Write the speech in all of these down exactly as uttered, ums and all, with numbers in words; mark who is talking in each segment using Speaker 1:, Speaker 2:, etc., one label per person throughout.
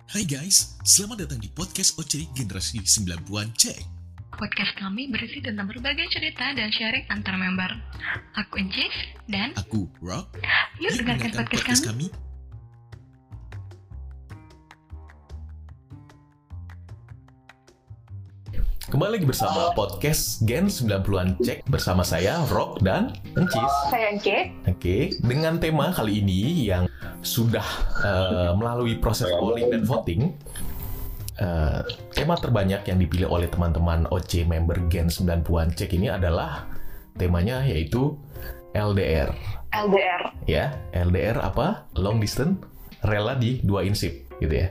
Speaker 1: Hai guys, selamat datang di podcast O C Generasi sembilan puluhan Cek.
Speaker 2: Podcast kami berisi tentang berbagai cerita dan sharing antar member. Aku Encis dan
Speaker 1: Aku Rock.
Speaker 2: yuk dengarkan podcast kami.
Speaker 3: Kembali lagi bersama podcast Gen sembilan puluhan Cek bersama saya Rock dan Encis.
Speaker 2: Saya Encis.
Speaker 3: Oke, dengan tema kali ini yang sudah uh, melalui proses polling dan voting. Uh, tema terbanyak yang dipilih oleh teman-teman O C member Gen sembilan puluhan Cek ini adalah temanya yaitu L D R.
Speaker 2: L D R.
Speaker 3: Ya, L D R apa? Long distance, rela di dua insip gitu ya.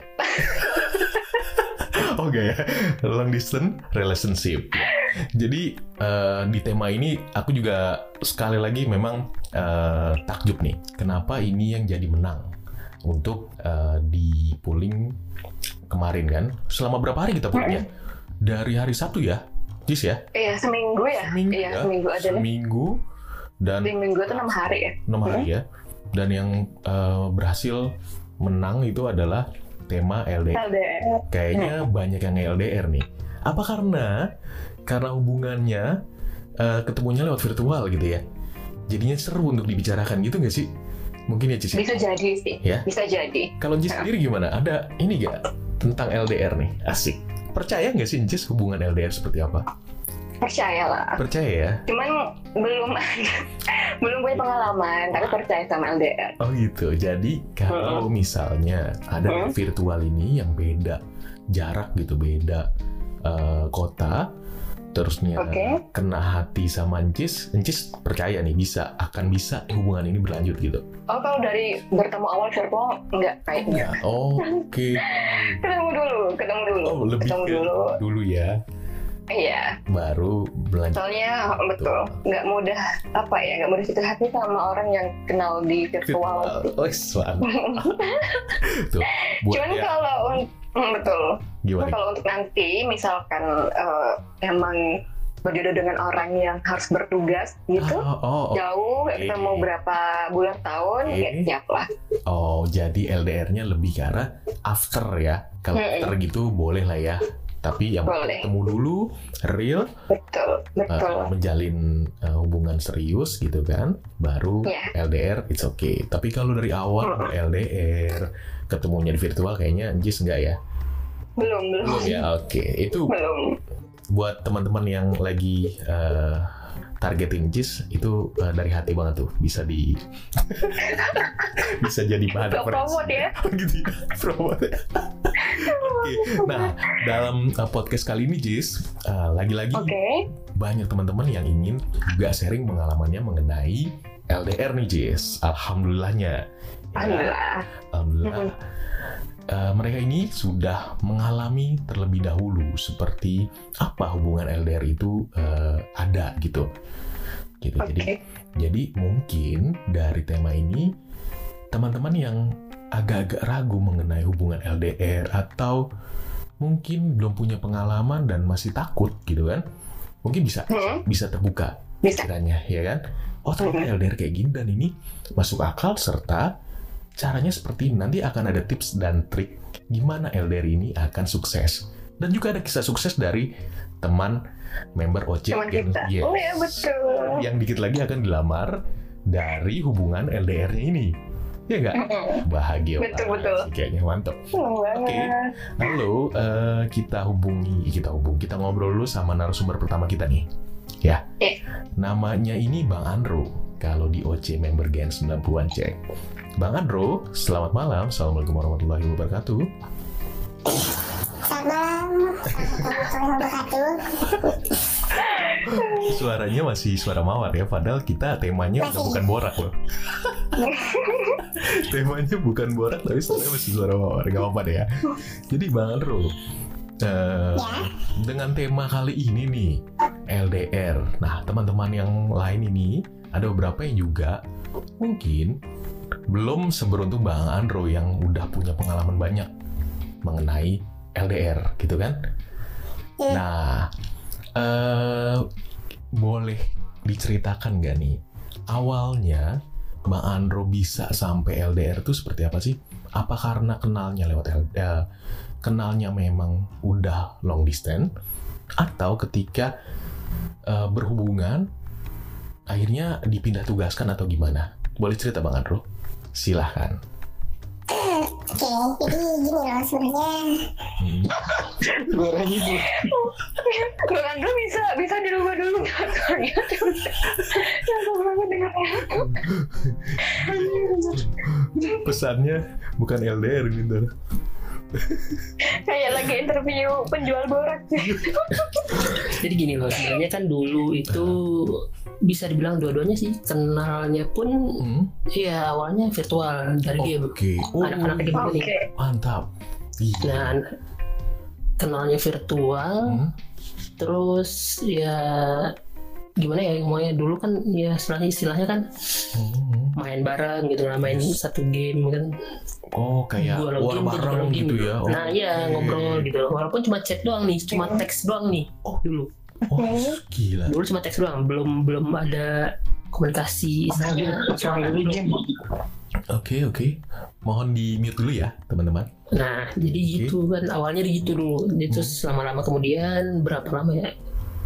Speaker 3: Oke ya, long distance relationship. Jadi uh, di tema ini aku juga sekali lagi memang uh, takjub nih. Kenapa ini yang jadi menang untuk uh, di polling kemarin kan? Selama berapa hari kita pollingnya? Dari hari Sabtu ya, Jis ya?
Speaker 2: Iya, seminggu ya.
Speaker 3: Seminggu
Speaker 2: iya,
Speaker 3: ya.
Speaker 2: seminggu aja.
Speaker 3: Seminggu dan
Speaker 2: seminggu itu enam hari ya.
Speaker 3: enam hari ya. Dan yang uh, berhasil menang itu adalah tema L D R.
Speaker 2: L D R.
Speaker 3: Kayaknya hmm. banyak yang L D R nih. Apa karena karena hubungannya uh, ketemunya lewat virtual gitu ya? Jadinya seru untuk dibicarakan gitu nggak sih? Mungkin ya Cis.
Speaker 2: Bisa jadi sih.
Speaker 3: Ya? Bisa
Speaker 2: jadi.
Speaker 3: Kalau Cis sendiri gimana? Ada ini nggak tentang L D R nih? Asik. Percaya nggak sih Cis hubungan L D R seperti apa?
Speaker 2: Percaya lah.
Speaker 3: Percaya ya?
Speaker 2: Cuman belum belum punya pengalaman, tapi percaya sama L D R.
Speaker 3: Oh gitu. Jadi kalau hmm. misalnya ada hmm. virtual ini yang beda jarak gitu, beda uh, kota, terusnya okay. kena hati sama Encis, Encis percaya nih bisa akan bisa hubungan ini berlanjut gitu.
Speaker 2: Oh, kalau dari bertemu awal virtual enggak kayaknya.
Speaker 3: Oh, oke. Okay.
Speaker 2: ketemu dulu, ketemu dulu.
Speaker 3: Oh, lebih
Speaker 2: ketemu dulu.
Speaker 3: dulu ya.
Speaker 2: Iya.
Speaker 3: Baru berlanjut.
Speaker 2: Soalnya betul, nggak mudah apa ya, nggak mudah jatuh hati sama orang yang kenal di virtual.
Speaker 3: Oh, suan. Tuh.
Speaker 2: Cuman ya. kalau mm, betul.
Speaker 3: Gimana?
Speaker 2: Kalau untuk nanti, misalkan uh, emang berjodoh dengan orang yang harus bertugas gitu,
Speaker 3: oh, oh, oh.
Speaker 2: jauh,
Speaker 3: okay.
Speaker 2: ketemu berapa bulan tahun, okay. ya siap lah.
Speaker 3: Oh, jadi L D R-nya lebih ke arah after ya. Kalau hmm. after gitu boleh lah ya. Tapi yang
Speaker 2: boleh.
Speaker 3: Ketemu dulu, real,
Speaker 2: betul, betul.
Speaker 3: Uh, menjalin uh, hubungan serius gitu kan, baru yeah. L D R, it's okay. Tapi kalau dari awal hmm. L D R, ketemunya di virtual kayaknya Jis enggak ya?
Speaker 2: Belum, belum.
Speaker 3: Belum ya, oke. Okay. Itu
Speaker 2: belum.
Speaker 3: Buat teman-teman yang lagi uh, targetin Jis, itu uh, dari hati banget tuh, bisa di bisa jadi bahan
Speaker 2: promote ya.
Speaker 3: gitu ya, promote. Oke, nah dalam uh, podcast kali ini Jis, uh, lagi-lagi okay. banyak teman-teman yang ingin juga sharing pengalamannya mengenai L D R nih Jis. Alhamdulillahnya.
Speaker 2: Alhamdulillah.
Speaker 3: Alhamdulillah.
Speaker 2: Mm-hmm.
Speaker 3: Uh, mereka ini sudah mengalami terlebih dahulu seperti apa hubungan L D R itu uh, ada gitu. Gitu.
Speaker 2: Okay.
Speaker 3: Jadi jadi mungkin dari tema ini teman-teman yang agak-agak ragu mengenai hubungan L D R atau mungkin belum punya pengalaman dan masih takut gitu kan, mungkin bisa hmm. bisa terbuka pikirannya ya kan. Oh ternyata hmm. L D R kayak gini dan ini masuk akal serta caranya seperti ini. Nanti akan ada tips dan trik gimana L D R ini akan sukses dan juga ada kisah sukses dari teman member O C
Speaker 2: teman kita.
Speaker 3: Yes.
Speaker 2: Oh ya betul.
Speaker 3: Yang dikit lagi akan dilamar dari hubungan L D R-nya ini. Ya nggak? Bahagia
Speaker 2: betul,
Speaker 3: banget
Speaker 2: betul.
Speaker 3: sih, kayaknya mantap.
Speaker 2: Oke,
Speaker 3: okay. Halo, uh, kita hubungi, kita hubungi, kita ngobrol dulu sama narasumber pertama kita nih, ya.
Speaker 2: Eh.
Speaker 3: Namanya ini Bang Andro. Kalau di O C member Gen sembilan puluhan Cek. Bang Andro, selamat malam. Assalamualaikum warahmatullahi wabarakatuh.
Speaker 4: Selamat malam. Assalamualaikum warahmatullahi wabarakatuh.
Speaker 3: Suaranya masih suara mawar ya, padahal kita temanya udah bukan borak loh. Temanya bukan borak, tapi suaranya masih suara mawar, gak apa-apa deh ya. Jadi Bang Andro, uh, ya? Dengan tema kali ini nih, L D R. Nah, teman-teman yang lain ini, ada beberapa yang juga mungkin belum seberuntung Bang Andro yang udah punya pengalaman banyak mengenai L D R, gitu kan? Ya. Nah, uh, boleh diceritakan gak nih awalnya Bang Andro bisa sampai L D R itu seperti apa sih? Apa karena kenalnya lewat L D R, kenalnya memang udah long distance, atau ketika uh, berhubungan akhirnya dipindah tugaskan atau gimana? Boleh cerita Bang Andro? Silahkan.
Speaker 4: Oke, jadi gini loh sebenarnya.
Speaker 3: Hmm.
Speaker 5: Suaranya ibu.
Speaker 2: Bang Andro bisa bisa dirubah dulu kantornya. Yang banget dengarnya.
Speaker 3: Pesannya bukan L D R ini, Ndar.
Speaker 2: Kayak lagi interview penjual borak.
Speaker 5: Jadi gini loh, sebenarnya kan dulu itu bisa dibilang dua-duanya sih kenalnya pun
Speaker 3: Hmm?
Speaker 5: ya awalnya virtual dari game.
Speaker 3: Oke. Oh,
Speaker 5: Anak-anak game ini.
Speaker 2: Oke.
Speaker 3: mantap. Iya.
Speaker 5: Nah, kenalnya virtual,
Speaker 3: Hmm?
Speaker 5: terus ya gimana ya, ngomongnya dulu kan ya istilahnya istilahnya kan
Speaker 3: Hmm.
Speaker 5: main bareng gitu lah, main satu game kan.
Speaker 3: Oh, kayak
Speaker 5: Gua
Speaker 3: war
Speaker 5: login, dia juga
Speaker 3: bareng
Speaker 5: login
Speaker 3: gitu ya.
Speaker 5: Nah iya,
Speaker 3: Oke.
Speaker 5: ngobrol gitu. Walaupun cuma chat doang nih, cuma teks doang nih.
Speaker 3: Oh.
Speaker 5: Dulu.
Speaker 3: Oh, gila.
Speaker 5: Dulu cuma teks doang, belum belum ada komunikasi istilahnya.
Speaker 2: Soal dulu game.
Speaker 3: Oke, oke. Mohon di mute dulu ya, teman-teman.
Speaker 5: Nah, jadi gitu kan awalnya gitu dulu. Jadi terus lama-lama kemudian berapa lama ya?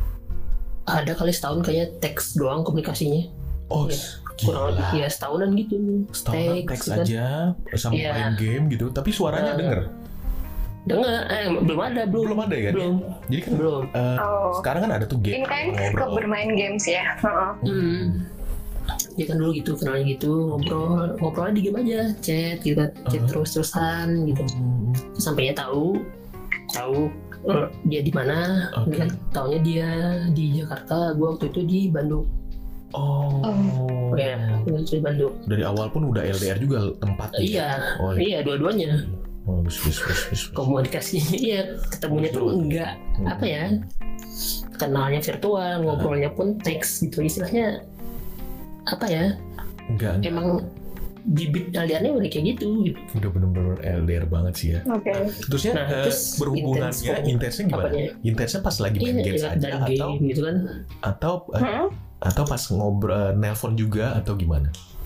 Speaker 5: Ada kali setahun kayak teks doang komunikasinya.
Speaker 3: Oh,
Speaker 5: Iya. Kurang lebih
Speaker 3: gila.
Speaker 5: ya setahunan gitu.
Speaker 3: Setahun teks
Speaker 5: kan.
Speaker 3: aja sama
Speaker 5: Iya.
Speaker 3: main game gitu, tapi suaranya
Speaker 5: Eh,
Speaker 3: denger.
Speaker 5: Dengar, eh belum ada, belum.
Speaker 3: Belum ada ya kan?
Speaker 5: Belum.
Speaker 3: Jadi kan
Speaker 5: Belum.
Speaker 3: eh,
Speaker 2: Oh.
Speaker 3: sekarang kan ada tuh game
Speaker 2: Intens ke
Speaker 3: ngobrol.
Speaker 2: bermain games ya. Heeh.
Speaker 5: Hmm. Ya kan dulu gitu, kenalnya gitu, ngobrol, ngobrolnya di game aja, chat gitu kan, chat
Speaker 3: Uh-huh.
Speaker 5: terus-terusan gitu.
Speaker 3: Hmm.
Speaker 5: Sampainya tahu, tahu eh, dia di mana,
Speaker 3: Oke.
Speaker 5: kan? Taunya dia di Jakarta, gua waktu itu di Bandung.
Speaker 3: Oh.
Speaker 5: Oh ya, gua itu di Bandung.
Speaker 3: Dari awal pun udah L D R juga tempatnya.
Speaker 5: Iya,
Speaker 3: Oh,
Speaker 5: iya dua-duanya.
Speaker 3: Oh, bis, bis, bis, bis.
Speaker 5: Komunikasinya, iya ketemunya tuh enggak
Speaker 3: Hmm.
Speaker 5: apa ya, kenalnya virtual, ngobrolnya pun teks gitu, istilahnya apa ya?
Speaker 3: Enggak, enggak.
Speaker 5: Emang bibit aliannya udah kayak gitu, gitu.
Speaker 3: Udah bener-bener L D R banget sih ya.
Speaker 2: Oke.
Speaker 3: Terusnya
Speaker 5: Nah,
Speaker 3: eh,
Speaker 5: terus
Speaker 3: berhubungannya,
Speaker 5: intens-
Speaker 3: intensnya gimana?
Speaker 5: apanya?
Speaker 3: Intensnya pas lagi main
Speaker 5: Iya,
Speaker 3: games
Speaker 5: iya,
Speaker 3: aja
Speaker 5: dari
Speaker 3: atau
Speaker 5: game gitu kan.
Speaker 3: atau eh,
Speaker 2: Hmm?
Speaker 3: atau pas ngobrol eh, nelpon juga atau gimana?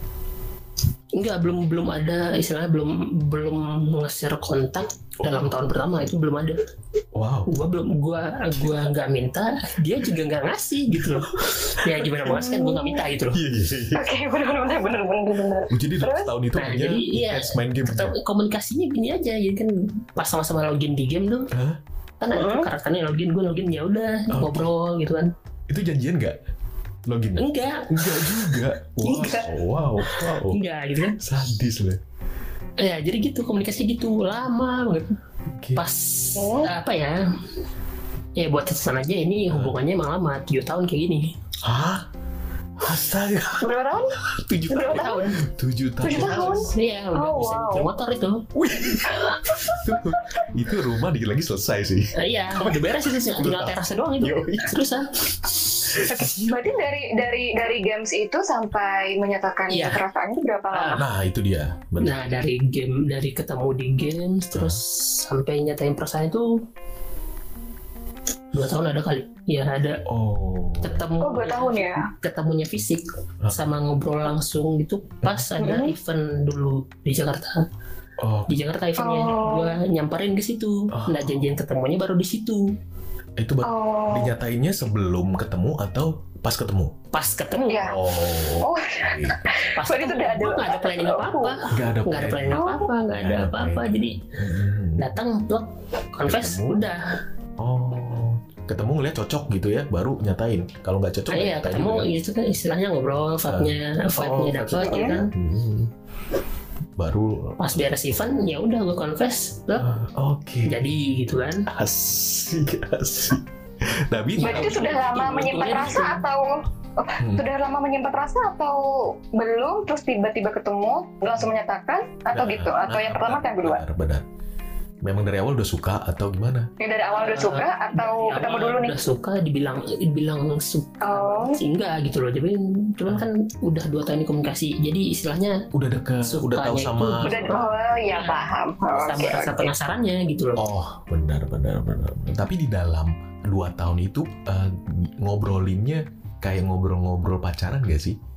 Speaker 5: Enggak, belum belum ada istilahnya, belum belum nge-share kontak dalam tahun pertama itu belum ada.
Speaker 3: Wow.
Speaker 5: Gua belum gua gua nggak minta, dia juga nggak ngasih gitu loh. Ya gimana mau ngasih kan, gua nggak minta gitu loh.
Speaker 3: Iya iya iya.
Speaker 2: Oke, benar-benar benar-benar benar.
Speaker 3: Oh, jadi dalam
Speaker 2: Terus?
Speaker 3: setahun itu
Speaker 5: Nah,
Speaker 3: hanya
Speaker 5: jadi iya.
Speaker 3: intens main game.
Speaker 5: Atau komunikasinya gini aja, jadi kan pas sama-sama login di game tuh,
Speaker 3: Hah?
Speaker 5: kan ada
Speaker 2: Hmm?
Speaker 5: karakternya login, gua login ya udah
Speaker 3: Oke.
Speaker 5: ngobrol gitu kan.
Speaker 3: Itu janjian nggak? Login?
Speaker 5: Enggak,
Speaker 3: Enggak juga. Wow,
Speaker 5: Enggak.
Speaker 3: wow, wow.
Speaker 5: enggak gitu kan.
Speaker 3: Sadis loh.
Speaker 5: Ya jadi gitu, komunikasi gitu lama banget.
Speaker 3: Oke.
Speaker 5: Pas
Speaker 2: Oh.
Speaker 5: apa ya? Ya buat tetesan aja ini hubungannya emang lama, tujuh tahun kayak gini.
Speaker 3: Hah? Astaga.
Speaker 2: Berapa tahun?
Speaker 3: Tujuh
Speaker 2: Berapa
Speaker 3: tahun.
Speaker 5: Tahun.
Speaker 3: Tujuh tahun.
Speaker 2: Tujuh tahun?
Speaker 5: Iya, udah
Speaker 2: Oh,
Speaker 5: bisa
Speaker 2: wow.
Speaker 5: nyetir motor itu.
Speaker 3: Itu, itu rumah dikit lagi selesai sih.
Speaker 5: Eh, iya, udah beres itu sih, tinggal terasnya doang itu.
Speaker 3: Yoi.
Speaker 5: Terusan.
Speaker 2: Oke. Berarti dari dari dari games itu sampai menyatakan
Speaker 5: Iya.
Speaker 2: perasaan itu berapa lama?
Speaker 3: Nah, itu dia. Benar.
Speaker 5: Nah, dari game, dari ketemu di games terus sampai nyatain perasaan itu dua tahun ada kali. Ya ada
Speaker 3: Oh.
Speaker 5: ketemu.
Speaker 2: Oh, dua tahun ya?
Speaker 5: Ketemunya fisik
Speaker 3: Hah?
Speaker 5: sama ngobrol langsung gitu pas ada
Speaker 2: Hmm.
Speaker 5: event dulu di Jakarta.
Speaker 3: Oh,
Speaker 5: Di Jakarta eventnya,
Speaker 2: Oh.
Speaker 5: gua nyamperin ke situ.
Speaker 3: Oh.
Speaker 5: Nah, janjian ketemunya baru di situ.
Speaker 3: itu ber-
Speaker 2: Oh.
Speaker 3: dinyatainnya sebelum ketemu atau pas ketemu?
Speaker 5: Pas ketemu,
Speaker 2: Iya.
Speaker 3: Oh.
Speaker 2: Oh,
Speaker 5: pas
Speaker 2: Berarti
Speaker 5: ketemu,
Speaker 2: sudah ada-
Speaker 5: gua nggak ada planning apa-apa.
Speaker 3: Nggak ada
Speaker 5: Nggak ada planning
Speaker 2: Oh.
Speaker 5: apa-apa, nggak ada
Speaker 3: Nggak ada
Speaker 5: apa-apa.
Speaker 3: planning.
Speaker 5: Jadi
Speaker 3: Hmm.
Speaker 5: datang, blok, confess,
Speaker 3: Ketemu.
Speaker 5: udah.
Speaker 3: Oh. Ketemu ngeliat cocok gitu ya, baru nyatain. Kalau nggak cocok,
Speaker 5: Ah, iya,
Speaker 3: nyatain
Speaker 5: ketemu
Speaker 3: juga.
Speaker 5: itu kan istilahnya ngobrol, vibe-nya, vibe-nya
Speaker 3: Oh,
Speaker 5: dapet,
Speaker 3: vibe-nya
Speaker 5: ya kan.
Speaker 3: Hmm. Baru.
Speaker 5: Pas beres event, ya udah gue confess, blok,
Speaker 3: Ah, Oke.
Speaker 5: jadi gitu kan.
Speaker 3: Asik, asik. Tapi
Speaker 2: berarti sudah lama menyimpan rasa atau oh,
Speaker 3: Hmm.
Speaker 2: sudah lama menyimpan rasa atau belum? Terus tiba-tiba ketemu langsung menyatakan atau
Speaker 3: Nah,
Speaker 2: gitu? Atau
Speaker 3: nah,
Speaker 2: yang pertama atau yang kedua?
Speaker 3: Benar, benar. Memang dari awal udah suka atau gimana?
Speaker 2: Yang dari awal udah suka atau
Speaker 5: Dari
Speaker 2: ketemu
Speaker 5: awal
Speaker 2: dulu nih?
Speaker 5: Udah suka, dibilang dibilang suka
Speaker 2: Oh.
Speaker 5: sih enggak gitu loh. Jadi cuman kan udah dua tahun ini komunikasi. Jadi istilahnya
Speaker 3: Udah deket, udah tahu
Speaker 5: Sukanya
Speaker 3: sama.
Speaker 5: itu-
Speaker 2: Udah, oh ya paham. Oh,
Speaker 5: sama
Speaker 2: oke,
Speaker 5: rasa
Speaker 2: oke.
Speaker 5: penasarannya gitu loh.
Speaker 3: Oh, benar, benar, benar. Tapi di dalam dua tahun itu eh, ngobrolinnya kayak ngobrol-ngobrol pacaran gak sih?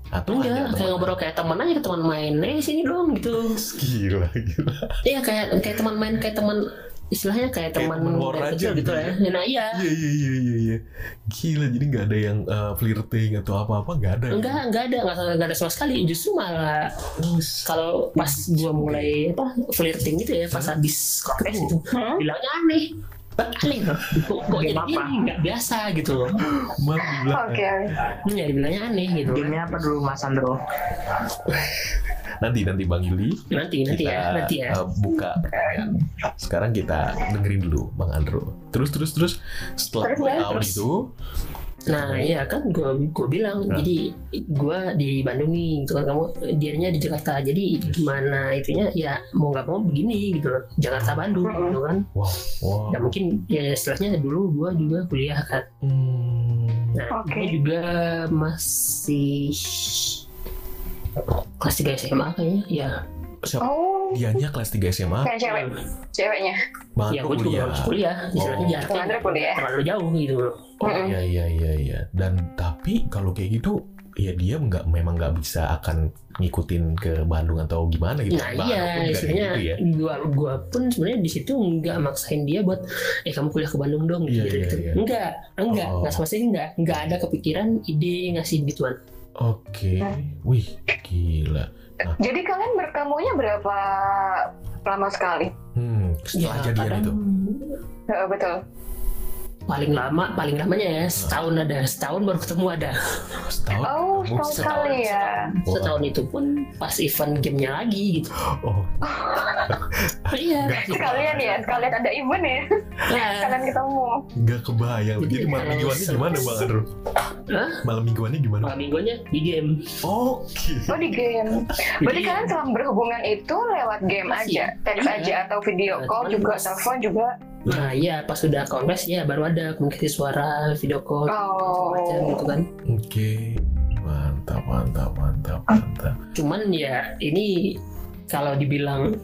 Speaker 3: Atau
Speaker 5: Enggak,
Speaker 3: hanya
Speaker 5: kayak
Speaker 3: teman?
Speaker 5: ngobrol kayak teman aja, teman main, eh sini dong gitu.
Speaker 3: Gila, gila.
Speaker 5: Iya kayak kayak teman main, kayak teman istilahnya kayak
Speaker 3: Kayak
Speaker 5: teman
Speaker 3: teman war
Speaker 5: dari
Speaker 3: aja
Speaker 5: kecil
Speaker 3: gitu
Speaker 5: gitu
Speaker 3: ya.
Speaker 5: ya. Nah iya.
Speaker 3: Iya, iya, iya, iya, iya. Gila, jadi nggak ada yang uh, flirting atau apa-apa, nggak ada.
Speaker 5: Enggak, enggak ada, enggak, enggak ada sama sekali. Justru malah
Speaker 3: Oh,
Speaker 5: kalau pas gua mulai apa flirting gitu ya, pas habis kontes gitu, bilangnya aneh. Aneh, kok, kok jadi gini, nggak biasa gitu loh.
Speaker 3: Mar bilang,
Speaker 2: Oke.
Speaker 5: Hmm, ya dibilangnya aneh gitu.
Speaker 6: Gamenya apa dulu Mas Andro?
Speaker 3: nanti nanti Bang Yuli
Speaker 5: Nanti, nanti
Speaker 3: kita
Speaker 5: ya, nanti ya.
Speaker 3: uh, buka pertanyaan. Sekarang kita dengerin dulu Bang Andro. Terus terus terus setelah
Speaker 2: Terus,
Speaker 3: dua
Speaker 2: ya,
Speaker 3: tahun
Speaker 5: terus.
Speaker 3: itu,
Speaker 5: Nah iya kan gue gue bilang
Speaker 3: Nah.
Speaker 5: jadi gue di Bandung nih gitu kan, kamu dianya di Jakarta, jadi gimana itunya ya mau nggak mau begini gitu loh, Jakarta Bandung gitu kan.
Speaker 3: wow, wow.
Speaker 5: Ya mungkin ya istilahnya dulu gue juga kuliah kan.
Speaker 3: Hmm,
Speaker 5: Nah
Speaker 2: Oke.
Speaker 5: gue juga masih kelas tiga S M A kayaknya ya.
Speaker 3: siapa?
Speaker 2: Oh,
Speaker 3: Dianya kelas tiga S M A,
Speaker 2: kayak cewek, ceweknya.
Speaker 3: Bang
Speaker 5: Ya
Speaker 3: Andro
Speaker 5: gue juga
Speaker 3: kuliah.
Speaker 5: harus kuliah, istilahnya
Speaker 3: Oh.
Speaker 5: jaraknya
Speaker 2: Bang Andro kuliah.
Speaker 5: terlalu jauh gitu loh.
Speaker 3: Oh iya iya iya iya. Dan tapi kalau kayak gitu ya dia nggak memang nggak bisa akan ngikutin ke Bandung atau gimana gitu.
Speaker 5: Nah
Speaker 3: Bang Andro pun
Speaker 5: iya,
Speaker 3: nggak
Speaker 5: istilahnya
Speaker 3: kayak gitu ya.
Speaker 5: gua gua pun sebenarnya di situ nggak maksain dia buat eh kamu kuliah ke Bandung dong
Speaker 3: Iya,
Speaker 5: gitu,
Speaker 3: iya,
Speaker 5: gitu.
Speaker 3: iya.
Speaker 5: Enggak, enggak,
Speaker 3: Oh.
Speaker 5: nggak sama sekali enggak, enggak ada kepikiran ide ngasih gituan.
Speaker 3: Oke, wih gila.
Speaker 2: Jadi kalian bertemunya berapa lama sekali?
Speaker 3: Hmm, setelah jadian
Speaker 5: kadang
Speaker 3: itu.
Speaker 2: Eh, betul.
Speaker 5: paling lama, paling lamanya ya setahun ada, setahun baru ketemu ada.
Speaker 3: Setahun.
Speaker 2: Oh,
Speaker 3: ketemu.
Speaker 2: setahun sekali ya.
Speaker 3: Wah.
Speaker 5: Setahun itu pun pas event gamenya lagi gitu.
Speaker 3: Oh,
Speaker 5: Iya.
Speaker 2: Sekalian ya, sekalian ada event ya.
Speaker 5: Nah,
Speaker 2: Kalian ketemu.
Speaker 3: nggak kebayang.
Speaker 5: Jadi
Speaker 3: Jadi malam
Speaker 5: kalau
Speaker 3: mingguannya
Speaker 5: se-
Speaker 3: gimana Bang Andro?
Speaker 5: Hah?
Speaker 3: Malam mingguannya gimana?
Speaker 5: malam minggunya di game.
Speaker 3: Oke.
Speaker 2: Oh, di game. Berarti
Speaker 5: Jadi-
Speaker 2: kalian selama berhubungan itu lewat game
Speaker 5: Masih.
Speaker 2: aja, teks
Speaker 5: Iya.
Speaker 2: aja atau video
Speaker 5: Nah,
Speaker 2: call
Speaker 5: cuman
Speaker 2: juga,
Speaker 5: pas-
Speaker 2: telepon juga.
Speaker 5: Nah iya pas sudah kontes ya baru ada komunikasi suara, video call,
Speaker 2: Oh.
Speaker 5: macam gitu kan.
Speaker 3: Oke. Mantap, mantap, mantap, mantap.
Speaker 5: Cuman ya ini kalau dibilang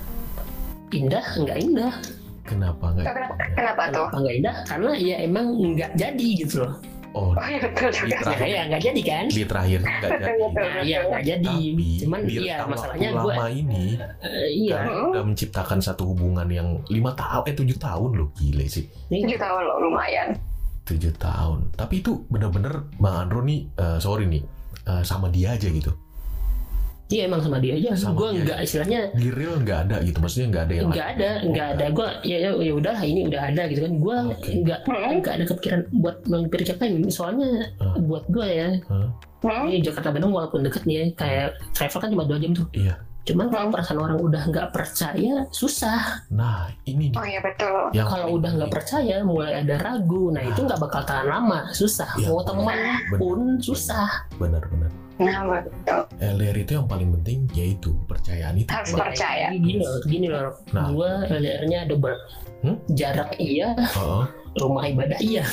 Speaker 5: indah nggak indah,
Speaker 3: Kenapa nggak?
Speaker 2: Kenapa, kenapa tuh?
Speaker 5: kenapa nggak indah? Karena ya emang nggak jadi gitu loh.
Speaker 3: Oh,
Speaker 2: Oh iya betul
Speaker 3: di
Speaker 2: juga.
Speaker 5: Nah
Speaker 3: terakhir,
Speaker 5: ya nggak jadi kan?
Speaker 3: di terakhir nggak
Speaker 2: Betul,
Speaker 3: jadi.
Speaker 2: betul.
Speaker 5: Nah ya nggak jadi.
Speaker 3: Tapi
Speaker 5: Cuman
Speaker 3: di
Speaker 5: iya
Speaker 3: rentang
Speaker 5: masalahnya
Speaker 3: waktu
Speaker 5: gue
Speaker 3: lama ini
Speaker 5: eh, iya
Speaker 3: kan udah menciptakan satu hubungan yang lima tahun, eh tujuh tahun loh, gile sih.
Speaker 5: nih
Speaker 2: tujuh tahun loh, lumayan.
Speaker 3: Tujuh tahun. Tapi itu bener-bener Bang Andro nih, eh, sorry nih, eh, sama dia aja gitu.
Speaker 5: iya emang sama dia aja.
Speaker 3: Sama
Speaker 5: Gue
Speaker 3: dia
Speaker 5: nggak
Speaker 3: aja.
Speaker 5: istilahnya
Speaker 3: Di real nggak ada gitu, maksudnya nggak ada yang
Speaker 5: nggak ada nggak ada gue ya ya ya udahlah ini udah ada gitu kan. Gue
Speaker 3: Oke.
Speaker 5: nggak nggak ada kepikiran buat mempersiapkan ini soalnya
Speaker 3: Hah?
Speaker 5: buat gue ya
Speaker 3: Hah?
Speaker 2: Hmm?
Speaker 5: ini Jakarta Bandung walaupun deket nih ya, kayak travel kan cuma dua jam tuh.
Speaker 3: Iya.
Speaker 5: Cuman kalau perasaan orang udah nggak percaya susah.
Speaker 3: Nah ini
Speaker 2: Oh iya betul.
Speaker 3: yang
Speaker 5: Kalau
Speaker 3: paling
Speaker 5: udah nggak
Speaker 3: penting.
Speaker 5: percaya, mulai ada ragu, nah itu nggak bakal tahan lama, susah.
Speaker 3: Iya,
Speaker 5: Mau teman
Speaker 3: benar.
Speaker 5: pun susah.
Speaker 3: Benar-benar
Speaker 2: Nah betul.
Speaker 3: L D R itu yang paling penting yaitu kepercayaan itu.
Speaker 2: Harus
Speaker 3: Bang.
Speaker 2: percaya.
Speaker 5: Jadi gini loh, gini loh.
Speaker 3: Nah.
Speaker 5: Gua L D R-nya double.
Speaker 3: Hmm?
Speaker 5: Jarak iya,
Speaker 3: Heeh.
Speaker 5: rumah ibadah iya.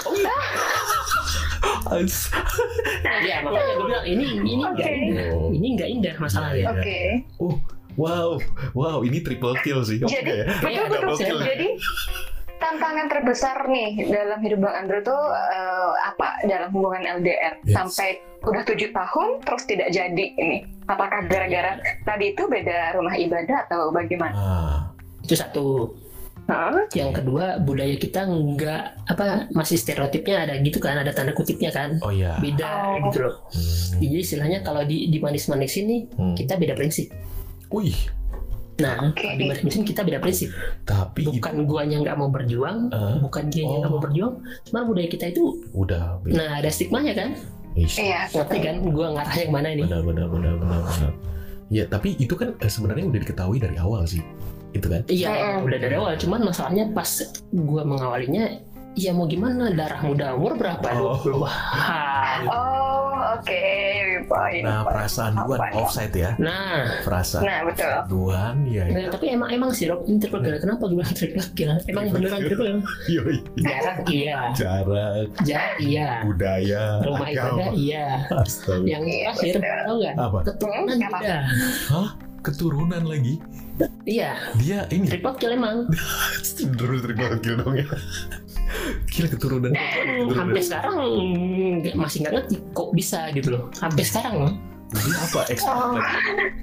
Speaker 3: As-
Speaker 5: Ya makanya gue bilang ini ini nggak
Speaker 2: Oke.
Speaker 5: indah,
Speaker 3: Oh.
Speaker 5: ini nggak indah masalahnya.
Speaker 3: Iya.
Speaker 2: Oke.
Speaker 3: Oh, wow, wow, ini triple kill sih. Oke
Speaker 2: Jadi
Speaker 3: ya.
Speaker 2: betul betul.
Speaker 3: Double kill.
Speaker 2: Jadi tantangan terbesar nih dalam hidup Bang Andro tuh eh, apa dalam hubungan L D R
Speaker 3: Yes.
Speaker 2: sampai udah tujuh tahun terus tidak jadi ini? Apakah gara-gara tadi itu beda rumah ibadah atau bagaimana?
Speaker 3: Ah,
Speaker 5: Itu satu.
Speaker 2: Hah?
Speaker 5: Yang kedua budaya kita nggak apa masih stereotipnya ada gitu kan, ada tanda kutipnya kan,
Speaker 3: oh ya.
Speaker 5: beda
Speaker 2: Oh.
Speaker 5: gitu loh.
Speaker 3: Hmm.
Speaker 5: Jadi istilahnya kalau di di manis-manisin nih
Speaker 3: Hmm.
Speaker 5: kita beda prinsip.
Speaker 3: Wih,
Speaker 5: Nah,
Speaker 2: Oke.
Speaker 5: kalau di manis-manisin kita beda prinsip.
Speaker 3: tapi itu
Speaker 5: Bukan guanya nggak mau berjuang,
Speaker 3: Eh.
Speaker 5: bukan dia yang nggak
Speaker 3: Oh.
Speaker 5: mau berjuang, cuma budaya kita itu,
Speaker 3: udah. beda.
Speaker 5: nah ada stigmanya kan,
Speaker 3: Ish.
Speaker 2: Iya.
Speaker 5: ngerti kan? Gua ngarah yang mana ini?
Speaker 3: Benar, benar, benar, benar, benar. Ya, tapi itu kan eh, sebenarnya udah diketahui dari awal sih, itu kan?
Speaker 5: Iya,
Speaker 2: Mm-mm.
Speaker 5: udah dari awal. Cuman masalahnya pas gua mengawalinya, ya mau gimana? Darah muda umur berapa?
Speaker 3: Oh.
Speaker 5: dua puluh Wah.
Speaker 2: Oh oke. Fine,
Speaker 3: Nah,
Speaker 2: fine.
Speaker 3: perasaan duluan
Speaker 2: Apa ya?
Speaker 3: offside ya,
Speaker 5: Nah,
Speaker 3: perasaan
Speaker 2: Nah betul.
Speaker 3: duluan ya.
Speaker 5: nah, tapi emang emang sih Rob, ini triple kill. Kenapa gue bilang triple kill? Emang beneran triple kill.
Speaker 3: Yoi.
Speaker 5: Jarak iya,
Speaker 3: Jarak,
Speaker 5: jarak iya,
Speaker 3: budaya,
Speaker 5: rumah ibadah
Speaker 3: agama.
Speaker 5: iya.
Speaker 3: Astaga.
Speaker 5: Yang terakhir tau nggak?
Speaker 3: Apa?
Speaker 5: Keturunan
Speaker 2: Hmm, apa?
Speaker 5: beda.
Speaker 3: Hah? Keturunan lagi?
Speaker 5: Iya,
Speaker 3: Dia ini
Speaker 5: triple kill emang.
Speaker 3: terus triple kill dong ya. Gila keturunan.
Speaker 5: Dan sampai sekarang nggak- masih nggak ngerti kok bisa gitu loh. Sampai sekarang loh.
Speaker 3: Dia apa? Expat
Speaker 2: Oh.
Speaker 3: lagi?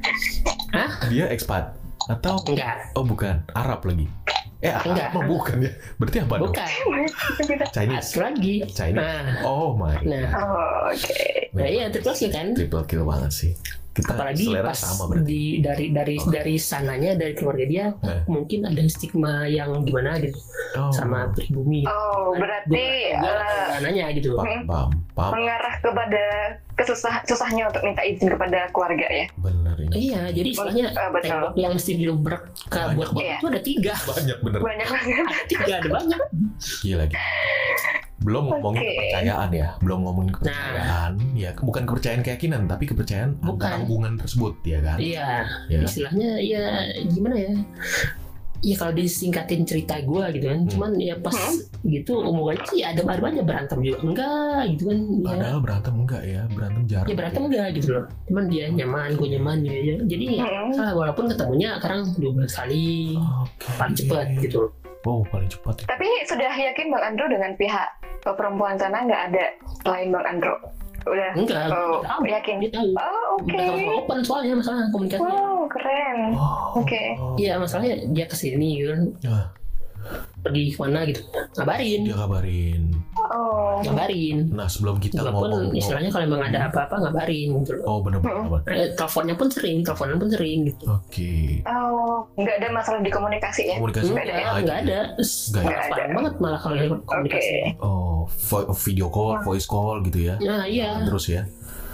Speaker 5: Hah?
Speaker 3: Dia expat atau?
Speaker 5: Enggak.
Speaker 3: Oh bukan, Arab lagi. Eh Arab
Speaker 5: Enggak.
Speaker 3: mah bukan ya. Berarti apa dong?
Speaker 5: Bukan.
Speaker 3: Chinese.
Speaker 5: Satu lagi.
Speaker 3: Chinese.
Speaker 5: Nah,
Speaker 3: Oh my.
Speaker 5: nah,
Speaker 2: Oh, oke.
Speaker 5: nah iya triple kill kan.
Speaker 3: Triple kill banget sih. Kita
Speaker 5: Apalagi
Speaker 3: selera
Speaker 5: pas
Speaker 3: sama berarti.
Speaker 5: di dari dari
Speaker 3: Oh.
Speaker 5: dari sananya dari keluarga dia
Speaker 3: Eh.
Speaker 5: mungkin ada stigma yang gimana gitu
Speaker 3: Oh.
Speaker 5: sama pribumi.
Speaker 2: Oh, berarti eh,
Speaker 5: sananya gitu.
Speaker 3: Pam pam pam.
Speaker 2: mengarah kepada kesusah susahnya untuk minta izin kepada keluarga ya.
Speaker 3: Bener ini.
Speaker 5: Iya, jadi istilahnya
Speaker 2: Eh, betul.
Speaker 5: tembok yang mesti dilubrak ke
Speaker 3: Banyak
Speaker 5: buat
Speaker 2: banget.
Speaker 5: itu ada tiga.
Speaker 3: Banyak bener.
Speaker 2: Banyak banget.
Speaker 5: Ada tiga, ada banyak.
Speaker 3: Gila gila. Belum ngomongin
Speaker 2: Oke.
Speaker 3: kepercayaan ya, belum ngomongin kepercayaan, ya bukan kepercayaan keyakinan, tapi kepercayaan
Speaker 5: Bukan.
Speaker 3: antara hubungan tersebut, ya kan?
Speaker 5: Iya,
Speaker 3: Ya.
Speaker 5: istilahnya ya gimana ya? Ya kalau disingkatin cerita gue gitu kan,
Speaker 3: Hmm.
Speaker 5: cuman ya pas
Speaker 2: Hmm.
Speaker 5: gitu omongannya sih ada aja berantem juga enggak gitu kan? Ya,
Speaker 3: Padahal berantem enggak ya, berantem jarang.
Speaker 5: ya berantem enggak gitu loh. Cuman dia nyaman, gue nyaman ya. ya. Jadi ya,
Speaker 2: Hmm.
Speaker 5: salah walaupun ketemunya sekarang dua belas kali,
Speaker 3: Oke.
Speaker 5: paling cepet gitu.
Speaker 3: Wow, paling cepat.
Speaker 2: Tapi sudah yakin Bang Andro dengan pihak perempuan sana nggak ada selain Bang Andro? Udah.
Speaker 5: Enggak,
Speaker 2: Oh,
Speaker 5: dia tahu.
Speaker 2: yakin.
Speaker 5: Dia tahu.
Speaker 2: Oh, oke.
Speaker 5: Udah sama open soalnya masalah komunikasinya.
Speaker 2: Wow, keren.
Speaker 3: Oh,
Speaker 2: Oke.
Speaker 3: oh.
Speaker 5: Iya masalahnya dia kesini gitu kan,
Speaker 3: Ya,
Speaker 5: pergi kemana gitu, ngabarin,
Speaker 3: dia kabarin.
Speaker 2: Oh.
Speaker 5: ngabarin.
Speaker 3: Nah, sebelum kita
Speaker 5: Walaupun
Speaker 3: ngomong,
Speaker 5: istilahnya kalau emang ada apa-apa ngabarin gitu loh.
Speaker 3: oh benar-benar.
Speaker 2: Hmm.
Speaker 5: Eh, teleponnya pun sering, teleponan pun sering gitu.
Speaker 3: Oke.
Speaker 2: Oh, nggak ada masalah di komunikasi ya?
Speaker 3: Komunikasi
Speaker 2: Nggak ada ya?
Speaker 5: Enggak,
Speaker 3: Ah,
Speaker 5: enggak
Speaker 3: itu
Speaker 5: ada.
Speaker 3: Nggak
Speaker 2: ada.
Speaker 5: Parah banget malah kalau komunikasi.
Speaker 2: Oke.
Speaker 3: Oh, vo- video call, voice call gitu ya.
Speaker 5: Nah iya.
Speaker 3: Terus ya.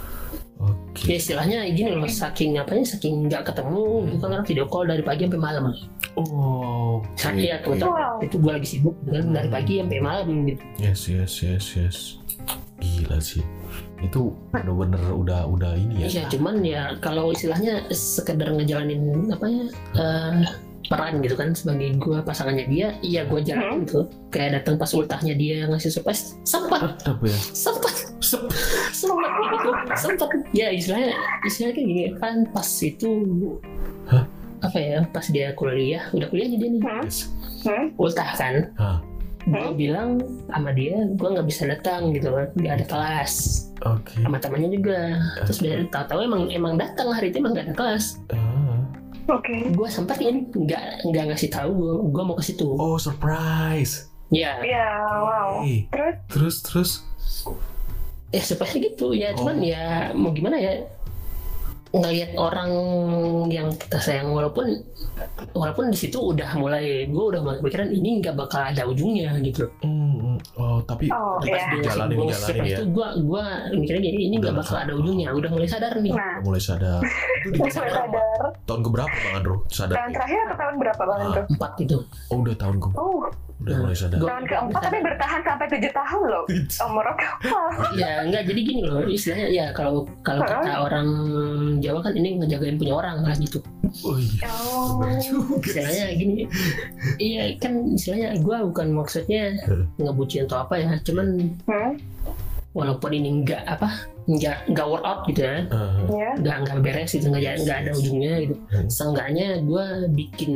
Speaker 3: Oke.
Speaker 5: Ya istilahnya gini loh, saking apanya, saking nggak ketemu gitu kan, video call dari pagi sampai malam.
Speaker 3: Oh. oke,
Speaker 5: Saking ya
Speaker 3: oke.
Speaker 5: kebetulan
Speaker 2: Wow.
Speaker 5: itu gue lagi sibuk kan dari pagi sampai malam gitu.
Speaker 3: Yes, yes, yes, yes. Gila sih. Itu bener-bener udah udah ini ya.
Speaker 5: Iya, cuman ya kalau istilahnya sekedar ngejalanin apa ya eh, peran gitu kan sebagai gue pasangannya dia, iya gue jalanin gitu. Kayak datang pas ultahnya dia ngasih surprise, sempat,
Speaker 3: Tetap ya.
Speaker 5: sempat,
Speaker 3: Sep.
Speaker 5: sempat gitu, sempat. Ya istilahnya, istilahnya kayak gini kan pas itu
Speaker 3: Hah?
Speaker 5: apa ya, pas dia kuliah, udah kuliah dia nih,
Speaker 2: Hmm?
Speaker 3: Yes.
Speaker 2: Hmm?
Speaker 5: ultah kan.
Speaker 3: Hah.
Speaker 5: Gue
Speaker 2: Hmm?
Speaker 5: bilang sama dia, gue nggak bisa datang gitu kan, nggak ada kelas.
Speaker 3: Oke.
Speaker 5: Sama temannya juga. Terus dia tahu-tahu emang emang datang hari itu emang nggak ada kelas.
Speaker 3: Ah.
Speaker 2: Oke.
Speaker 5: Gue sempetin nggak nggak ngasih tahu gue gue mau ke situ.
Speaker 3: Oh, surprise.
Speaker 5: Ya,
Speaker 2: Iya, wow.
Speaker 3: Eh,
Speaker 2: Terus?
Speaker 3: terus terus.
Speaker 5: ya surprise gitu ya. Cuman
Speaker 3: Oh.
Speaker 5: ya mau gimana ya, ngelihat orang yang kita sayang, walaupun walaupun di situ udah mulai gue udah mulai pikiran ini nggak bakal ada ujungnya gitu.
Speaker 3: Hmm, hmm. Oh, tapi
Speaker 2: Oh,
Speaker 5: Pas
Speaker 2: iya.
Speaker 5: dia ngasih
Speaker 3: Jalanin,
Speaker 5: gua
Speaker 3: jalanin
Speaker 5: surprise
Speaker 3: ya.
Speaker 5: itu gue gue mikirnya gini, ini nggak
Speaker 3: Udah
Speaker 5: bakal
Speaker 3: lah.
Speaker 5: ada ujungnya. Udah mulai sadar nih.
Speaker 2: Nah,
Speaker 3: mulai sadar. Itu di
Speaker 2: mulai sadar.
Speaker 3: tahun keberapa Bang Andro? Sadar.
Speaker 2: Tahun terakhir atau tahun berapa Bang Andro?
Speaker 5: Empat gitu.
Speaker 3: Oh, udah tahun ke
Speaker 2: Oh,
Speaker 3: udah mulai sadar.
Speaker 5: Gua-
Speaker 2: tahun keempat tapi bertahan sampai tujuh tahun loh. Umur kapal.
Speaker 5: Ya enggak, jadi gini loh istilahnya, ya kalau kalau
Speaker 2: Hah?
Speaker 5: kata orang Jawa kan ini ngejagain punya orang lah gitu.
Speaker 3: Oh iya.
Speaker 2: Oh.
Speaker 3: Bener juga.
Speaker 5: Istilahnya gini, iya kan istilahnya gue bukan maksudnya ngebucin atau apa ya, cuman
Speaker 2: Hmm?
Speaker 5: walaupun ini enggak apa enggak enggak work out gitu ya,
Speaker 3: Ah,
Speaker 2: Ya.
Speaker 5: enggak enggak beres gitu, enggak enggak ada ujungnya gitu.
Speaker 3: Hmm.
Speaker 5: Seenggaknya gue bikin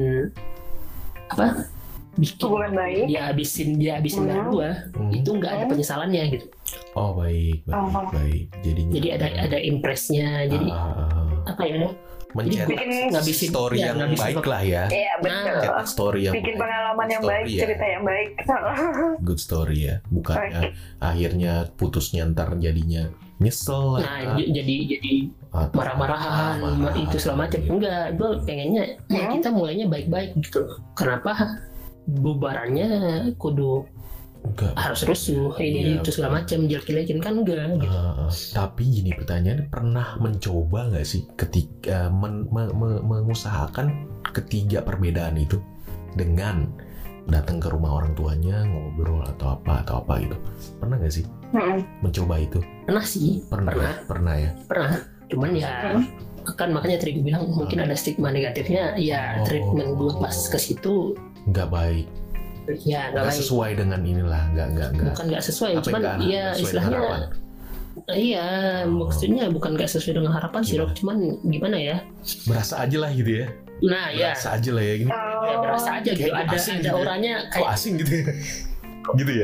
Speaker 5: apa bikin
Speaker 2: Hubungan baik.
Speaker 5: dia habisin dia habisin dari
Speaker 2: Hmm.
Speaker 5: gue,
Speaker 3: hmm.
Speaker 5: itu enggak ada penyesalannya gitu.
Speaker 3: Oh, baik, baik,
Speaker 2: Oh.
Speaker 3: baik. Jadinya
Speaker 5: Jadi ada ada impresnya, jadi
Speaker 3: ah, ah, ah.
Speaker 5: apa ya,
Speaker 3: mencetak
Speaker 2: Bikin
Speaker 5: ngabisin
Speaker 3: story
Speaker 5: ya,
Speaker 3: yang
Speaker 5: ngabisin
Speaker 3: baik lah ya.
Speaker 2: Iya, betul.
Speaker 5: Nah.
Speaker 3: Cetak story yang
Speaker 2: Bikin
Speaker 3: baik.
Speaker 2: pengalaman yang
Speaker 3: Story
Speaker 2: baik,
Speaker 3: ya.
Speaker 2: cerita yang baik.
Speaker 3: Good story ya, bukannya akhirnya putusnya ntar jadinya nyesel lah.
Speaker 5: nah j- jadi jadi
Speaker 3: atau
Speaker 5: marah-marahan
Speaker 3: apa, marah.
Speaker 5: itu segala macam. Enggak, gue pengennya ya
Speaker 2: Hmm?
Speaker 5: kita mulainya baik-baik gitu. Kenapa bubarannya kudu
Speaker 3: Enggak.
Speaker 5: harus rusuh ini
Speaker 3: Iya,
Speaker 5: itu segala macam, jelek-jelekin kan enggak gitu.
Speaker 3: Ah, ah. Tapi gini pertanyaannya, pernah mencoba nggak sih ketika men- me- me- mengusahakan ketiga perbedaan itu dengan datang ke rumah orang tuanya ngobrol atau apa atau apa gitu? Pernah nggak sih
Speaker 2: Mm-mm.
Speaker 3: mencoba itu?
Speaker 5: Pernah sih,
Speaker 3: Pernah,
Speaker 5: pernah,
Speaker 3: pernah ya.
Speaker 5: pernah. Cuman ya
Speaker 2: Hmm?
Speaker 5: kan makanya tadi gue bilang mungkin ada stigma negatifnya ya.
Speaker 3: Oh.
Speaker 5: Treatment gue pas ke situ
Speaker 3: Nggak baik,
Speaker 5: ya nggak
Speaker 3: nggak
Speaker 5: baik,
Speaker 3: sesuai dengan inilah, nggak nggak nggak.
Speaker 5: bukan nggak sesuai,
Speaker 3: Apa
Speaker 5: cuman
Speaker 3: nggak
Speaker 5: ya
Speaker 3: sesuai dengan
Speaker 5: istilahnya
Speaker 3: harapan?
Speaker 5: iya
Speaker 3: Oh.
Speaker 5: maksudnya bukan nggak sesuai dengan harapan sih,
Speaker 3: Gimana?
Speaker 5: Rok. Cuman gimana ya,
Speaker 3: Berasa aja lah gitu ya.
Speaker 5: nah ya
Speaker 3: Berasa aja lah ya gini.
Speaker 5: ya berasa aja gitu,
Speaker 3: Kayak
Speaker 5: ada
Speaker 3: asing
Speaker 5: ada
Speaker 3: gitu ya.
Speaker 5: orangnya
Speaker 3: Kok
Speaker 5: kayak
Speaker 3: asing gitu ya? Gitu ya?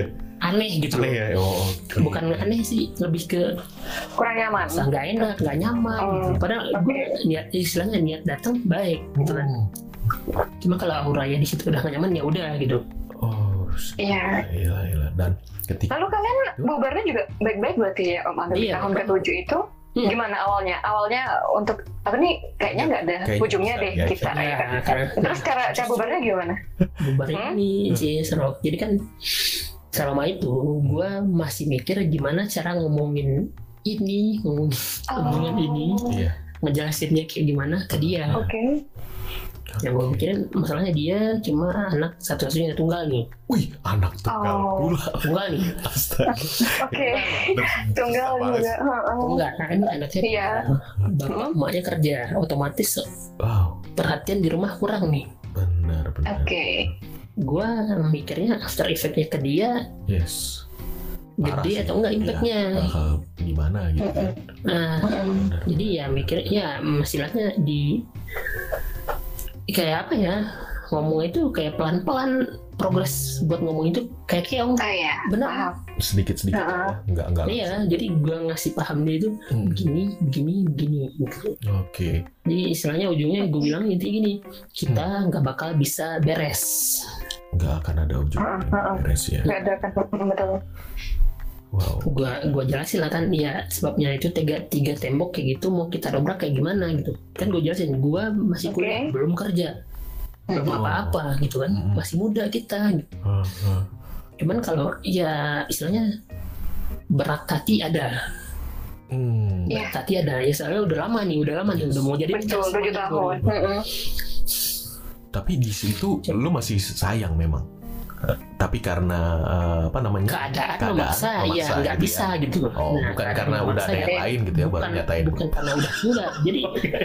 Speaker 5: aneh gitu loh.
Speaker 3: Aneh ya. Oh, oke.
Speaker 5: Bukan aneh sih, lebih ke
Speaker 2: Kurang nyaman.
Speaker 5: rasa nggak enak, nggak nyaman.
Speaker 2: Oh,
Speaker 5: gitu. Padahal
Speaker 2: oke.
Speaker 5: gue niat istilahnya niat datang baik gitu kan.
Speaker 3: Hmm.
Speaker 5: Cuma kalau auranya di situ udah nggak nyaman ya udah gitu.
Speaker 3: Oh,
Speaker 2: Iya.
Speaker 3: Gila, gila. Dan ketika
Speaker 2: Lalu kalian bubarnya juga baik-baik berarti ya Om Andro di
Speaker 5: Iya,
Speaker 2: tahun
Speaker 5: betul.
Speaker 2: ketujuh itu
Speaker 5: Hmm.
Speaker 2: gimana awalnya? Awalnya untuk apa nih? Kayaknya nggak ada
Speaker 3: Kayaknya
Speaker 2: ujungnya
Speaker 3: bisa,
Speaker 2: deh
Speaker 3: ya,
Speaker 2: kita.
Speaker 5: Ya,
Speaker 2: Ya, kan?
Speaker 5: karena
Speaker 2: Terus cara cara bubarnya gimana?
Speaker 5: bubar
Speaker 2: Hmm?
Speaker 5: ini sih seru. Jadi kan selama itu gue masih mikir gimana cara ngomongin ini, ngomongin hubungan ini,
Speaker 3: Iya.
Speaker 5: ngejelasinnya kayak gimana ke dia.
Speaker 2: Oke.
Speaker 5: Yang gue pikirin masalahnya dia cuma anak satu-satunya tunggal nih,
Speaker 3: Wih, anak tunggal
Speaker 2: Oh.
Speaker 3: pula.
Speaker 5: tunggal nih,
Speaker 3: Astaga.
Speaker 2: Oke. Tunggal juga. Heeh.
Speaker 5: tunggal kan anaknya
Speaker 2: Iya.
Speaker 5: bapak emaknya kerja, otomatis
Speaker 3: Wow,
Speaker 5: perhatian di rumah kurang nih.
Speaker 3: benar benar.
Speaker 2: Oke.
Speaker 5: Gue mikirnya after effect-nya ke dia
Speaker 3: Yes. Parah
Speaker 5: gede
Speaker 3: sih.
Speaker 5: atau enggak impactnya.
Speaker 3: Ya, bakal gimana gitu kan.
Speaker 5: Nah,
Speaker 3: Benar.
Speaker 5: jadi ya mikir ya istilahnya di kayak apa ya, ngomong itu kayak pelan-pelan, progres buat ngomong itu kayak keong.
Speaker 2: Oh iya.
Speaker 5: Benar.
Speaker 2: Paham.
Speaker 3: Sedikit-sedikit
Speaker 2: Heeh.
Speaker 3: ya. Enggak enggak.
Speaker 5: Iya, jadi gue ngasih paham dia itu
Speaker 3: Hmm.
Speaker 5: begini, begini, begini gitu.
Speaker 3: Oke.
Speaker 5: Jadi istilahnya ujungnya gue bilang intinya gini, kita nggak bakal bisa beres.
Speaker 3: Enggak akan ada ujungnya.
Speaker 2: Heeh, heeh.
Speaker 3: Beres ya.
Speaker 2: Nggak ada kan betul.
Speaker 3: Wow.
Speaker 5: Gue gua jelasin lah kan, ya sebabnya itu tiga, tiga tembok kayak gitu mau kita dobrak kayak gimana gitu. Kan gue jelasin, gue masih kuliah,
Speaker 2: Oke.
Speaker 5: belum kerja, belum
Speaker 3: Oh.
Speaker 5: apa-apa gitu kan,
Speaker 3: Mm-mm.
Speaker 5: masih muda kita. Gitu.
Speaker 3: Ah, ah.
Speaker 5: Cuman kalau ya istilahnya berat hati ada,
Speaker 3: Hmm.
Speaker 2: Iya.
Speaker 5: berat hati ada. Ya soalnya udah lama nih, udah lama nih, udah mau jadi
Speaker 2: Betul,
Speaker 5: nikah
Speaker 2: tujuh
Speaker 5: semuanya,
Speaker 2: tahun.
Speaker 5: gua.
Speaker 2: Heeh.
Speaker 3: Tapi di situ lu masih sayang memang. Eh, Tapi karena eh, apa namanya?
Speaker 5: Keadaan,
Speaker 3: Keadaan
Speaker 5: memaksa, ya
Speaker 3: memaksa
Speaker 5: nggak
Speaker 3: gitu
Speaker 5: bisa
Speaker 3: ya.
Speaker 5: gitu.
Speaker 3: Oh,
Speaker 5: Nah,
Speaker 3: bukan
Speaker 5: keadaan
Speaker 3: karena udah
Speaker 5: memaksa
Speaker 3: ada yang
Speaker 5: ya.
Speaker 3: lain gitu ya baru
Speaker 5: bukan,
Speaker 3: nyatain.
Speaker 5: bukan karena udah enggak. Jadi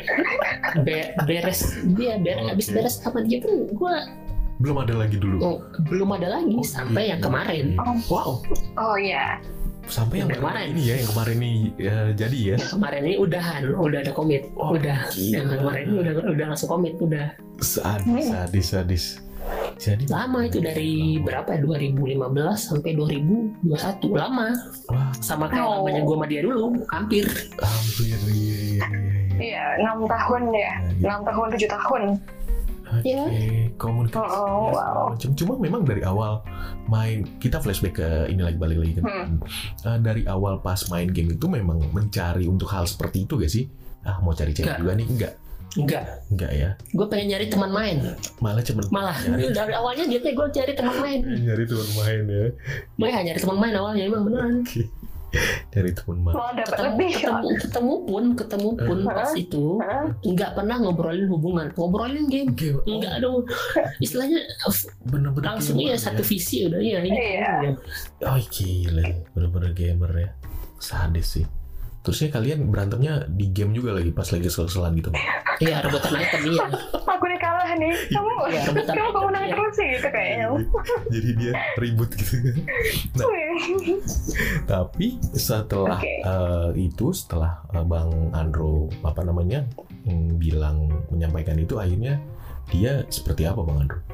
Speaker 5: be- beres dia beres habis
Speaker 3: Oke.
Speaker 5: beres sama dia pun gue
Speaker 3: Belum ada lagi dulu.
Speaker 5: oh, belum ada lagi
Speaker 3: Oh,
Speaker 5: sampai yang
Speaker 3: gitu.
Speaker 5: kemarin.
Speaker 3: Wow.
Speaker 2: Oh iya.
Speaker 3: Sampai yang
Speaker 5: Yang kemarin.
Speaker 3: ini ya, yang kemarin ini ya, jadi ya.
Speaker 5: Yang kemarin ini udahan, udah ada komit,
Speaker 3: Oh,
Speaker 5: udah.
Speaker 3: gila.
Speaker 5: Yang kemarin ini udah udah langsung komit, udah.
Speaker 3: Sadis, sadis, sadis. Jadi
Speaker 5: Lama itu dari berapa ya? dua ribu lima belas sampai dua ribu dua puluh satu, lama.
Speaker 3: Wah,
Speaker 5: Sama kayak
Speaker 2: Oh.
Speaker 5: namanya gue sama dia dulu, hampir.
Speaker 3: hampir iya, iya, iya, iya.
Speaker 2: Iya, enam tahun ya. Enam tahun, tujuh tahun.
Speaker 3: Oke,
Speaker 5: Iya.
Speaker 3: komunikasi
Speaker 2: Oh, wow.
Speaker 3: macam. Cuma memang dari awal main, kita flashback ke ini lagi balik lagi ke
Speaker 2: Hmm.
Speaker 3: Eh, dari awal pas main game itu memang mencari untuk hal seperti itu gak sih? Ah, mau cari cewek
Speaker 5: Enggak.
Speaker 3: juga nih? Enggak,
Speaker 5: Enggak,
Speaker 3: enggak ya.
Speaker 5: gue pengen nyari teman main.
Speaker 3: Malah cuman
Speaker 5: Malah
Speaker 3: nyari,
Speaker 5: dari awalnya dia gue cari teman main.
Speaker 3: nyari teman main ya.
Speaker 5: Main nyari teman main awalnya emang beneran.
Speaker 3: Oke. Nyari teman main.
Speaker 2: Malah dapat
Speaker 5: Ketemu,
Speaker 2: lebih.
Speaker 5: ketemu, ketemu pun, ketemu pun
Speaker 2: Hah?
Speaker 5: pas itu
Speaker 2: Hah?
Speaker 5: nggak pernah ngobrolin hubungan, ngobrolin game.
Speaker 3: Game. Oh,
Speaker 5: Enggak dong, istilahnya
Speaker 3: bener-bener
Speaker 5: langsung
Speaker 3: gamer
Speaker 5: iya satu
Speaker 3: ya.
Speaker 5: visi udah iya ini.
Speaker 2: Iya.
Speaker 3: Oh gila, bener-bener gamer ya. Sadis sih. Terusnya kalian berantemnya di game juga lagi pas lagi kesel-keselan gitu.
Speaker 5: Iya rebutan item iya.
Speaker 2: Aku nih kalah nih. Kamu,
Speaker 5: Iya, rebutan
Speaker 2: kamu
Speaker 5: item,
Speaker 2: kamu menang
Speaker 5: iya.
Speaker 2: terus sih gitu kayaknya.
Speaker 3: Jadi dia ribut gitu. Nah, tapi setelah
Speaker 2: Oke.
Speaker 3: eh, itu, setelah eh, Bang Andro apa namanya mm, bilang menyampaikan itu, akhirnya dia seperti apa Bang Andro?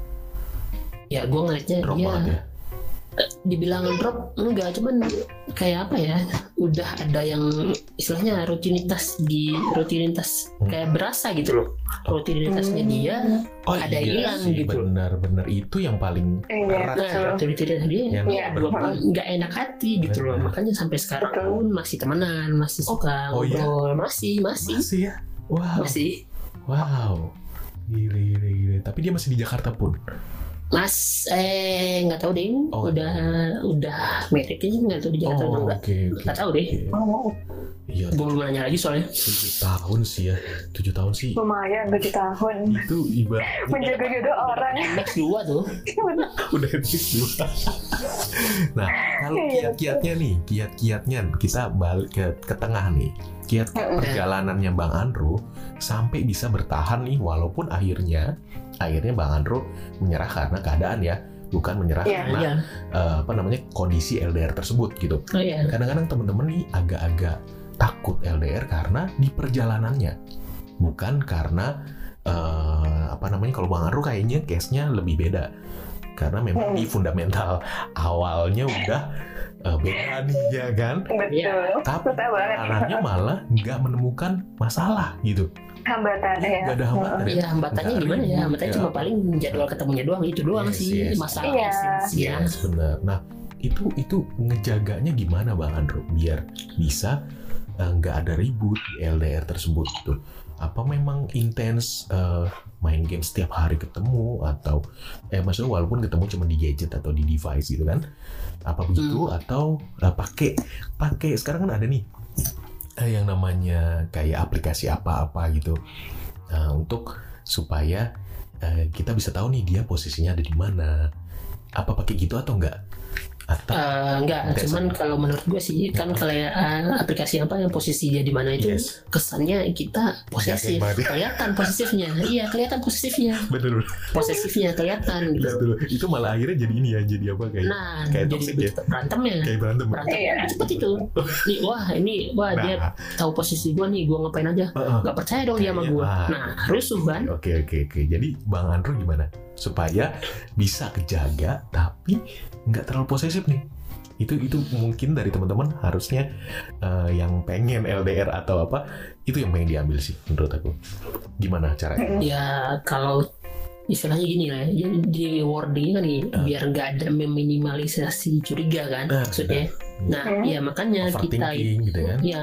Speaker 5: Ya gue ngeliatnya
Speaker 3: Drop
Speaker 5: dia
Speaker 3: banget ya?
Speaker 5: dibilang drop enggak, cuman kayak apa ya, udah ada yang istilahnya rutinitas di rutinitas
Speaker 3: Hmm.
Speaker 5: kayak berasa gitu loh, rutinitasnya dia
Speaker 3: Oh
Speaker 5: ada
Speaker 3: iya
Speaker 5: hilang
Speaker 3: sih,
Speaker 5: gitu.
Speaker 3: benar-benar itu yang paling
Speaker 2: Iya,
Speaker 3: erat
Speaker 5: Nah,
Speaker 3: ya.
Speaker 5: rutinitas dia
Speaker 3: Yang
Speaker 5: ya, dua nggak enak hati gitu loh,
Speaker 3: Benar.
Speaker 5: makanya sampai sekarang
Speaker 2: Betul.
Speaker 5: pun masih temenan, masih suka
Speaker 3: oh iya?
Speaker 5: ngobrol, masih masih
Speaker 3: Masih ya? Wow.
Speaker 5: masih
Speaker 3: Wow. Gile, gile, gile. Tapi dia masih di Jakarta pun.
Speaker 5: Mas eh nggak tahu deh,
Speaker 3: Oh,
Speaker 5: udah udah merit kayaknya nggak tahu di Jakarta atau
Speaker 3: Oh,
Speaker 5: enggak,
Speaker 3: oke, oke.
Speaker 5: nggak tahu deh,
Speaker 3: Oke.
Speaker 2: Oh,
Speaker 3: Iya,
Speaker 5: gue belum nanya lagi soalnya.
Speaker 3: tujuh tahun sih ya. Tujuh tahun sih.
Speaker 2: lumayan tujuh tahun.
Speaker 3: Itu ibarat
Speaker 2: Menjaga jodoh orang.
Speaker 5: Max dua tuh.
Speaker 3: udah etis dua. Nah, kalau
Speaker 2: Iya.
Speaker 3: kiat-kiatnya nih, kiat-kiatnya kita balik ke ke tengah nih. Kiat perjalanannya Bang Andro sampai bisa bertahan nih, walaupun akhirnya akhirnya Bang Andro menyerah karena keadaan ya, bukan menyerah
Speaker 2: Iya.
Speaker 3: karena
Speaker 5: Iya.
Speaker 3: eh, apa namanya kondisi L D R tersebut gitu.
Speaker 5: Oh iya.
Speaker 3: Kadang-kadang teman-teman nih agak-agak takut L D R karena di perjalanannya, bukan karena eh, apa namanya, kalau Bang Andro kayaknya case-nya lebih beda. karena memang di fundamental awalnya udah uh, beda nih ya kan.
Speaker 2: Betul.
Speaker 3: Tapi
Speaker 2: Betul banget.
Speaker 3: anaknya malah nggak menemukan masalah gitu.
Speaker 2: Hambatan ya.
Speaker 3: Nggak ada hambatan ya.
Speaker 5: Ya hambatannya
Speaker 3: Nggak
Speaker 5: gimana ya?
Speaker 3: ribut,
Speaker 5: Hambatannya
Speaker 3: ya.
Speaker 5: cuma paling jadwal ketemunya doang, itu doang
Speaker 3: Yes,
Speaker 5: sih
Speaker 3: yes.
Speaker 5: masalah
Speaker 2: Iya.
Speaker 5: esensinya.
Speaker 3: Yes, benar. Nah, itu itu ngejaganya gimana Bang Andro biar bisa eh, nggak ada ribut di L D R tersebut tuh? Apa memang intens eh, main game setiap hari ketemu atau eh maksudnya walaupun ketemu cuma di gadget atau di device gitu kan? Apa begitu atau eh, pakai pakai sekarang kan ada nih eh, yang namanya kayak aplikasi apa-apa gitu eh, untuk supaya eh, kita bisa tahu nih dia posisinya ada di mana. Apa pakai gitu atau enggak? Atau
Speaker 5: Eh, enggak,
Speaker 3: Enggak
Speaker 5: cuman
Speaker 3: sama.
Speaker 5: kalau menurut gue sih kan kayak eh, aplikasi apa yang posisinya di mana itu
Speaker 3: Yes.
Speaker 5: kesannya kita posesif,
Speaker 3: Yakin banget ya.
Speaker 5: kelihatan posesifnya, iya kelihatan posesifnya,
Speaker 3: betul
Speaker 5: posesifnya kelihatan gitu.
Speaker 3: betul itu malah akhirnya jadi ini ya jadi apa kayak
Speaker 5: Nah,
Speaker 3: kayak
Speaker 5: jadi
Speaker 3: toxic
Speaker 5: lebih
Speaker 3: ya?
Speaker 5: berantemnya,
Speaker 3: kayak berantem.
Speaker 5: berantem
Speaker 2: Iya.
Speaker 5: cepet itu. Nih, wah ini, wah dia
Speaker 3: Nah,
Speaker 5: tahu posisi gue nih, gue ngapain aja,
Speaker 3: uh-uh.
Speaker 5: nggak percaya dong dia sama
Speaker 3: Kayaknya,
Speaker 5: gue.
Speaker 3: ah.
Speaker 5: Nah, rusuh kan?
Speaker 3: Oke oke oke. Jadi Bang Andro gimana supaya bisa kejaga tapi nggak terlalu posesif nih? Itu itu mungkin dari teman-teman harusnya eh, yang pengen L D R atau apa itu yang pengen diambil sih menurut aku. Gimana caranya?
Speaker 5: Ya kalau istilahnya gini lah, ya, jadi di wording kan nih,
Speaker 3: Ah.
Speaker 5: biar nggak ada meminimalisasi curiga kan,
Speaker 3: Ah,
Speaker 5: maksudnya. Nah,
Speaker 2: Hmm.
Speaker 5: ya makanya kita
Speaker 3: Overthinking gitu kan?
Speaker 5: ya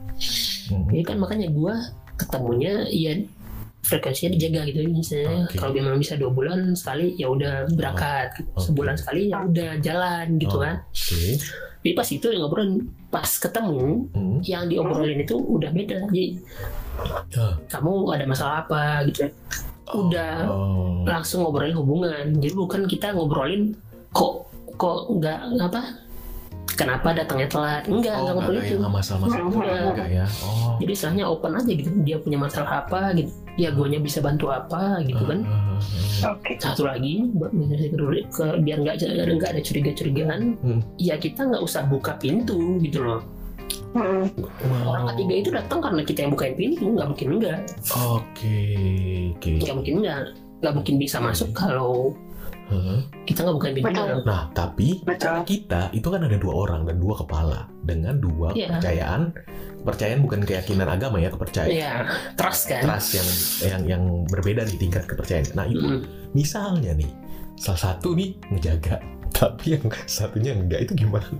Speaker 3: Hmm.
Speaker 5: ini kan makanya gua ketemunya ya frekuensinya dijaga gitu misalnya.
Speaker 3: Oke.
Speaker 5: Kalau memang bisa dua bulan sekali ya udah berangkat,
Speaker 3: oke.
Speaker 5: sebulan sekali ya udah jalan gitu
Speaker 3: Oh,
Speaker 5: kan.
Speaker 3: Oke.
Speaker 5: Jadi pas itu ngobrol, pas ketemu
Speaker 3: Hmm.
Speaker 5: yang diobrolin itu udah beda. Jadi
Speaker 3: Ah.
Speaker 5: kamu ada masalah apa gitu ya, udah
Speaker 3: Oh.
Speaker 5: langsung ngobrolin hubungan. Jadi bukan kita ngobrolin kok kok nggak apa kenapa datangnya telat, enggak
Speaker 3: Oh,
Speaker 5: enggak
Speaker 3: nggak
Speaker 5: ngobrolin
Speaker 3: kayak
Speaker 5: itu.
Speaker 3: nggak masalah-masalah itu
Speaker 5: Enggak.
Speaker 3: enggak ya? Oh.
Speaker 5: Jadi istilahnya open aja gitu, dia punya masalah apa gitu, ya guanya bisa bantu apa gitu kan.
Speaker 3: Ah, ah, ah.
Speaker 2: Oke.
Speaker 5: Satu lagi buat menyelesaikan dulu, ke biar nggak nggak ada curiga-curigaan,
Speaker 3: Hmm.
Speaker 5: ya kita nggak usah buka pintu gitu loh.
Speaker 2: Hmm.
Speaker 3: Wow.
Speaker 5: Orang ketiga itu datang karena kita yang bukain pintu, nggak mungkin enggak,
Speaker 3: Oke, oke.
Speaker 5: nggak mungkin enggak, nggak mungkin bisa masuk kalau
Speaker 3: Hah?
Speaker 5: kita nggak bukain pintu.
Speaker 2: Betul.
Speaker 3: Nah, tapi
Speaker 2: Betul.
Speaker 3: kita itu kan ada dua orang dan dua kepala dengan dua
Speaker 5: Iya.
Speaker 3: kepercayaan. Kepercayaan bukan keyakinan agama ya, kepercayaan.
Speaker 5: Ya trust kan.
Speaker 3: Trust yang yang yang berbeda di tingkat kepercayaan. Nah, itu
Speaker 5: Mm.
Speaker 3: misalnya nih salah satu nih ngejaga tapi yang satunya enggak, itu gimana?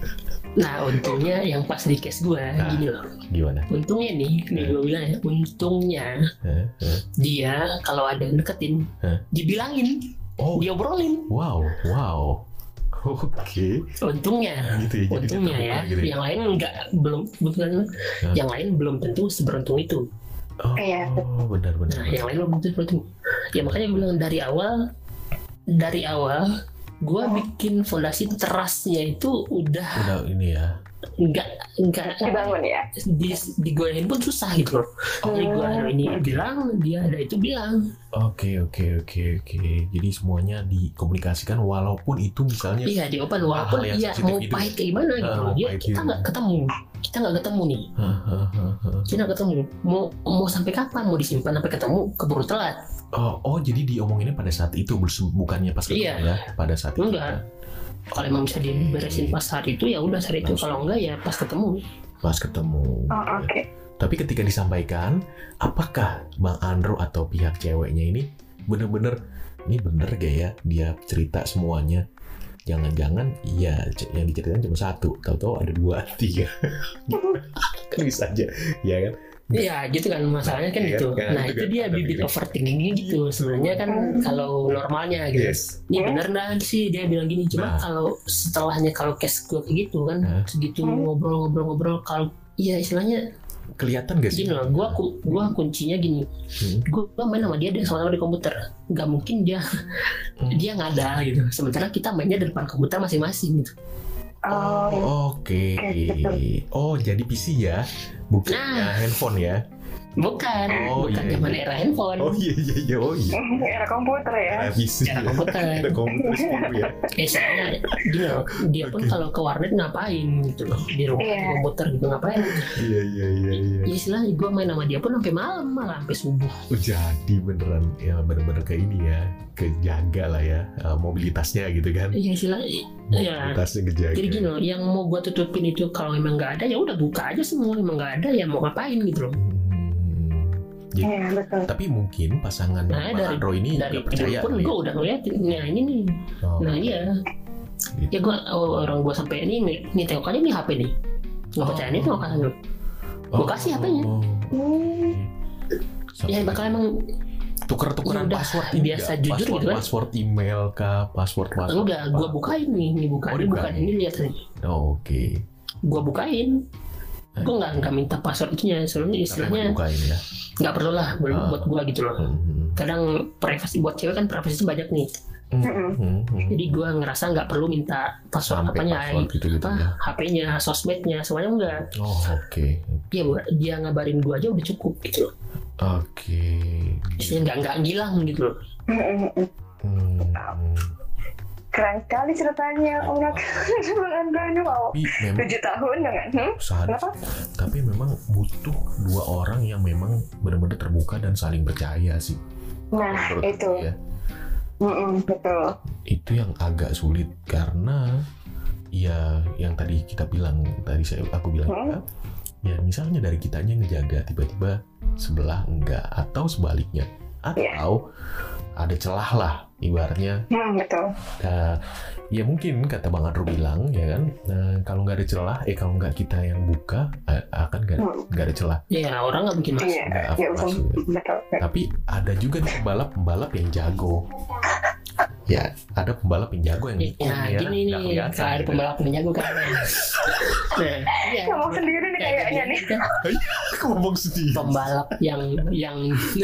Speaker 5: Nah untungnya yang pas di case gue
Speaker 3: Nah.
Speaker 5: gini loh,
Speaker 3: Gimana?
Speaker 5: untungnya nih, nih gue bilang ya, untungnya
Speaker 3: Hah? Hah?
Speaker 5: dia kalau ada yang deketin,
Speaker 3: Hah?
Speaker 5: dibilangin,
Speaker 3: Oh,
Speaker 5: diobrolin.
Speaker 3: wow, wow. Oke,
Speaker 5: Untungnya,
Speaker 3: gitu ya. Jadi
Speaker 5: untungnya
Speaker 3: dia
Speaker 5: ya,
Speaker 3: terbuka gitu ya.
Speaker 5: yang lain nggak belum bukan,
Speaker 3: Hah?
Speaker 5: yang lain belum tentu seberuntung itu.
Speaker 3: Oh,
Speaker 2: Iya.
Speaker 3: benar-benar.
Speaker 5: Nah, yang lain belum tentu seberuntung. Ya makanya gue bilang dari awal, dari awal, gue bikin fondasi trustnya itu udah
Speaker 3: Udah ini ya.
Speaker 5: nggak nggak
Speaker 2: Dibangun ya.
Speaker 5: di digoyahin pun susah gitu loh. Jadi gue ada ini bilang, dia ada itu bilang.
Speaker 3: Oke, oke, oke, oke. Jadi semuanya dikomunikasikan walaupun itu misalnya
Speaker 5: Iya di open walaupun
Speaker 3: hal yang
Speaker 5: iya
Speaker 3: sensitif
Speaker 5: mau
Speaker 3: gitu.
Speaker 5: pahit kayak gimana gitu.
Speaker 3: Ah, mau
Speaker 5: Dia
Speaker 3: pahit
Speaker 5: kita
Speaker 3: gitu.
Speaker 5: nggak ketemu, kita nggak ketemu nih.
Speaker 3: Hah, hah, hah, hah.
Speaker 5: Kita nggak ketemu. Mau mau sampai kapan? Mau disimpan sampai ketemu? Keburu telat.
Speaker 3: Oh, oh, jadi diomonginnya pada saat itu bers- bukannya pas ketemu
Speaker 5: Iya.
Speaker 3: ya, pada saat itu.
Speaker 5: Enggak. Kalau emang bisa diberesin pas saat itu ya udah saat itu. Kalau enggak ya pas ketemu.
Speaker 3: Pas ketemu.
Speaker 2: Oh, oke.
Speaker 3: Tapi ketika disampaikan, apakah Bang Andro atau pihak ceweknya ini bener-bener ini bener gak ya dia cerita semuanya? Jangan-jangan iya c- yang diceritain cuma satu, tahu-tahu ada dua, tiga. Kan bisa aja, ya kan?
Speaker 5: Iya gitu kan masalahnya kan
Speaker 3: Iya,
Speaker 5: gitu.
Speaker 3: kan,
Speaker 5: Nah
Speaker 3: itu
Speaker 5: itu
Speaker 3: kan
Speaker 5: dia
Speaker 3: ada
Speaker 5: bibit
Speaker 3: gitu.
Speaker 5: overthinkingnya gitu. Sebenarnya kan kalau normalnya gitu.
Speaker 3: Yes.
Speaker 5: Ini bener dah sih dia bilang gini. Cuma
Speaker 3: Nah.
Speaker 5: kalau setelahnya kalau case gue kayak gitu kan
Speaker 3: Nah.
Speaker 5: segitu ngobrol-ngobrol-ngobrol kalau iya istilahnya
Speaker 3: Kelihatan gak sih?
Speaker 5: gini loh. Gua ku- gua kuncinya gini.
Speaker 3: Hmm.
Speaker 5: Gue main sama dia dia sama-sama di komputer. Gak mungkin dia
Speaker 3: Hmm.
Speaker 5: dia nggak ada gitu. Sementara kita mainnya di depan komputer masing-masing gitu.
Speaker 2: Oh,
Speaker 3: Oh, oke.
Speaker 2: Oke, gitu.
Speaker 3: Oh, jadi P C ya, bukan
Speaker 5: Nah.
Speaker 3: handphone ya.
Speaker 5: Bukan,
Speaker 3: Oh,
Speaker 5: bukan
Speaker 3: iya,
Speaker 5: zaman
Speaker 3: iya.
Speaker 5: era handphone.
Speaker 3: Oh iya iya iya oh iya.
Speaker 2: Era komputer ya.
Speaker 3: Revisi.
Speaker 5: Era komputer.
Speaker 3: Ada komputer sepuluh ya.
Speaker 5: Eh, soalnya gini loh, dia pun
Speaker 3: Oke.
Speaker 5: kalau ke warnet ngapain gitu loh, di rumah
Speaker 2: Iya.
Speaker 5: di komputer gitu ngapain.
Speaker 3: Iya iya iya iya.
Speaker 5: Ya istilahnya gue main sama dia pun sampai malam, malah sampai subuh.
Speaker 3: Oh, jadi beneran ya bener-bener kayak ini ya, kejaga lah ya uh, mobilitasnya gitu kan.
Speaker 5: Ya istilahnya, ya.
Speaker 3: Mobilitasnya kejaga.
Speaker 5: Jadi gini loh, yang mau gue tutupin itu kalau emang nggak ada ya udah buka aja semua, emang nggak ada ya mau ngapain gitu loh.
Speaker 3: Hmm. Jadi,
Speaker 2: Iya betul.
Speaker 3: tapi mungkin pasangan
Speaker 5: Nah,
Speaker 3: Bang
Speaker 5: dari-
Speaker 3: Andro ini
Speaker 5: Dari
Speaker 3: nggak percaya
Speaker 5: dulu pun
Speaker 3: kali ya?
Speaker 5: gue udah ngeliatin, nah ini nih,
Speaker 3: Oh,
Speaker 5: nah iya.
Speaker 3: gitu.
Speaker 5: Ya gue orang gue sampai ini nih, nih tengok aja nih H P nih, nggak percaya nih tengok aja dulu. Gua kasih H P-nya.
Speaker 3: Oh.
Speaker 2: Hmm.
Speaker 3: Sampai
Speaker 5: Ya bakal emang
Speaker 3: tuker-tukeran
Speaker 5: Ya udah,
Speaker 3: password ini
Speaker 5: biasa
Speaker 3: nggak?
Speaker 5: jujur
Speaker 3: password,
Speaker 5: gitu kan?
Speaker 3: password email kah, password password
Speaker 5: enggak,
Speaker 3: apa?
Speaker 5: gue bukain nih, nih bukan,
Speaker 3: Oh,
Speaker 5: ini bukan
Speaker 3: dibukain.
Speaker 5: ini lihat nih,
Speaker 3: Oh, oke.
Speaker 5: gue bukain. Gue nggak nggak minta password itunya, soalnya
Speaker 3: Tapi
Speaker 5: istilahnya
Speaker 3: emang bukain ya.
Speaker 5: nggak perlu lah buat,
Speaker 3: Ah.
Speaker 5: buat gue gitu loh.
Speaker 3: Hmm.
Speaker 5: Kadang privasi buat cewek kan privasi banyak nih,
Speaker 3: Hmm.
Speaker 2: Mm-mm.
Speaker 3: Hmm. Hmm.
Speaker 5: jadi gue ngerasa nggak perlu minta password
Speaker 3: Sampai
Speaker 5: apanya,
Speaker 3: password gitu-gitu
Speaker 5: apa
Speaker 3: ya.
Speaker 5: H P-nya, sosmednya, semuanya enggak.
Speaker 3: Oh, oke.
Speaker 5: Dia dia ngabarin gue aja udah cukup gitu loh.
Speaker 3: Oke.
Speaker 5: Istilahnya nggak nggak ngilang gitu loh.
Speaker 2: Mm-mm.
Speaker 3: Hmm.
Speaker 2: Keren sekali ceritanya orang Bang Andro ini wow.
Speaker 3: Tapi memang
Speaker 2: Tujuh tahun dengan hmm?
Speaker 3: sadar.
Speaker 2: Kenapa?
Speaker 3: Tapi memang butuh dua orang yang memang benar-benar terbuka dan saling percaya sih.
Speaker 2: Nah
Speaker 3: Menurut
Speaker 2: itu
Speaker 3: aku ya.
Speaker 2: Mm-mm, betul.
Speaker 3: Itu yang agak sulit karena ya yang tadi kita bilang tadi saya aku bilang
Speaker 2: Hmm.
Speaker 3: juga, ya misalnya dari kitanya ngejaga tiba-tiba sebelah enggak atau sebaliknya atau ada celah lah ibaratnya.
Speaker 2: Hmm, betul.
Speaker 3: Nah, ya mungkin kata Bang Andro bilang ya kan, nah, kalau nggak ada celah, eh kalau nggak kita yang buka, eh, akan nggak ada,
Speaker 2: Hmm.
Speaker 3: nggak ada celah.
Speaker 5: Ya orang nggak bikin masuk.
Speaker 2: Iya,
Speaker 3: Nggak
Speaker 2: ya
Speaker 3: masuk.
Speaker 2: betul. Betul.
Speaker 3: Tapi ada juga nih pembalap-pembalap yang jago. Ya, ada pembalap yang jago yang
Speaker 5: Ya,
Speaker 3: ngikut
Speaker 5: nah
Speaker 3: ya,
Speaker 5: gini
Speaker 3: nggak
Speaker 5: nih,
Speaker 3: kelihatan
Speaker 5: kalau ada
Speaker 3: gitu.
Speaker 5: pembalap yang jago kan. Nah, iya.
Speaker 2: Ngomong sendiri nih
Speaker 5: Kayak
Speaker 2: kayaknya nih.
Speaker 5: kan,
Speaker 3: Ngomong sedih.
Speaker 5: pembalap yang yang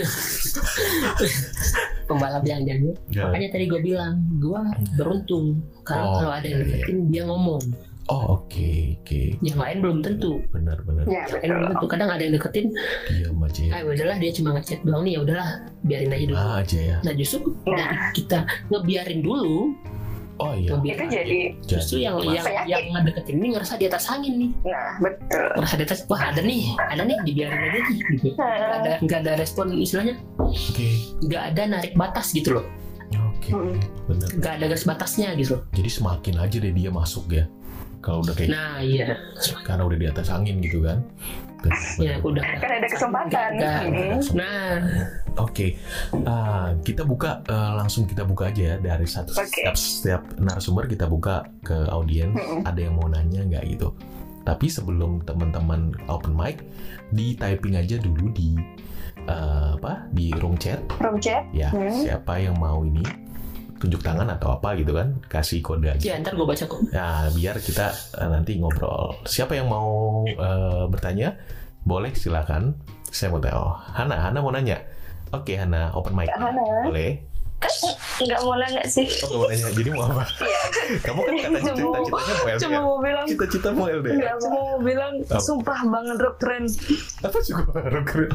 Speaker 5: pembalap yang jago.
Speaker 3: Ya.
Speaker 5: Makanya tadi gue bilang, gue beruntung karena
Speaker 3: Oh,
Speaker 5: kalau ada yang
Speaker 3: iya, iya.
Speaker 5: deketin dia ngomong,
Speaker 3: Oh oke oke,
Speaker 5: yang lain belum tentu.
Speaker 3: benar-benar
Speaker 2: Ya
Speaker 5: Yang lain
Speaker 2: betul.
Speaker 5: belum tentu. Kadang ada yang deketin,
Speaker 3: diam aja ya.
Speaker 5: ah udahlah dia cuma ngechat doang nih, ya udahlah biarin aja dulu.
Speaker 3: Ah aja ya.
Speaker 5: Nah justru
Speaker 2: Nah.
Speaker 5: dari kita ngebiarin dulu,
Speaker 3: Oh iya.
Speaker 5: ngebiarin
Speaker 2: Itu jadi
Speaker 5: justru yang yang
Speaker 2: Penyakit.
Speaker 5: yang ngedeketin ini ngerasa di atas angin nih,
Speaker 2: nah betul.
Speaker 5: ngerasa di atas, wah ada nih, ada nih, dibiarin aja nih. Gitu. Nggak ada nggak ada respon, istilahnya
Speaker 3: Oke
Speaker 5: nggak ada narik batas gitu loh,
Speaker 3: oke
Speaker 2: Mm.
Speaker 3: benar.
Speaker 5: nggak ada garis batasnya gitu loh.
Speaker 3: Jadi semakin aja deh dia masuk ya. Kalau udah kayak
Speaker 5: Nah iya,
Speaker 3: karena udah di atas angin gitu kan.
Speaker 5: ya aku udah.
Speaker 2: Kan ada kesempatan.
Speaker 5: Nggak-
Speaker 2: Hmm.
Speaker 5: Nah,
Speaker 3: Oke, Ah, kita buka eh, langsung kita buka aja ya dari satu
Speaker 2: Oke.
Speaker 3: setiap setiap narasumber kita buka ke audiens.
Speaker 2: Mm-mm.
Speaker 3: Ada yang mau nanya nggak gitu? Tapi sebelum teman-teman open mic, di typing aja dulu di eh, apa di room chat
Speaker 2: Room chat.
Speaker 3: ya.
Speaker 2: Hmm.
Speaker 3: Siapa yang mau ini tunjuk tangan atau apa gitu kan? Kasih kode aja.
Speaker 5: ya ntar gue baca kok.
Speaker 3: Nah, biar kita eh, nanti ngobrol. Siapa yang mau eh, bertanya, boleh silakan. Saya mau tanya. Oh, Hana, Hana mau nanya. Oke, Hana, open mic.
Speaker 2: Hana.
Speaker 3: Boleh.
Speaker 2: Nggak mau nanya sih.
Speaker 3: Oh, nggak mau nanya. Jadi mau apa? Kamu kan katanya
Speaker 2: Cuma-
Speaker 3: cita-citanya mau
Speaker 2: Cuma
Speaker 3: L D R.
Speaker 2: mau bilang.
Speaker 3: Cita-cita mau L D R.
Speaker 2: Nggak cuma mau bilang.
Speaker 3: Apa?
Speaker 2: Sumpah banget Rob keren.
Speaker 3: Apa juga baru keren?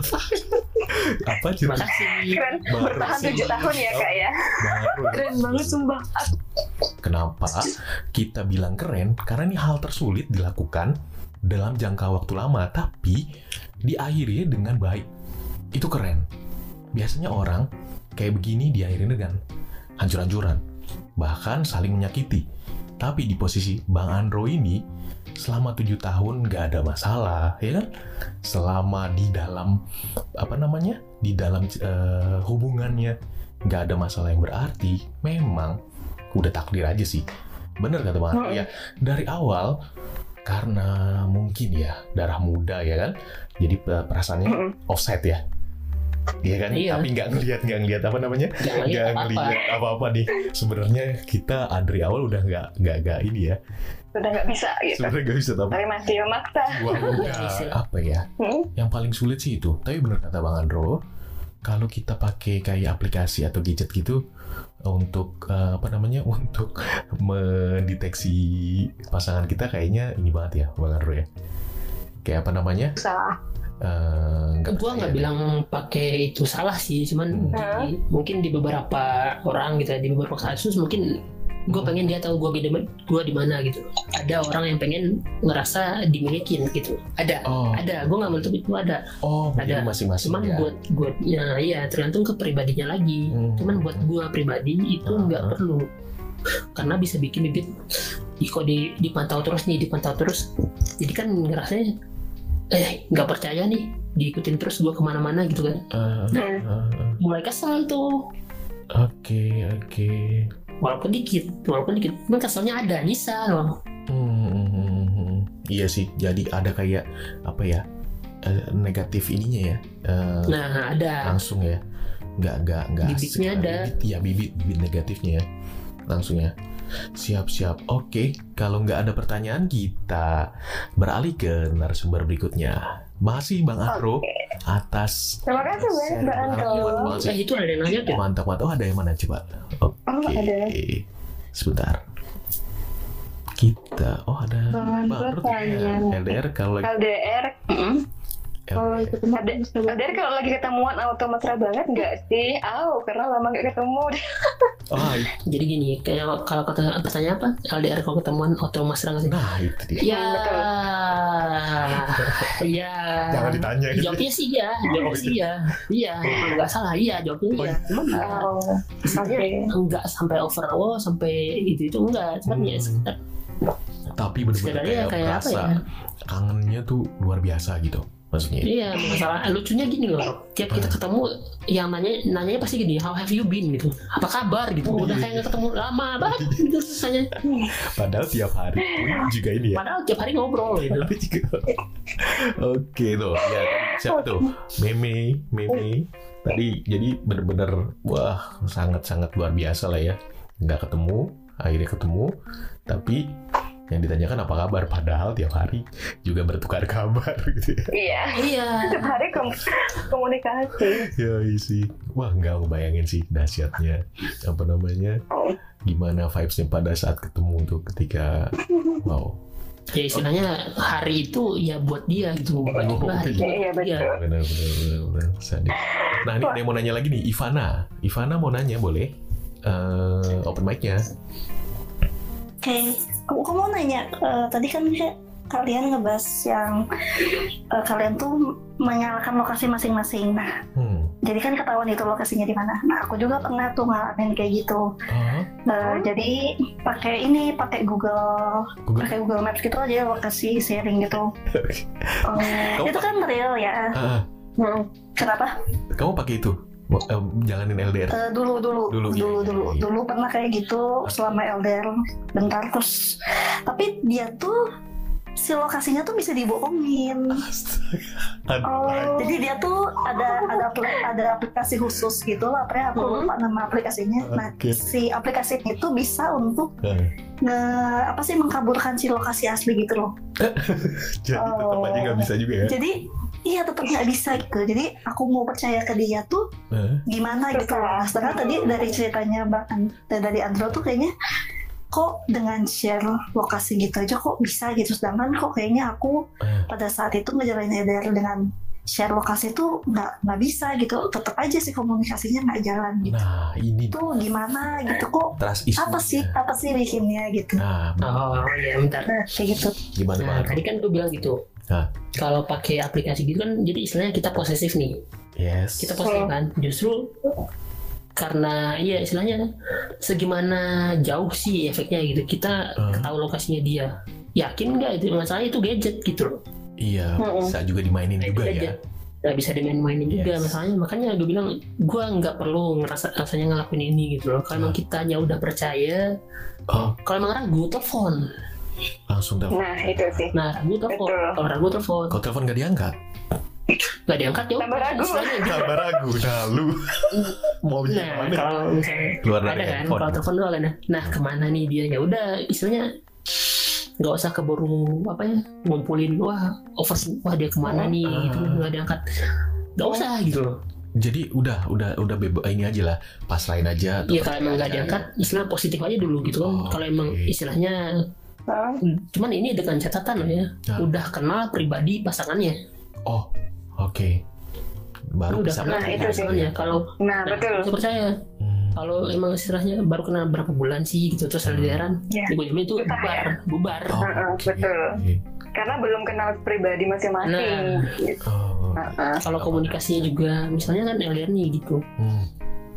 Speaker 3: Apa cerita?
Speaker 5: Makasih.
Speaker 2: Keren.
Speaker 3: Baru
Speaker 2: Bertahan
Speaker 3: sih.
Speaker 2: tujuh tahun ya kak ya.
Speaker 3: Baru.
Speaker 2: Keren banget sumpah.
Speaker 3: Kenapa kita bilang keren? Karena ini hal tersulit dilakukan dalam jangka waktu lama, tapi diakhiri dengan baik. Itu keren. Biasanya orang kayak begini diakhiri dengan hancur-hancuran, bahkan saling menyakiti. Tapi di posisi Bang Andro ini, selama tujuh tahun nggak ada masalah, ya kan? Selama di dalam apa namanya, di dalam eh, hubungannya nggak ada masalah yang berarti, memang udah takdir aja sih. Bener kata Bang Andro ya. Dari awal karena mungkin ya darah muda ya kan, jadi eh, perasaannya
Speaker 2: Mm-mm.
Speaker 3: offset ya. Iya kan,
Speaker 5: Iya.
Speaker 3: tapi nggak ngelihat nggak ngelihat apa namanya,
Speaker 5: Jangan lihat
Speaker 3: nggak
Speaker 5: apa-apa.
Speaker 3: ngelihat apa-apa nih. Sebenarnya kita dari awal udah nggak nggak nggak ini ya,
Speaker 2: Udah nggak bisa gitu.
Speaker 3: sebenarnya nggak bisa tapi
Speaker 2: Tapi masih memaksa.
Speaker 3: gua udah
Speaker 5: Bisa.
Speaker 3: apa ya,
Speaker 2: Hmm?
Speaker 3: yang paling sulit sih itu. Tapi bener kata Bang Andro, kalau kita pakai kayak aplikasi atau gadget gitu untuk eh, apa namanya, untuk mendeteksi pasangan kita, kayaknya ini banget ya Bang Andro ya. Kayak apa namanya?
Speaker 2: Salah.
Speaker 3: eh, nggak
Speaker 5: Gue nggak
Speaker 3: percaya.
Speaker 5: bilang pakai itu salah sih, cuman
Speaker 3: Hmm.
Speaker 5: di- mungkin di beberapa orang gitu ya, di beberapa kasus mungkin gue
Speaker 3: Hmm.
Speaker 5: pengen dia tahu gue di gue di mana gitu. Ada orang yang pengen ngerasa dimilikin gitu. Ada,
Speaker 3: Oh,
Speaker 5: ada. Gue nggak menutup itu ada.
Speaker 3: oh,
Speaker 5: Ada.
Speaker 3: jadi masing-masing
Speaker 5: Cuman
Speaker 3: ya.
Speaker 5: buat gue, ya iya tergantung ke pribadinya lagi.
Speaker 3: Hmm.
Speaker 5: Cuman buat gue pribadi itu
Speaker 3: Uh-huh.
Speaker 5: nggak perlu, karena bisa bikin bibit ih kok di, dipantau terus nih, dipantau terus. Jadi kan ngerasanya eh nggak percaya nih, diikutin terus gue kemana-mana gitu kan.
Speaker 3: Ah,
Speaker 2: Hmm.
Speaker 3: ah, ah.
Speaker 5: Mulai kesel tuh.
Speaker 3: Oke, oke.
Speaker 5: Walaupun dikit, walaupun dikit, cuman keselnya ada, nyisa loh.
Speaker 3: Hmm, hmm, hmm, hmm. Iya sih, jadi ada kayak apa ya, eh, negatif ininya ya, eh,
Speaker 5: Nah ada.
Speaker 3: langsung ya, nggak nggak nggak asik
Speaker 5: Bibitnya
Speaker 3: lah.
Speaker 5: ada.
Speaker 3: Bibit, ya bibit bibit negatifnya ya, langsung ya. Siap siap. Oke, kalau nggak ada pertanyaan kita beralih ke narasumber berikutnya. Masih Bang Andro atas
Speaker 2: Terima kasih banyak
Speaker 3: sharing
Speaker 2: Bang Andro.
Speaker 3: pengalaman banget sih.
Speaker 5: Eh itu ada yang nanya tuh.
Speaker 3: Mantap mantap. Oh, ada yang mana coba? Oke.
Speaker 2: Oh, ada.
Speaker 3: Sebentar. Kita oh ada
Speaker 2: Bang Andro tanya.
Speaker 3: L D R kalau lagi
Speaker 2: L D R, mm,
Speaker 3: L D R.
Speaker 2: L D R kalau lagi ketemuan auto mesra banget nggak sih? Aw, karena lama nggak ketemu.
Speaker 3: Oh,
Speaker 5: Jadi gini, kayak kalau kata pertanyaan apa? L D R kalau ketemuan auto mesra nggak sih?
Speaker 3: nah itu dia.
Speaker 5: Ya,
Speaker 2: Betul.
Speaker 5: ya.
Speaker 3: Jangan ditanya gitu.
Speaker 5: Jawabnya sih ya, jawabnya sih ya, iya, nggak salah, iya jawabnya iya. Cuman ya,
Speaker 2: Oh, oke.
Speaker 5: enggak sampai over, oh sampai itu itu enggak, cuman ya
Speaker 3: Hmm.
Speaker 5: sekitar
Speaker 3: Tapi benar-benar
Speaker 5: sekedarnya
Speaker 3: kayak,
Speaker 5: kayak apa
Speaker 3: merasa
Speaker 5: ya?
Speaker 3: kangennya tuh luar biasa gitu. Maksudnya.
Speaker 5: Iya, masalah lucunya gini loh. Tiap kita ketemu, yang nanya nanyanya pasti gini, how have you been gitu, apa kabar gitu. Udah kayak nggak ketemu lama banget gitu rasanya.
Speaker 3: Padahal tiap hari pun juga ini ya.
Speaker 5: Padahal tiap hari ngobrol gitu.
Speaker 3: Tapi juga- Oke tuh, ya siapa tuh? Meme, Meme. Tadi jadi bener-bener wah sangat-sangat luar biasa lah ya. Nggak ketemu, akhirnya ketemu, tapi yang ditanyakan apa kabar, padahal tiap hari juga bertukar kabar gitu ya.
Speaker 2: Iya.
Speaker 5: Iya.
Speaker 2: Setiap hari kom- komunikasi.
Speaker 3: Ya isi, wah nggak ngebayangin sih dahsyatnya apa namanya,
Speaker 2: Oh.
Speaker 3: gimana vibesnya pada saat ketemu tuh ketika wow.
Speaker 5: Ya istilahnya hari itu ya buat dia gitu, bukan
Speaker 3: Oh,
Speaker 5: juga hari itu.
Speaker 2: Iya, betul.
Speaker 5: Iya.
Speaker 3: Benar benar benar, benar. Sadis. Nah ini ada yang mau nanya lagi nih, Ivana. Ivana mau nanya boleh? Eh, open mic-nya.
Speaker 4: Oke, aku, aku mau nanya, eh, tadi kan kayak kalian ngebahas yang eh, kalian tuh menyalakan lokasi masing-masing. Nah,
Speaker 3: Hmm.
Speaker 4: jadi kan ketahuan itu lokasinya di mana. Nah, aku juga pernah tuh ngalamin kayak gitu.
Speaker 3: Ah,
Speaker 4: Nah, jadi pakai ini, pakai Google,
Speaker 3: Google.
Speaker 4: pakai Google Maps gitu aja lokasi sharing gitu. Oh,
Speaker 3: Kamu
Speaker 4: itu kan real ya.
Speaker 3: ah,
Speaker 2: Hmm.
Speaker 4: Kenapa?
Speaker 3: kamu pakai itu? Mau, eh, jalanin L D R?
Speaker 4: Eh, dulu dulu
Speaker 3: Dulu,
Speaker 4: dulu
Speaker 3: iya,
Speaker 4: dulu
Speaker 3: iya.
Speaker 4: dulu pernah kayak gitu selama L D R bentar terus. Tapi dia tuh si lokasinya tuh bisa dibohongin.
Speaker 3: Astaga. Aduh.
Speaker 2: Oh.
Speaker 4: Jadi dia tuh ada ada apli- ada aplikasi khusus gitu lah, apa ya, aku
Speaker 5: Hmm.
Speaker 4: lupa nama aplikasinya. Nah,
Speaker 3: Oke.
Speaker 4: si aplikasi itu bisa untuk
Speaker 3: Eh,
Speaker 4: nge apa sih mengkaburkan si lokasi asli gitu loh.
Speaker 3: Jadi tetap aja nggak bisa juga ya?
Speaker 4: Jadi iya tetap nggak bisa gitu. Jadi aku mau percaya ke dia tuh
Speaker 3: Eh,
Speaker 4: gimana gitu. Nah, sedangkan tadi dari ceritanya Bang An- dari Andro tuh kayaknya kok dengan share lokasi gitu aja kok bisa gitu, sedangkan kok kayaknya aku
Speaker 3: eh.
Speaker 4: pada saat itu ngejalanin L D R dengan share lokasi tuh nggak nggak bisa gitu, tetap aja sih komunikasinya nggak jalan gitu.
Speaker 3: Nah ini
Speaker 4: Tuh gimana gitu kok
Speaker 3: trust issue.
Speaker 4: apa sih apa sih bikinnya gitu.
Speaker 3: Nah,
Speaker 5: Oh iya, bentar.
Speaker 4: Nah, kayak gitu.
Speaker 3: gimana
Speaker 5: Nah,
Speaker 3: Bang?
Speaker 5: tadi kan gue bilang gitu.
Speaker 3: Hah?
Speaker 5: Kalau pakai aplikasi gitu kan, jadi istilahnya kita posesif nih.
Speaker 3: Yes.
Speaker 5: Kita posesif kan. Justru karena iya istilahnya segimana jauh sih efeknya gitu. Kita
Speaker 3: Hmm.
Speaker 5: tahu lokasinya dia. Yakin nggak itu masalahnya itu gadget gitu loh.
Speaker 3: Iya,
Speaker 2: Mm-mm.
Speaker 3: bisa juga dimainin
Speaker 5: Nah, itu
Speaker 3: juga ya.
Speaker 5: gadget. Nggak bisa dimain-mainin juga
Speaker 3: Yes.
Speaker 5: masalahnya. Makanya gue bilang gue nggak perlu ngerasa rasanya ngelakuin ini gitu loh. Kalau
Speaker 3: Hmm.
Speaker 5: kitanya udah percaya,
Speaker 3: Oh,
Speaker 5: kalau emang ragu telepon.
Speaker 3: langsung telepon.
Speaker 2: Nah, itu sih.
Speaker 5: Nah ragu telepon.
Speaker 2: Betul.
Speaker 5: Kalau ragu telepon.
Speaker 3: Kalau telepon nggak diangkat,
Speaker 5: Nggak diangkat ya.
Speaker 2: Tambah ragu.
Speaker 5: istilahnya gitu.
Speaker 3: tambah ragu. Nah, lu mau
Speaker 5: Nah,
Speaker 3: gimana?
Speaker 5: kalau misalnya
Speaker 3: Keluar
Speaker 5: ada
Speaker 3: dari
Speaker 5: kan,
Speaker 3: handphone.
Speaker 5: kalau telepon dulu kan. Nah, kemana nih dia? Ya udah, istilahnya nggak usah keburu apa ya, ngumpulin wah over wah dia kemana nih
Speaker 3: Ah.
Speaker 5: gitu, nggak diangkat. Nggak usah gitu loh.
Speaker 3: Jadi udah, udah, udah bebas ini aja lah. Pasrahin aja.
Speaker 5: Iya kalau emang nggak diangkat, istilah positif aja dulu gitu kan.
Speaker 3: Oh,
Speaker 5: Kalau emang
Speaker 3: oke.
Speaker 5: istilahnya,
Speaker 2: Oh.
Speaker 5: cuman ini dengan catatan loh ya,
Speaker 3: Nah.
Speaker 5: udah kenal pribadi pasangannya.
Speaker 3: Oh, Oke. Baru
Speaker 5: Lu udah
Speaker 3: bisa
Speaker 5: kenal
Speaker 2: Nah,
Speaker 5: kayak
Speaker 2: itu sih.
Speaker 5: pasangannya. Kalau
Speaker 2: Nah, betul.
Speaker 5: saya percaya
Speaker 3: Hmm.
Speaker 5: kalau emang istilahnya baru kenal berapa bulan sih gitu terus L D R-an,
Speaker 2: Ya.
Speaker 5: ya gue jamin itu
Speaker 2: Betah
Speaker 5: bubar,
Speaker 2: ya.
Speaker 5: bubar.
Speaker 3: Oh,
Speaker 2: Heeh,
Speaker 3: oke,
Speaker 2: betul.
Speaker 3: oke.
Speaker 2: Karena belum kenal pribadi masing-masing.
Speaker 5: Nah.
Speaker 2: Gitu.
Speaker 3: Oh.
Speaker 2: Heeh.
Speaker 5: Kalau komunikasinya juga, misalnya kan L D R nih gitu.
Speaker 3: Hmm.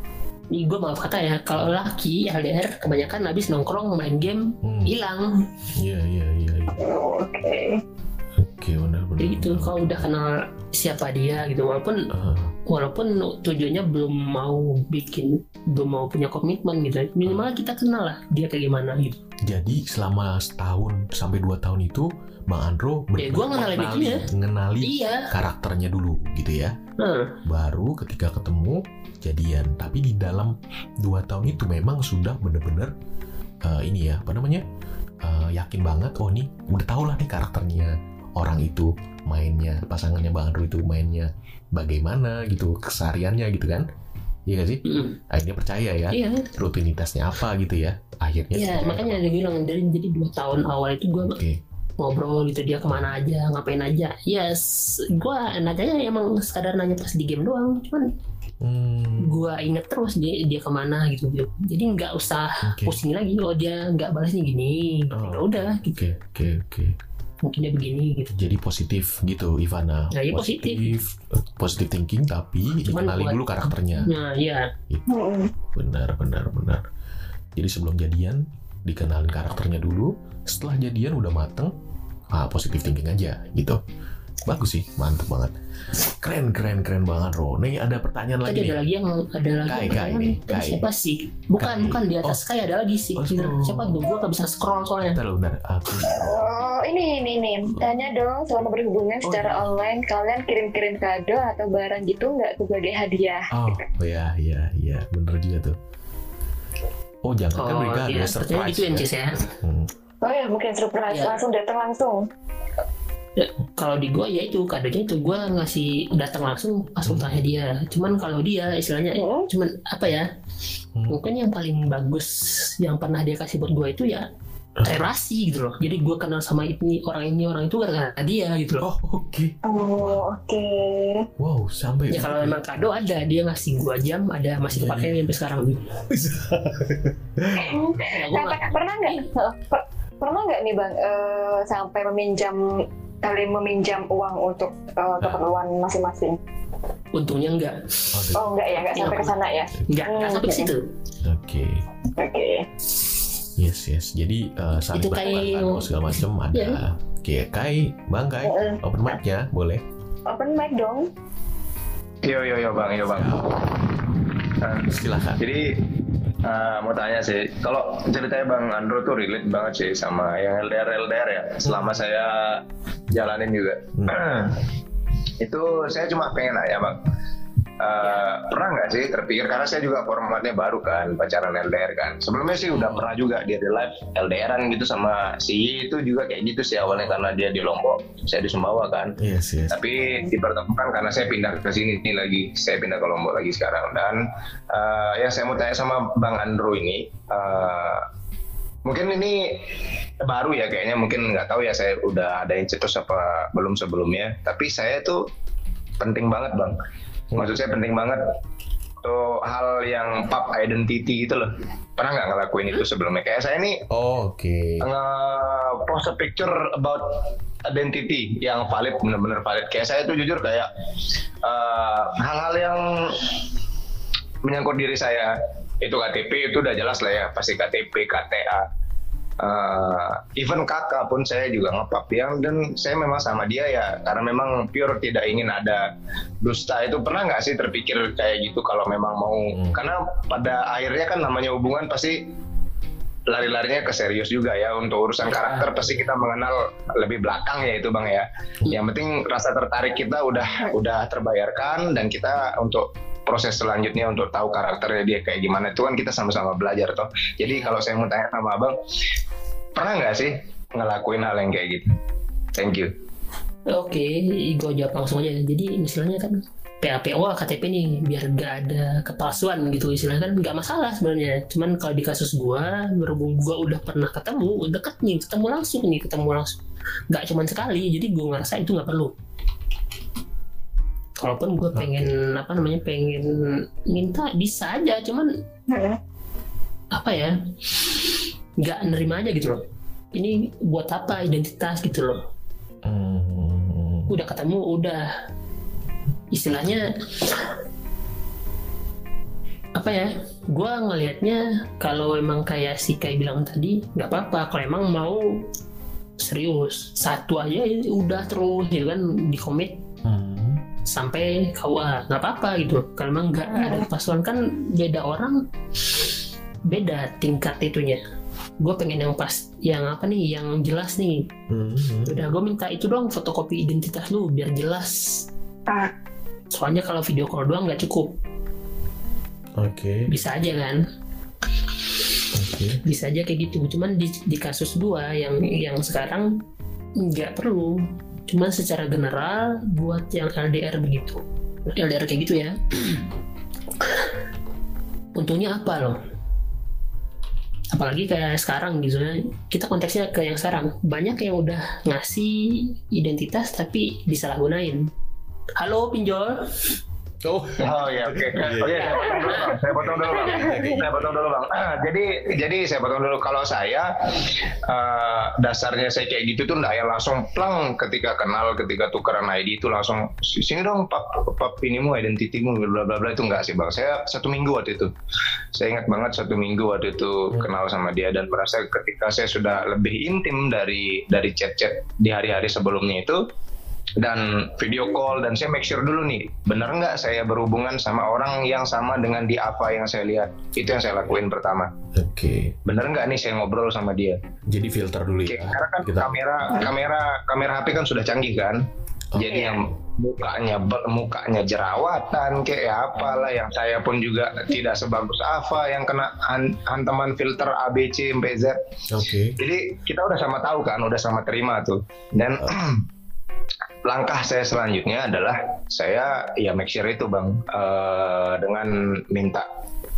Speaker 5: Nih gue maaf kata ya, kalau laki L D R kebanyakan habis nongkrong main game
Speaker 3: Hmm.
Speaker 5: hilang.
Speaker 3: Iya, iya, iya. iya.
Speaker 2: Oh, Oke.
Speaker 3: Oke, benar-benar.
Speaker 5: Jadi gitu, kalau udah kenal siapa dia gitu, walaupun
Speaker 3: Ah,
Speaker 5: walaupun tujuannya belum mau bikin, belum mau punya komitmen gitu, minimal kita kenal lah dia kayak gimana gitu.
Speaker 3: jadi selama setahun sampai dua tahun itu Bang Andro
Speaker 5: Ya, gua ngenalin
Speaker 3: mengenali,
Speaker 5: dia.
Speaker 3: ngenali
Speaker 5: Iya.
Speaker 3: karakternya dulu gitu ya.
Speaker 5: Nah,
Speaker 3: Baru ketika ketemu jadian. Tapi di dalam dua tahun itu memang sudah bener-bener eh, ini ya apa namanya eh, yakin banget. Oh nih udah tau lah nih karakternya orang itu, mainnya pasangannya Bang Andro itu mainnya bagaimana gitu, kesehariannya gitu kan. Iya gak sih?
Speaker 5: mm,
Speaker 3: Akhirnya percaya ya
Speaker 5: iya,
Speaker 3: rutinitasnya apa gitu ya. Akhirnya
Speaker 5: iya
Speaker 3: seperti
Speaker 5: makanya
Speaker 3: apa.
Speaker 5: dia bilang dari jadi dua tahun awal itu gue
Speaker 3: Oke.
Speaker 5: ngobrol gitu, dia kemana aja, ngapain aja. Yes, gue nanyanya emang sekadar nanya pas di game doang, cuman
Speaker 3: Hmm,
Speaker 5: gue inget terus dia dia kemana gitu, gitu. Jadi nggak usah
Speaker 3: Oke.
Speaker 5: pusing lagi, oh dia nggak balasnya gini,
Speaker 3: Oh.
Speaker 5: ya udah gitu,
Speaker 3: Oke, oke, oke.
Speaker 5: mungkin dia begini gitu.
Speaker 3: Jadi positif gitu Ivana.
Speaker 5: Ya, iya,
Speaker 3: positif. Positif thinking tapi
Speaker 5: Cuman
Speaker 3: dikenali
Speaker 5: buat-
Speaker 3: dulu karakternya.
Speaker 5: Nah iya,
Speaker 2: Mm-mm.
Speaker 3: Benar, benar, benar. Jadi sebelum jadian dikenalin karakternya dulu. Setelah jadian udah mateng, ah positif thinking aja gitu. Bagus sih, mantep banget. Keren, keren, keren banget, Ro. Nih ada pertanyaan lagi
Speaker 5: tadi ada
Speaker 3: nih.
Speaker 5: lagi yang ada lagi
Speaker 3: Kai,
Speaker 5: yang
Speaker 3: Kai
Speaker 5: pertanyaan,
Speaker 3: nih,
Speaker 5: tadi
Speaker 3: Kai.
Speaker 5: siapa sih? Bukan,
Speaker 3: Kai.
Speaker 5: bukan di atas Kai ada lagi sih.
Speaker 3: Oh,
Speaker 5: Bener.
Speaker 3: oh.
Speaker 5: Siapa tuh? Gue gak bisa scroll soalnya.
Speaker 3: Bentar, bentar. Aku.
Speaker 2: Oh, ini ini nih. Tanya dong, selama berhubungan
Speaker 3: Oh,
Speaker 2: secara
Speaker 3: iya.
Speaker 2: online, kalian kirim-kirim kado atau barang gitu nggak sebagai hadiah?
Speaker 3: Oh, ya, ya, ya. Bener juga tuh. Oh, jangan kan
Speaker 5: Oh
Speaker 3: mereka
Speaker 5: iya,
Speaker 3: ada
Speaker 5: sepertinya
Speaker 3: surprise.
Speaker 5: gitu ya, Cis ya.
Speaker 3: Hmm.
Speaker 2: Oh ya, mungkin surprise
Speaker 5: Iya.
Speaker 2: langsung datang langsung.
Speaker 5: Kalau di gue ya itu kadonya itu gue ngasih datang langsung pas
Speaker 3: Hmm.
Speaker 5: ultahnya dia. Cuman kalau dia istilahnya,
Speaker 2: Hmm.
Speaker 5: cuman apa ya?
Speaker 3: Hmm.
Speaker 5: Mungkin yang paling bagus yang pernah dia kasih buat gue itu ya relasi gitu loh. Jadi gue kenal sama ini orang ini orang itu gara-gara dia gitu loh.
Speaker 3: Oh, oke.
Speaker 2: Oh, oke.
Speaker 3: Wow, sampai.
Speaker 5: Ya kalau memang kado ada, dia ngasih gue jam, ada masih
Speaker 3: Iya,
Speaker 5: kepake sampai sekarang. Ya, gua
Speaker 2: Sampai
Speaker 5: nggak-
Speaker 2: pernah nggak? per- Pernah nggak nih bang eh, sampai meminjam kalian meminjam uang untuk eh, keperluan masing-masing?
Speaker 5: untungnya enggak,
Speaker 3: Oke.
Speaker 2: Oh enggak ya, enggak
Speaker 5: Iya,
Speaker 2: sampai ke sana ya.
Speaker 5: enggak, enggak
Speaker 2: Hmm,
Speaker 5: sampai ke
Speaker 2: oke.
Speaker 5: situ.
Speaker 3: Oke.
Speaker 2: Oke.
Speaker 3: Yes, yes. Jadi uh, saling
Speaker 5: Itu kayak-
Speaker 3: bertukar segala macam ada.
Speaker 5: Iya.
Speaker 3: Oke, Kai, Bang Kai,
Speaker 2: Heeh.
Speaker 3: open mic-nya boleh.
Speaker 2: Open mic dong.
Speaker 6: Yo yo yo bang, yo bang. Nah,
Speaker 3: Silakan.
Speaker 6: jadi uh, mau tanya sih, kalau ceritanya bang Andro tuh relate banget sih sama yang L D R L D R ya. Selama saya jalanin juga, itu saya cuma pengen nanya bang. Uh, pernah nggak sih terpikir, karena saya juga formatnya baru kan, pacaran L D R kan. Sebelumnya sih udah pernah juga dia di live L D R-an gitu sama si itu juga kayak gitu sih awalnya, karena dia di Lombok, saya di Sumbawa kan.
Speaker 3: Yes, yes.
Speaker 6: Tapi dipertemukan karena saya pindah ke sini nih lagi, saya pindah ke Lombok lagi sekarang. Dan uh, yang saya mau tanya sama Bang Andro ini, uh, mungkin ini baru ya kayaknya, mungkin nggak tahu ya, saya udah ada yang cetus apa belum sebelumnya. Tapi saya tuh penting banget bang, maksud saya penting banget tuh hal yang pub identity gitu loh. Pernah nggak ngelakuin itu sebelumnya? Kayak saya nih
Speaker 3: Oh, oke.
Speaker 6: nge-post a picture about identity yang valid, bener-bener valid. Kayak saya tuh jujur kayak uh, hal-hal yang menyangkut diri saya, itu K T P itu udah jelas lah ya, pasti K T P, K T A, uh, even kakak pun saya juga nge-pub yang, dan saya memang sama dia ya karena memang pure tidak ingin ada dusta. Itu pernah nggak sih terpikir kayak gitu kalau memang mau,
Speaker 3: Hmm.
Speaker 6: karena pada akhirnya kan namanya hubungan pasti lari-larinya ke serius juga ya. Untuk urusan karakter pasti kita mengenal lebih belakang ya itu bang ya. Yang penting rasa tertarik kita udah udah terbayarkan, dan kita untuk proses selanjutnya untuk tahu karakternya dia kayak gimana itu kan kita sama-sama belajar toh. Jadi kalau saya mau tanya sama abang, pernah nggak sih ngelakuin hal yang kayak gitu? Thank you.
Speaker 5: Oke, gue jawab langsung aja. Jadi misalnya kan P A P O K T P nih, biar gak ada kepalsuan gitu istilahnya, kan nggak masalah sebenarnya. Cuman kalau di kasus gue, berhubung gue udah pernah ketemu, deket nih, ketemu langsung nih, ketemu langsung, nggak cuman sekali, jadi gue ngerasa itu nggak perlu. Kalaupun gue pengen apa namanya pengen minta bisa aja, cuman apa ya nggak nerima aja gitu loh. Ini buat apa identitas gitu loh.
Speaker 3: Hmm.
Speaker 5: Udah ketemu udah istilahnya apa ya, gue ngelihatnya kalau emang kayak si Kai bilang tadi nggak apa-apa. Kalau emang mau serius satu aja udah terus gitu kan di komit
Speaker 3: Hmm.
Speaker 5: sampai K U A nggak apa-apa gitu. Kalau emang nggak ada kepasuan kan beda orang beda tingkat itunya. Gue pengen yang pas, yang apa nih, yang jelas nih.
Speaker 3: Hmm.
Speaker 5: Udah gue minta itu dong fotokopi identitas lu biar jelas.
Speaker 2: Ah.
Speaker 5: Soalnya kalau video call doang nggak cukup.
Speaker 3: Oke.
Speaker 5: Bisa aja kan?
Speaker 3: Oke.
Speaker 5: Bisa aja kayak gitu. Cuman di, di kasus gua yang yang sekarang nggak perlu. Cuman secara general buat yang L D R begitu. L D R kayak gitu ya. Untungnya apa loh? Apalagi kayak sekarang gitu ya. Kita konteksnya ke yang sekarang. Banyak yang udah ngasih identitas tapi disalahgunain. Halo pinjol.
Speaker 3: Oh.
Speaker 6: Oh ya, oke. Oke, saya potong dulu bang. Saya potong dulu bang. Ah, jadi, jadi saya potong dulu. Kalau saya uh, dasarnya saya kayak gitu tuh nggak ya langsung pleng ketika kenal, ketika tukeran I D itu langsung sini dong pap pap inimu, identitimu, bla bla bla, itu nggak sih bang. Saya satu minggu waktu itu. Saya ingat banget satu minggu waktu itu kenal sama dia dan merasa ketika saya sudah lebih intim dari dari chat-chat di hari-hari sebelumnya itu. Dan video call, dan saya make sure dulu nih benar nggak saya berhubungan sama orang yang sama dengan di apa yang saya lihat. Itu yang saya lakuin pertama.
Speaker 3: Oke. Okay.
Speaker 6: Benar nggak nih saya ngobrol sama dia.
Speaker 3: Jadi filter dulu ya.
Speaker 6: Karena kan
Speaker 3: Kita...
Speaker 6: kamera kamera kamera H P kan sudah canggih kan.
Speaker 3: Oh.
Speaker 6: Jadi yang mukanya mukanya jerawatan kayak apalah, yang saya pun juga tidak sebagus Ava yang kena hantaman filter A B C sampai Z.
Speaker 3: Oke. Okay.
Speaker 6: Jadi kita udah sama tahu kan, udah sama terima tuh. Dan uh. langkah saya selanjutnya adalah saya ya make sure itu bang, uh, dengan minta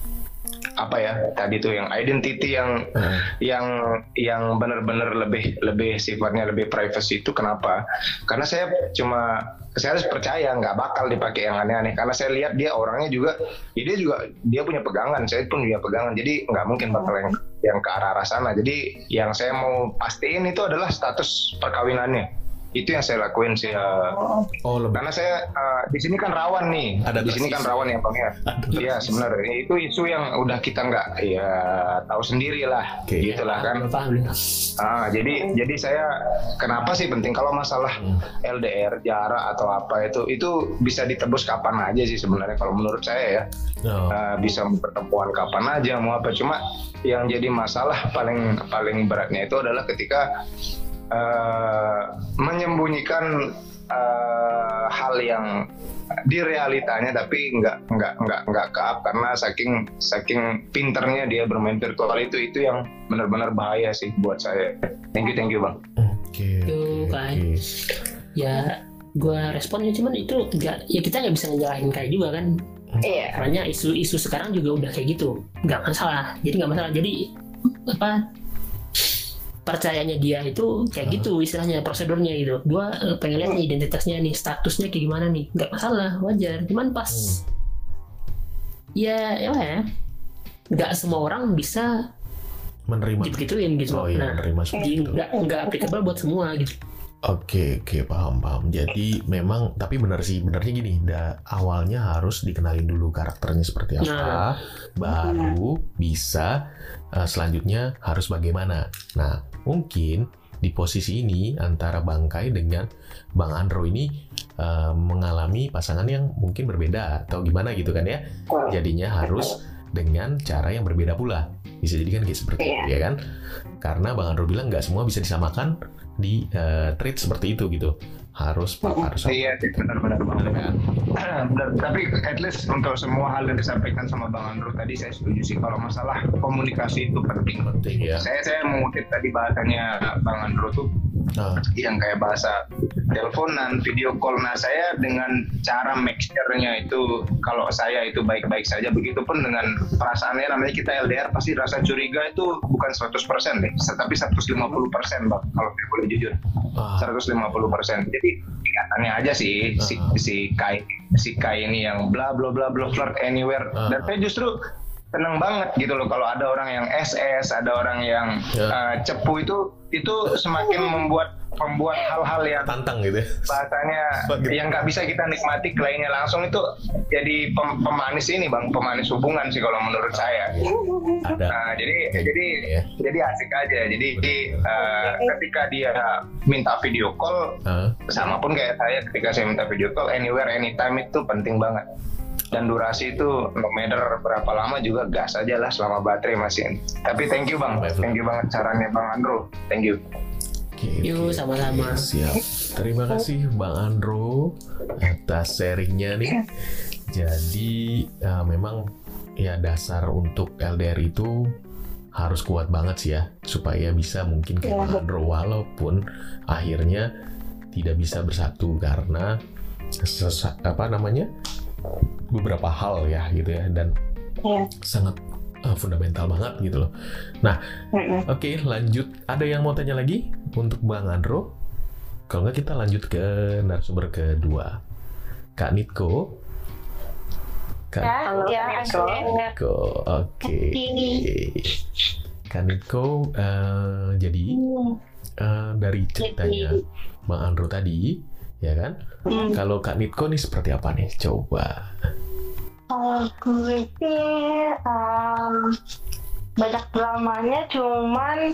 Speaker 6: apa ya tadi tuh yang identity yang uh. yang yang benar-benar lebih lebih sifatnya lebih privacy. Itu kenapa? Karena saya cuma saya harus percaya nggak bakal dipakai yang aneh-aneh, karena saya lihat dia orangnya juga ya dia juga dia punya pegangan, saya pun punya pegangan, jadi nggak mungkin bakal yang yang ke arah-arah sana. Jadi yang saya mau pastiin itu adalah status perkawinannya. Itu yang saya lakuin sih. Uh,
Speaker 3: oh, lebih.
Speaker 6: Karena saya uh, di sini kan rawan nih.
Speaker 3: Ada
Speaker 6: di sini kan rawan ya bang ya. Iya sebenarnya itu isu yang udah kita nggak ya tahu sendiri lah. Okay. Gitulah kan. Ah, jadi jadi saya kenapa sih penting kalau masalah hmm. L D R jarak atau apa itu itu bisa ditebus kapan aja sih sebenarnya kalau menurut saya ya. Oh. Uh, bisa pertemuan kapan aja mau apa, cuma yang jadi masalah paling paling beratnya itu adalah ketika Uh, menyembunyikan uh, hal yang di realitanya tapi nggak nggak nggak nggak ke up karena saking saking pinternya dia bermain virtual. Itu itu yang benar-benar bahaya sih buat saya. Thank you thank you bang.
Speaker 3: Oke.
Speaker 5: Tuh kan. Okay. Ya gue responnya cuman itu nggak, ya kita nggak bisa ngejalanin kayak juga kan.
Speaker 2: Iya.
Speaker 5: Karena isu-isu sekarang juga udah kayak gitu, nggak masalah. Jadi nggak masalah. Jadi apa? Percayanya dia itu kayak uh. gitu istilahnya, prosedurnya gitu. Gua uh, pengen lihat nih identitasnya nih, statusnya kayak gimana nih, nggak masalah, wajar. Cuman pas hmm. ya ya ya nggak semua orang bisa
Speaker 3: menerima
Speaker 5: gitu-gituin gitu.
Speaker 3: Oh, iya,
Speaker 5: nah
Speaker 3: menerima seperti itu.
Speaker 5: nggak nggak applicable buat semua gitu.
Speaker 3: Oke oke paham paham. Jadi memang tapi benar sih, benernya gini, da, awalnya harus dikenalin dulu karakternya seperti apa, nah. baru bisa uh, selanjutnya harus bagaimana. Nah mungkin di posisi ini antara Bang Kai dengan Bang Andro ini uh, mengalami pasangan yang mungkin berbeda atau gimana gitu kan ya. Jadinya harus dengan cara yang berbeda pula. Bisa jadi kan kayak seperti itu ya kan. Karena Bang Andro bilang nggak semua bisa disamakan di uh, treat seperti itu gitu, harus
Speaker 6: uh,
Speaker 3: harus
Speaker 6: iya benar-benar benar kan. Benar, tapi at least untuk semua hal yang disampaikan sama Bang Andro tadi saya setuju sih kalau masalah komunikasi itu penting.
Speaker 3: Penting ya.
Speaker 6: Saya saya mengutip tadi bahasanya Bang Andro tuh
Speaker 3: Ah.
Speaker 6: yang kayak bahasa teleponan, video call. Nah saya dengan cara mixture-nya itu, kalau saya itu baik-baik saja, begitupun dengan perasaannya, namanya kita L D R pasti rasa curiga itu bukan seratus persen deh, tapi seratus lima puluh persen Bang, kalau saya boleh jujur.
Speaker 3: Ah.
Speaker 6: seratus lima puluh persen. Jadi kelihatannya aja sih si,
Speaker 3: Ah.
Speaker 6: si Kai si Kai ini yang bla bla bla bla flirt anywhere.
Speaker 3: Ah.
Speaker 6: Dan saya justru seneng banget gitu loh kalau ada orang yang S S, ada orang yang
Speaker 3: Ya.
Speaker 6: uh, cepu, itu itu semakin membuat membuat hal-hal yang
Speaker 3: Tantang gitu ya.
Speaker 6: bahasanya
Speaker 3: Semakin-
Speaker 6: yang nggak bisa kita nikmati kliennya langsung, itu jadi pem- pemanis ini Bang, pemanis hubungan sih kalau menurut saya.
Speaker 3: Ada.
Speaker 6: Nah, jadi
Speaker 3: Kayak
Speaker 6: jadi
Speaker 3: gitu ya.
Speaker 6: jadi asik aja. Jadi uh, ketika dia minta video call,
Speaker 3: Ah.
Speaker 6: sama pun kayak saya ketika saya minta video call, anywhere anytime itu penting banget. Dan durasi itu no matter berapa lama juga gas aja lah selama baterai masih. Tapi thank you Bang, thank you banget sarannya Bang Andro, thank you.
Speaker 3: Oke,
Speaker 5: Yuk,
Speaker 3: oke.
Speaker 5: sama-sama.
Speaker 3: Siap. Terima kasih Bang Andro atas sharingnya nih. Jadi uh, memang ya dasar untuk L D R itu harus kuat banget sih ya, supaya bisa mungkin kayak Bang Andro, walaupun akhirnya tidak bisa bersatu karena sesa- apa namanya beberapa hal ya gitu ya, dan
Speaker 2: Iya.
Speaker 3: sangat uh, fundamental banget gitu loh. Nah,
Speaker 2: Mm-mm.
Speaker 3: oke, lanjut. Ada yang mau tanya lagi untuk Bang Andro? Kalau nggak kita lanjut ke narasumber kedua, Kak Nitko. Kak
Speaker 2: Halo,
Speaker 4: ya,
Speaker 2: Nitko.
Speaker 3: Nitko, oke. Kak Nitko, eh, jadi eh, dari ceritanya Bang Andro tadi, ya kan?
Speaker 4: Hmm.
Speaker 3: Kalau Kak Nitko nih seperti apa nih? Coba.
Speaker 4: Kalau gue sih um, banyak dramanya, cuman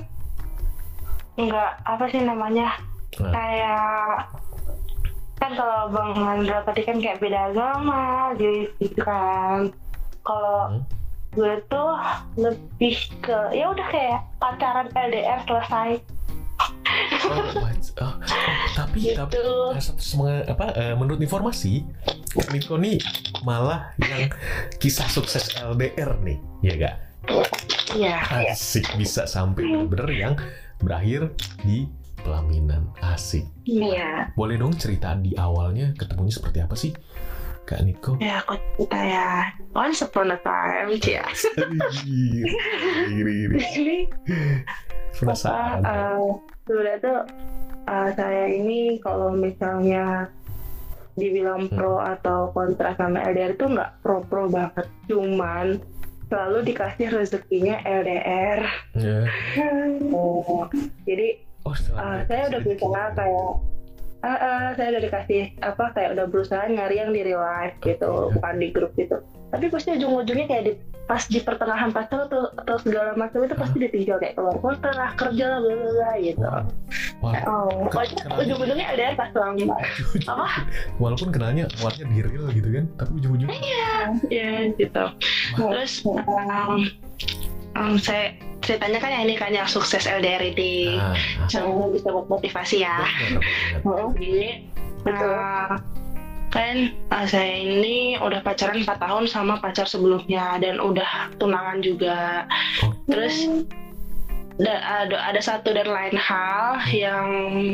Speaker 4: nggak apa sih namanya,
Speaker 3: Nah.
Speaker 4: kayak kan kalau Bang Andra tadi kan kayak beda agama gitu kan. Kalau
Speaker 3: Hmm.
Speaker 4: gue tuh lebih ke ya udah kayak pacaran L D R selesai
Speaker 3: Oh, what? Oh, oh, tapi tapi
Speaker 4: gitu.
Speaker 3: eh, satu semua- apa eh, menurut informasi Kak Nitko nih malah yang kisah sukses L D R nih, ya gak?
Speaker 4: Iya.
Speaker 3: Asik, bisa sampai bener-bener yang berakhir di pelaminan. Asik.
Speaker 2: Iya.
Speaker 3: Boleh dong cerita di awalnya ketemunya seperti apa sih Kak Nitko?
Speaker 4: Ya aku cerita ya. Once upon a time, ya.
Speaker 3: Ih, iri, iri.
Speaker 4: Ini
Speaker 3: Penasaran.
Speaker 4: apa uh, sebenarnya tuh uh, saya ini kalau misalnya dibilang pro atau kontra sama L D R itu nggak pro-pro banget, cuman selalu dikasih rezekinya L D R.
Speaker 3: Ya.
Speaker 4: Oh, jadi
Speaker 3: Oh,
Speaker 4: uh,
Speaker 3: setelah
Speaker 4: saya udah berusaha kayak uh, uh, saya udah dikasih apa kayak udah berusaha nyari yang di real life gitu, bukan di grup gitu. Tapi pasti ujung-ujungnya kayak di, pas di pertengahan pacar atau, atau segala macam itu pasti ditinggal kayak keluar kota lah, kerja lah, bla bla bla gitu.
Speaker 3: Wah,
Speaker 4: Oh, pokoknya
Speaker 3: Kenapa?
Speaker 4: ujung-ujungnya L D R pas banget. Apa?
Speaker 3: walaupun kenalnya awalnya di real gitu kan, tapi ujung-ujungnya
Speaker 4: Ya gitu. Terus um, um, saya ceritanya kan yang ini kan yang sukses L D R ini,
Speaker 3: ah, ah,
Speaker 4: semoga bisa buat motivasi ya.
Speaker 3: benar, benar.
Speaker 4: Jadi uh, kan uh, saya ini udah pacaran empat tahun sama pacar sebelumnya dan udah tunangan juga.
Speaker 3: Oh.
Speaker 4: Terus da- ada ada satu dan lain hal yang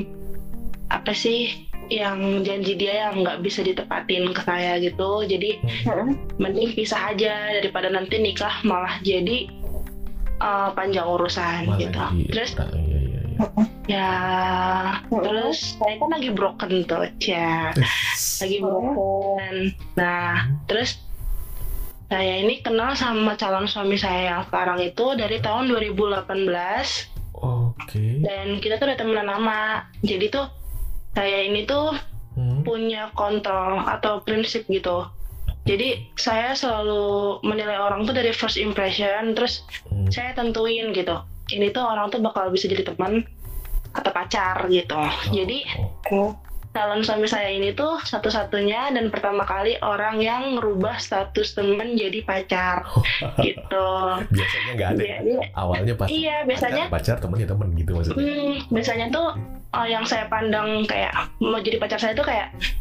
Speaker 4: apa sih yang janji dia yang nggak bisa ditepatin ke saya gitu. Jadi mending pisah aja daripada nanti nikah malah jadi uh, panjang urusan
Speaker 3: Malah
Speaker 4: gitu.
Speaker 3: di-
Speaker 4: Terus
Speaker 3: ah, iya, iya, iya.
Speaker 4: ya terus saya kan lagi broken tuh, ya lagi broken. Nah terus saya ini kenal sama calon suami saya yang sekarang itu dari tahun dua ribu delapan belas
Speaker 3: Oke.
Speaker 4: dan kita tuh udah temenan lama. Jadi tuh saya ini tuh
Speaker 3: Hmm.
Speaker 4: punya kontrol atau prinsip gitu. Jadi saya selalu menilai orang tuh dari first impression, terus
Speaker 3: Hmm.
Speaker 4: saya tentuin gitu. Ini tuh orang tuh bakal bisa jadi teman atau pacar gitu. Jadi
Speaker 3: Oh.
Speaker 4: calon suami saya ini tuh satu-satunya dan pertama kali orang yang ngerubah status temen jadi pacar gitu.
Speaker 3: Biasanya nggak ada. ya?
Speaker 4: Jadi,
Speaker 3: Awalnya pas
Speaker 4: iya biasanya
Speaker 3: pacar, pacar temen ya temen gitu maksudnya.
Speaker 4: Hmm, biasanya tuh uh, yang saya pandang kayak mau jadi pacar saya tuh kayak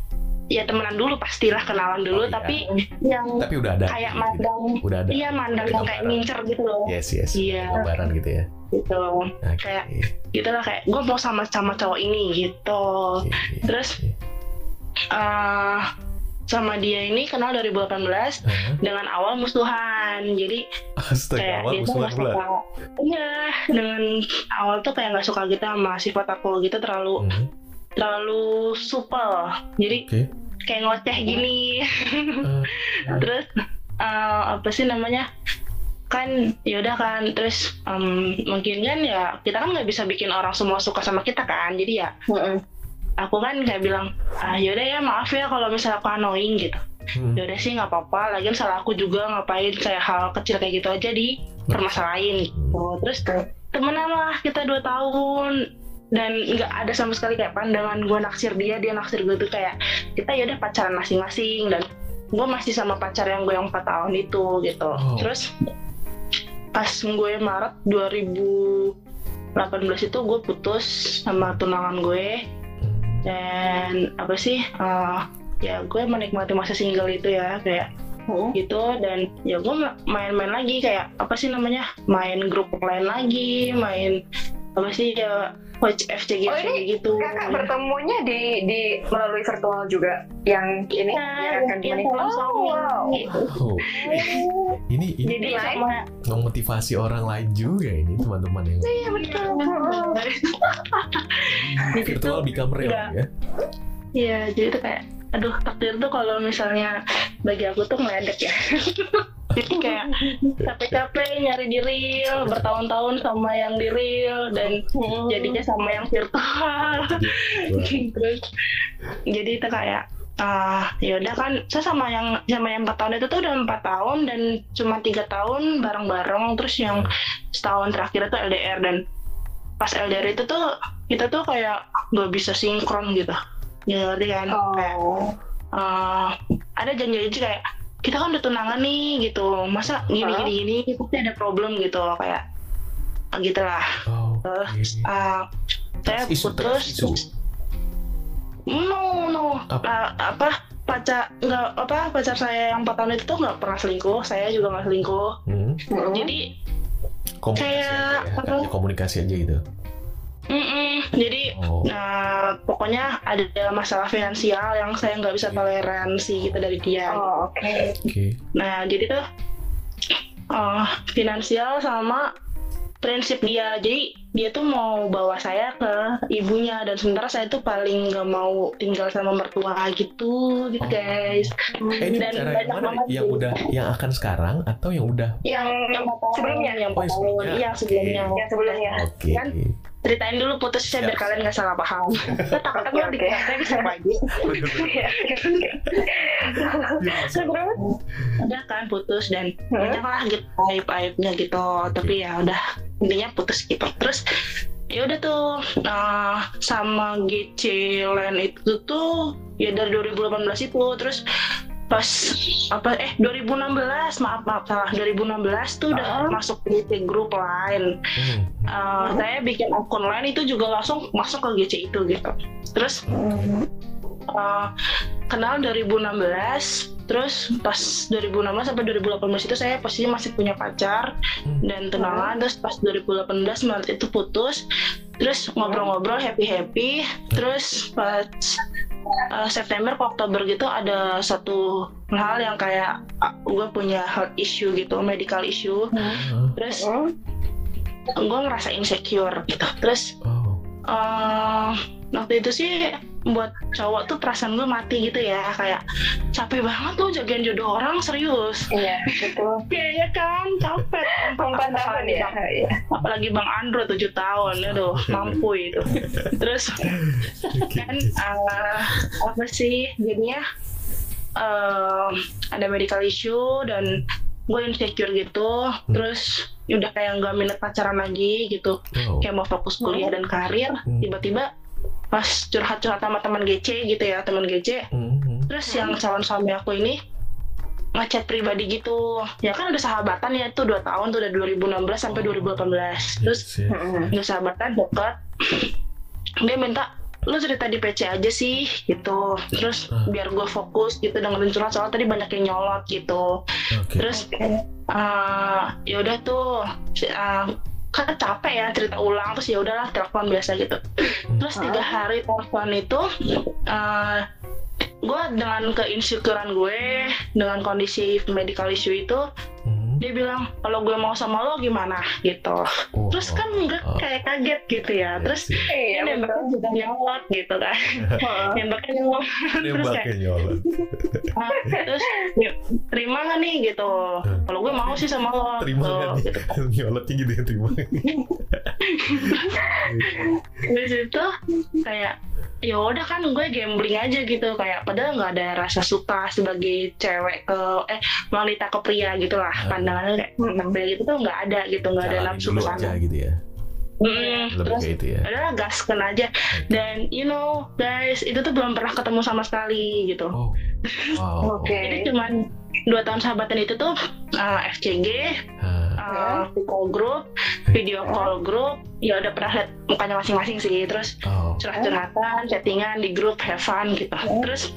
Speaker 4: ya temenan dulu pastilah, kenalan dulu,
Speaker 3: Oh, iya.
Speaker 4: tapi yang
Speaker 3: Tapi udah ada.
Speaker 4: kayak
Speaker 3: gitu.
Speaker 4: mandang,
Speaker 3: Udah ada.
Speaker 4: iya mandang
Speaker 3: Ada
Speaker 4: yang kayak
Speaker 3: gambaran.
Speaker 4: ngincer gitu loh.
Speaker 3: Yes, yes.
Speaker 4: Iya.
Speaker 3: Gambaran gitu ya.
Speaker 4: Gitu.
Speaker 3: Oke.
Speaker 4: Kayak gitu lah, kayak gue mau sama-sama cowok ini gitu.
Speaker 3: Oke, oke,
Speaker 4: Terus
Speaker 3: oke.
Speaker 4: eh sama dia ini kenal dua ribu delapan belas
Speaker 3: Hah?
Speaker 4: dengan awal musuhan. Jadi
Speaker 3: Astaga,
Speaker 4: kayak
Speaker 3: awal
Speaker 4: dia tuh
Speaker 3: musuhan
Speaker 4: nggak
Speaker 3: pula.
Speaker 4: suka, iya, dengan awal tuh kayak nggak suka gitu sama sifat aku gitu, terlalu
Speaker 3: Hmm,
Speaker 4: terlalu supel. Jadi
Speaker 3: Oke.
Speaker 4: kayak ngoceh gini.
Speaker 3: Eh,
Speaker 4: Terus eh, apa sih namanya, kan yaudah kan, terus em, mungkin kan ya kita kan nggak bisa bikin orang semua suka sama kita kan, jadi ya
Speaker 2: Mm-mm.
Speaker 4: aku kan kayak bilang, ah yaudah ya maaf ya kalau misalnya aku annoying gitu.
Speaker 3: hmm,
Speaker 4: Yaudah sih nggak apa-apa, lagian salah aku juga, ngapain kayak hal kecil kayak gitu aja di permasalahin gitu. Terus temenan lah kita dua tahun, dan nggak ada sama sekali kayak pandangan gue naksir dia, dia naksir gue tuh kayak kita yaudah pacaran masing-masing, dan gue masih sama pacar yang gue yang empat tahun itu gitu.
Speaker 3: Oh.
Speaker 4: Terus pas gue Maret dua ribu delapan belas itu gue putus sama tunangan gue,
Speaker 3: hmm.
Speaker 4: dan apa sih uh, ya gue menikmati masa single itu ya, kayak
Speaker 2: Hmm.
Speaker 4: gitu. Dan ya gue main-main lagi, kayak apa sih namanya, main grup lain lagi, main apa sih ya, coach F C G
Speaker 2: Oh,
Speaker 4: F C G
Speaker 2: ini
Speaker 4: gitu.
Speaker 2: Kakak bertemunya di di melalui virtual juga yang ini
Speaker 4: Iya,
Speaker 2: yang akan
Speaker 4: yang
Speaker 2: menikah.
Speaker 4: calon suami.
Speaker 2: Oh, wow.
Speaker 3: Oh, ini ini
Speaker 4: Jadi
Speaker 2: Lain.
Speaker 4: sama
Speaker 3: memotivasi orang lain juga ini teman-teman yang
Speaker 2: Iya betul.
Speaker 3: virtual become real
Speaker 4: Enggak.
Speaker 3: ya.
Speaker 4: Iya, jadi tuh kayak aduh, takdir tuh kalau misalnya bagi aku tuh ngeledek ya. Jadi kayak capek-capek nyari di real, bertahun-tahun sama yang di real, dan jadinya sama yang virtual. Terus jadi itu kayak ah ya udah kan, saya sama yang sama yang empat tahun itu tuh udah empat tahun, dan cuma tiga tahun bareng-bareng. Terus yang setahun terakhir itu L D R, dan pas L D R itu tuh kita tuh kayak nggak bisa sinkron gitu. Ya ngerti kan? Kayak
Speaker 2: Oh.
Speaker 4: uh, ada janji-janji kayak kita kan udah tunangan nih gitu, masa gini-gini gini pasti ada problem gitu, kayak gitulah.
Speaker 3: Oh,
Speaker 4: Terus
Speaker 3: oke.
Speaker 4: uh, saya
Speaker 3: Trust issue,
Speaker 4: putus.
Speaker 3: trust issue.
Speaker 4: No no
Speaker 3: Apa?
Speaker 4: Uh, apa pacar nggak apa pacar saya yang empat tahun itu tuh nggak pernah selingkuh, saya juga nggak selingkuh.
Speaker 3: Hmm,
Speaker 2: Mm-mm.
Speaker 4: Jadi
Speaker 3: komunikasi
Speaker 4: Kayak
Speaker 3: aja ya,
Speaker 4: apa?
Speaker 3: hanya komunikasi aja gitu.
Speaker 4: mm-mm, jadi
Speaker 3: Oh,
Speaker 4: nah, pokoknya ada masalah finansial yang saya nggak bisa toleransi gitu dari dia.
Speaker 2: Oh, oke.
Speaker 3: oke.
Speaker 4: Nah, jadi tuh uh, finansial sama prinsip dia. Jadi dia tuh mau bawa saya ke ibunya, dan sementara saya tuh paling nggak mau tinggal sama mertua gitu, gitu
Speaker 3: Oh.
Speaker 4: guys.
Speaker 3: Eh, ini
Speaker 4: Dan
Speaker 3: bicara yang
Speaker 4: banyak
Speaker 3: mana?
Speaker 4: banget
Speaker 3: Yang
Speaker 4: sih.
Speaker 3: udah, yang akan sekarang atau yang udah?
Speaker 2: Yang
Speaker 4: Yang empat tahun,
Speaker 2: sebelumnya?
Speaker 4: yang
Speaker 3: Oh,
Speaker 4: empat
Speaker 3: yang
Speaker 4: tahun,
Speaker 3: sebelumnya.
Speaker 4: iya sebelumnya.
Speaker 2: Yang sebelumnya.
Speaker 3: Oke.
Speaker 4: Kan? Ceritain dulu putusnya biar
Speaker 3: Siap.
Speaker 4: kalian nggak salah paham. Kita takutnya
Speaker 2: Oke,
Speaker 4: gue
Speaker 2: oke.
Speaker 4: dikira bisa aja. Terus udah kan putus, dan
Speaker 2: Hmm.
Speaker 4: banyak lah gitu aib-aibnya gitu, tapi ya udah intinya putus gitu. Terus ya udah tuh nah, sama G C Land itu tuh ya dari dua ribu delapan belas itu. Terus pas apa eh dua ribu enam belas maaf maaf salah dua ribu enam belas tuh udah masuk G C grup lain.
Speaker 3: Hmm.
Speaker 4: Uh, saya bikin akun lain itu juga langsung masuk ke G C itu gitu. Terus uh, kenal dua ribu enam belas, terus pas dua ribu enam belas sampai dua ribu delapan belas itu saya pasti masih punya pacar dan tunangan. Terus pas dua ribu delapan belas Maret itu putus, terus ngobrol-ngobrol happy-happy. Terus pas uh, September ke Oktober gitu ada satu hal yang kayak uh, gue punya health issue gitu, medical issue.
Speaker 3: Ah,
Speaker 4: Terus gue ngerasa insecure gitu. Terus
Speaker 3: Oh.
Speaker 4: uh, waktu itu sih buat cowok tuh perasaan gue mati gitu ya, kayak capek banget tuh jagain jodoh orang, serius.
Speaker 2: Iya, betul.
Speaker 4: Iya kan, capek.
Speaker 2: Empat tahun ya. Iya.
Speaker 4: Apalagi Bang Andro tujuh tahun, aduh mampu itu. Terus kan uh, apa sih jadinya uh, ada medical issue dan gue insecure gitu. Terus udah kayak nggak minat pacaran lagi gitu,
Speaker 3: Oh.
Speaker 4: kayak mau fokus kuliah dan karir.
Speaker 3: Hmm.
Speaker 4: Tiba-tiba pas curhat-curhat sama teman G C gitu ya, teman G C,
Speaker 3: Hmm.
Speaker 4: terus yang calon suami aku ini ngechat pribadi gitu. Ya kan udah sahabatan ya, itu dua tahun tuh, udah dua ribu enam belas sampai dua ribu delapan belas. Terus
Speaker 3: Yes, yes.
Speaker 2: Mm-mm.
Speaker 4: udah sahabatan, deket, dia minta lu cerita di P C aja sih gitu, terus
Speaker 3: Ah.
Speaker 4: biar gue fokus gitu dengerin curhat, soalnya tadi banyak yang nyolot gitu.
Speaker 3: Oke.
Speaker 4: Terus uh, ya udah tuh uh, kan capek ya cerita ulang, terus ya udahlah telepon biasa gitu. Terus tiga hari telepon itu uh, gue dengan keinsecurean gue dengan kondisi medical issue itu,
Speaker 3: Hmm.
Speaker 4: dia bilang kalau gue mau sama lo gimana gitu.
Speaker 3: Oh,
Speaker 4: Terus kan gue
Speaker 3: oh.
Speaker 4: kayak kaget gitu ya. Terus
Speaker 2: Iya,
Speaker 4: ini nembaknya juga nyolot gitu kan. Nembaknya nyolot. Terus kayak
Speaker 3: Nembaknya nyolot.
Speaker 4: ah, terus ya, terima gak nih gitu. Kalau gue mau sih sama lo.
Speaker 3: Terima
Speaker 4: gitu.
Speaker 3: kan
Speaker 4: Gitu.
Speaker 3: nyolotnya gitu ya, terima.
Speaker 4: Terus itu kayak ya udah kan gue gambling aja gitu, kayak padahal nggak ada rasa suka sebagai cewek ke eh wanita ke pria gitu lah, pandangannya kayak hmm, pria gitu tuh nggak ada gitu, nggak ada
Speaker 3: Jalanin
Speaker 4: nafsu
Speaker 3: dulu
Speaker 4: ke sana.
Speaker 3: aja gitu ya.
Speaker 4: Mm,
Speaker 3: Lebih
Speaker 4: terus
Speaker 3: kayak itu ya.
Speaker 4: adalah gaskan aja, dan you know guys itu tuh belum pernah ketemu sama sekali gitu.
Speaker 3: Oh. Wow.
Speaker 2: Oke.
Speaker 4: Jadi cuman dua tahun sahabatan itu tuh uh, F C G,
Speaker 3: Ah,
Speaker 4: uh, call group, video call group, ya udah pernah lihat mukanya masing-masing sih, terus
Speaker 3: oh.
Speaker 4: curhat-curhatan, chattingan di grup, have fun gitu. Terus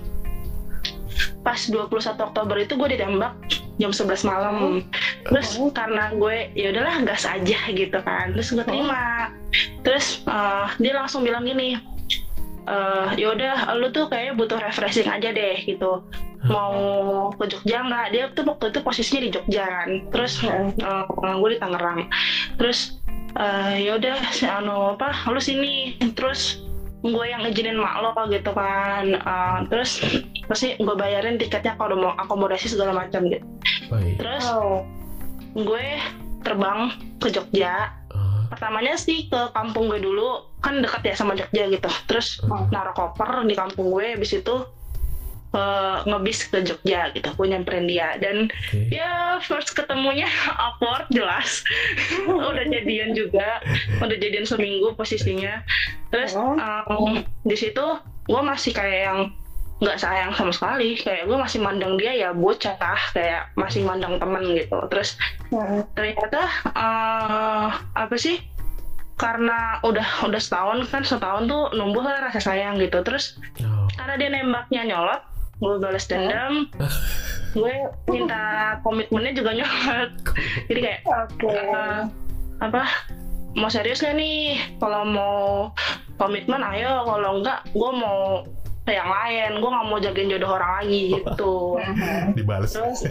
Speaker 4: pas dua puluh satu Oktober itu gue ditembak jam sebelas malam. Terus karena gue ya udahlah gas aja gitu kan. Terus gue terima. Terus uh, dia langsung bilang gini, Uh, ya udah lu tuh kayaknya butuh refreshing aja deh gitu, mau ke Jogja nggak? Dia tuh waktu itu posisinya di Jogja kan, terus uh, gue di Tangerang. Terus uh, ya udah anu apa lu sini, terus gue yang ngizinin mak lo gitu kan. Uh, terus pasti gue bayarin tiketnya kalau mau akomodasi segala macam gitu.
Speaker 3: Baik.
Speaker 4: Terus
Speaker 2: Oh.
Speaker 4: gue terbang ke Jogja.
Speaker 3: Ah,
Speaker 4: Pertamanya sih ke kampung gue dulu, kan dekat ya sama Jogja gitu. Terus
Speaker 3: ah.
Speaker 4: naruh koper di kampung gue, habis itu uh, ngebis ke Jogja gitu, gue nyamperin dia. Dan
Speaker 3: Oke.
Speaker 4: ya first ketemunya awkward jelas. Udah jadian juga, udah jadian seminggu posisinya. Terus um, di situ gue masih kayak yang nggak sayang sama sekali, kayak gue masih mandang dia ya bocah, kayak masih mandang temen gitu. Terus ternyata uh, apa sih, karena udah udah setahun kan, setahun tuh numbuh lah rasa sayang gitu. Terus
Speaker 3: Oh.
Speaker 4: karena dia nembaknya nyolot, gue balas dendam, gue minta komitmennya juga nyolot. Jadi kayak
Speaker 2: Oke.
Speaker 4: uh, apa, mau serius gak nih? Kalau mau komitmen ayo, kalau enggak gue mau ke yang lain, gue nggak mau jagain jodoh orang lagi gitu.
Speaker 3: Dibales.
Speaker 4: Terus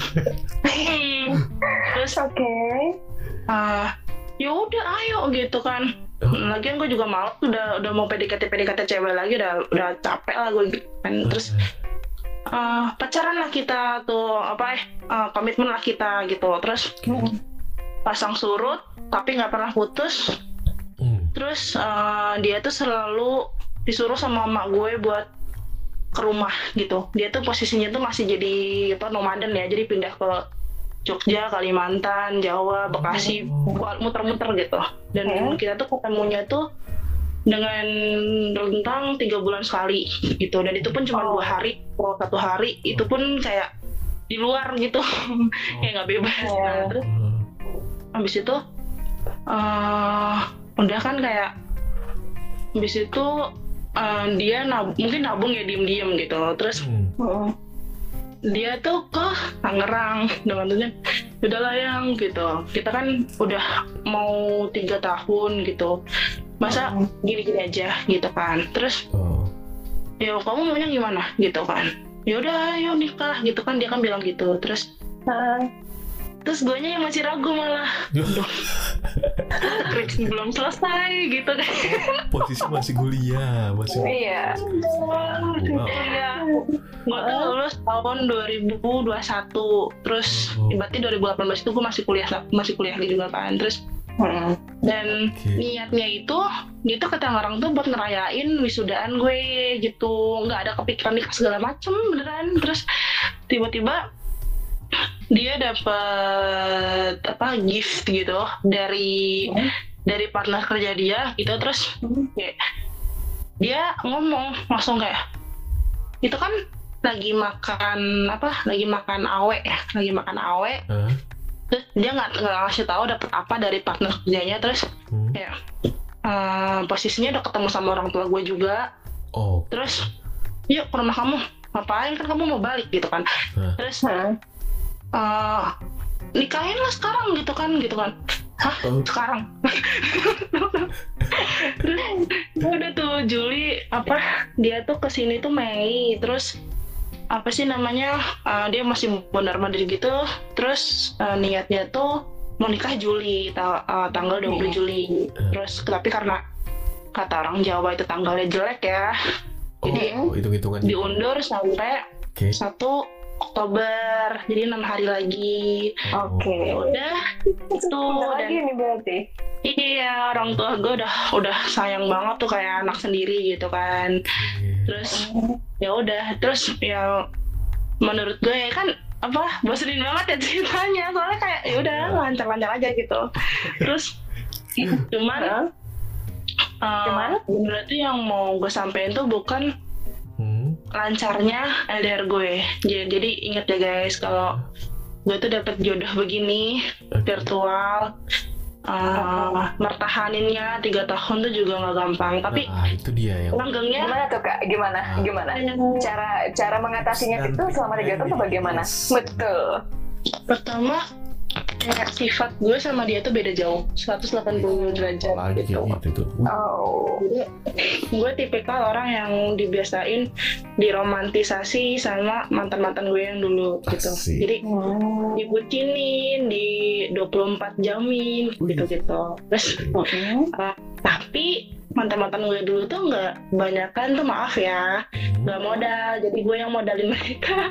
Speaker 4: terus
Speaker 2: Oke.
Speaker 4: uh, ya udah ayo gitu kan. Lagian gue juga malas, udah udah mau P D K T P D K T cewek lagi, udah udah capek lah gue gitu kan. Terus uh, pacaran lah kita tuh, apa eh uh, komitmen lah kita gitu. Terus pasang surut tapi nggak pernah putus.
Speaker 3: Hmm.
Speaker 4: Terus uh, dia tuh selalu disuruh sama emak gue buat ke rumah gitu. Dia tuh posisinya tuh masih jadi apa, nomaden ya, jadi pindah ke Jogja, Kalimantan, Jawa, Bekasi, muter-muter gitu. Dan kita tuh ketemunya tuh dengan rentang tiga bulan sekali gitu. Dan itu pun cuma dua hari, atau satu hari itu pun kayak di luar gitu, kayak nggak bebas. Nah, terus habis itu uh, udah kan kayak habis itu uh, dia nab- mungkin nabung ya diem-diem gitu. Terus
Speaker 3: Hmm.
Speaker 4: dia tuh ke Tangerang dengan tujuan udahlah yang gitu, kita kan udah mau tiga tahun gitu, masa gini-gini aja gitu kan. Terus
Speaker 3: Oh.
Speaker 4: ya kamu maunya gimana gitu kan, ya udah ayo nikah gitu kan, dia kan bilang gitu. Terus uh, terus guanya yang masih ragu malah, skripsi belum selesai gitu kan.
Speaker 3: Posisi masih kuliah, masih.
Speaker 2: Iya.
Speaker 3: Wow.
Speaker 4: Iya, gue tuh lulus tahun dua ribu dua puluh satu, terus
Speaker 3: Oh.
Speaker 4: berarti dua ribu delapan belas itu gue masih kuliah masih kuliah juga kan. Terus dan
Speaker 3: Oke.
Speaker 4: niatnya itu dia tuh ke Tangerang tuh buat ngerayain wisudaan gue gitu, nggak ada kepikiran nikah segala macem beneran. Terus tiba-tiba dia dapat apa, gift gitu dari dari partner kerja dia gitu. Terus kayak dia ngomong langsung kayak, itu kan lagi makan apa, lagi makan awe ya, lagi makan awe.
Speaker 3: Hah?
Speaker 4: Terus dia nggak nggak ngasih tahu dapat apa dari partner kerjanya. Terus
Speaker 3: Hmm.
Speaker 4: kayak uh, posisinya udah ketemu sama orang tua gue juga.
Speaker 3: Oh.
Speaker 4: Terus yuk ke rumah kamu, ngapain, kan kamu mau balik gitu kan.
Speaker 3: Hah.
Speaker 4: Terus uh, nikahin lah sekarang gitu kan, gitu kan. Hah?
Speaker 3: Oh.
Speaker 4: Sekarang? Terus udah tuh Juli apa dia tuh kesini tuh Mei, terus apa sih namanya uh, dia masih mondar-mandir gitu, terus uh, niatnya tuh mau nikah Juli ta- uh, tanggal dua puluh Juli. Terus tapi karena kata orang Jawa itu tanggalnya jelek ya,
Speaker 3: Oh,
Speaker 4: jadi
Speaker 3: oh, hitung-hitungan.
Speaker 4: diundur sampai
Speaker 3: Oke.
Speaker 4: satu Oktober, jadi enam hari lagi.
Speaker 3: Oh.
Speaker 2: Oke.
Speaker 4: Ya udah
Speaker 2: Itu
Speaker 4: tuh,
Speaker 2: lagi
Speaker 4: dan
Speaker 2: nih berarti.
Speaker 4: iya orang tua gue udah udah sayang banget tuh kayak anak sendiri gitu kan.
Speaker 3: Oke.
Speaker 4: Terus ya udah, terus ya menurut gue ya kan apa bosenin banget ya ceritanya, soalnya kayak ya udah lancar-lancar aja gitu. Terus cuman uh,
Speaker 2: Cuman?
Speaker 4: berarti yang mau gue sampein tuh bukan
Speaker 3: Hmm.
Speaker 4: lancarnya L D R gue. Jadi, jadi ingat ya guys, kalau gue tuh dapet jodoh begini
Speaker 3: Oke.
Speaker 4: virtual, uh, mertahaninnya tiga tahun tuh juga nggak gampang. Tapi
Speaker 3: Nah, itu dia yang
Speaker 4: langgengnya
Speaker 2: Gimana tuh kak? Gimana? Gimana? Cara cara mengatasinya itu selama tiga tahun tuh bagaimana? Betul.
Speaker 4: pertama kayak sifat gue sama dia tuh beda jauh, seratus delapan puluh derajat
Speaker 3: lagi
Speaker 4: gitu.
Speaker 3: gitu tuh.
Speaker 2: Oh.
Speaker 4: Jadi gue tipikal orang yang dibiasain diromantisasi sama mantan-mantan gue yang dulu gitu.
Speaker 3: Asik.
Speaker 4: Jadi
Speaker 2: Hmm.
Speaker 4: dibucinin, di dua puluh empat jamin gitu-gitu. Terus uh, tapi mantan-mantan gue dulu tuh nggak banyakan tuh, maaf ya, nggak modal, jadi gue yang modalin mereka.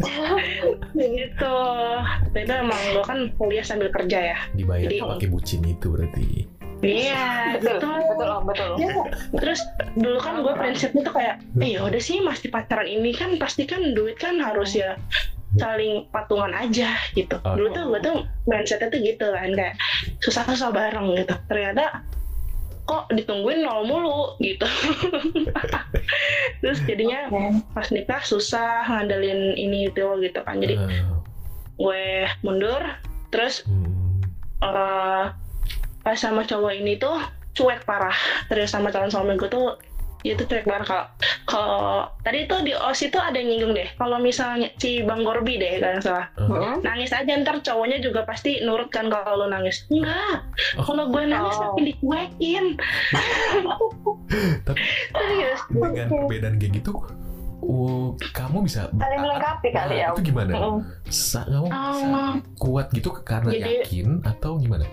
Speaker 4: Gitu. Itu emang gue kan kuliah sambil kerja ya.
Speaker 3: Dibayar
Speaker 4: Jadi-
Speaker 3: pakai bucin itu berarti.
Speaker 4: Iya,
Speaker 2: Betul.
Speaker 4: gitu.
Speaker 2: Betul om, betul.
Speaker 4: Ya, terus dulu kan gue prinsipnya tuh kayak, eh ya udah sih masih pacaran ini kan pasti kan duit kan harus ya saling patungan aja gitu.
Speaker 3: Oh.
Speaker 4: Dulu tuh gue tuh mindsetnya tuh gitu kan, kayak susah-susah bareng gitu. Ternyata kok ditungguin nol mulu gitu. Terus jadinya pas nikah susah ngandelin ini itu gitu kan. Jadi
Speaker 3: Eh,
Speaker 4: gue mundur, terus
Speaker 3: hmm.
Speaker 4: uh, pas sama cowok ini tuh cuek parah. Terus sama calon suami gue tuh dia tuh cuek parah. Kalau kalau tadi tuh di O S itu ada yang nyinggung deh, kalau misalnya si Bang Gorbi deh kalau nggak salah,
Speaker 2: Hmm?
Speaker 4: nangis aja ntar cowoknya juga pasti nurut kan kalau lo nangis. Enggak,
Speaker 3: Oh.
Speaker 4: kalau gue nangis
Speaker 2: Oh.
Speaker 4: tapi dicuekin.
Speaker 3: Tapi
Speaker 4: Serius.
Speaker 3: dengan perbedaan kayak gitu, oh, kamu bisa
Speaker 2: Saling melengkapi kali ya.
Speaker 3: Itu gimana?
Speaker 2: Mm-mm.
Speaker 3: Sa- kamu bisa
Speaker 4: Oh,
Speaker 3: kuat gitu karena
Speaker 4: Jadi-
Speaker 3: yakin atau gimana?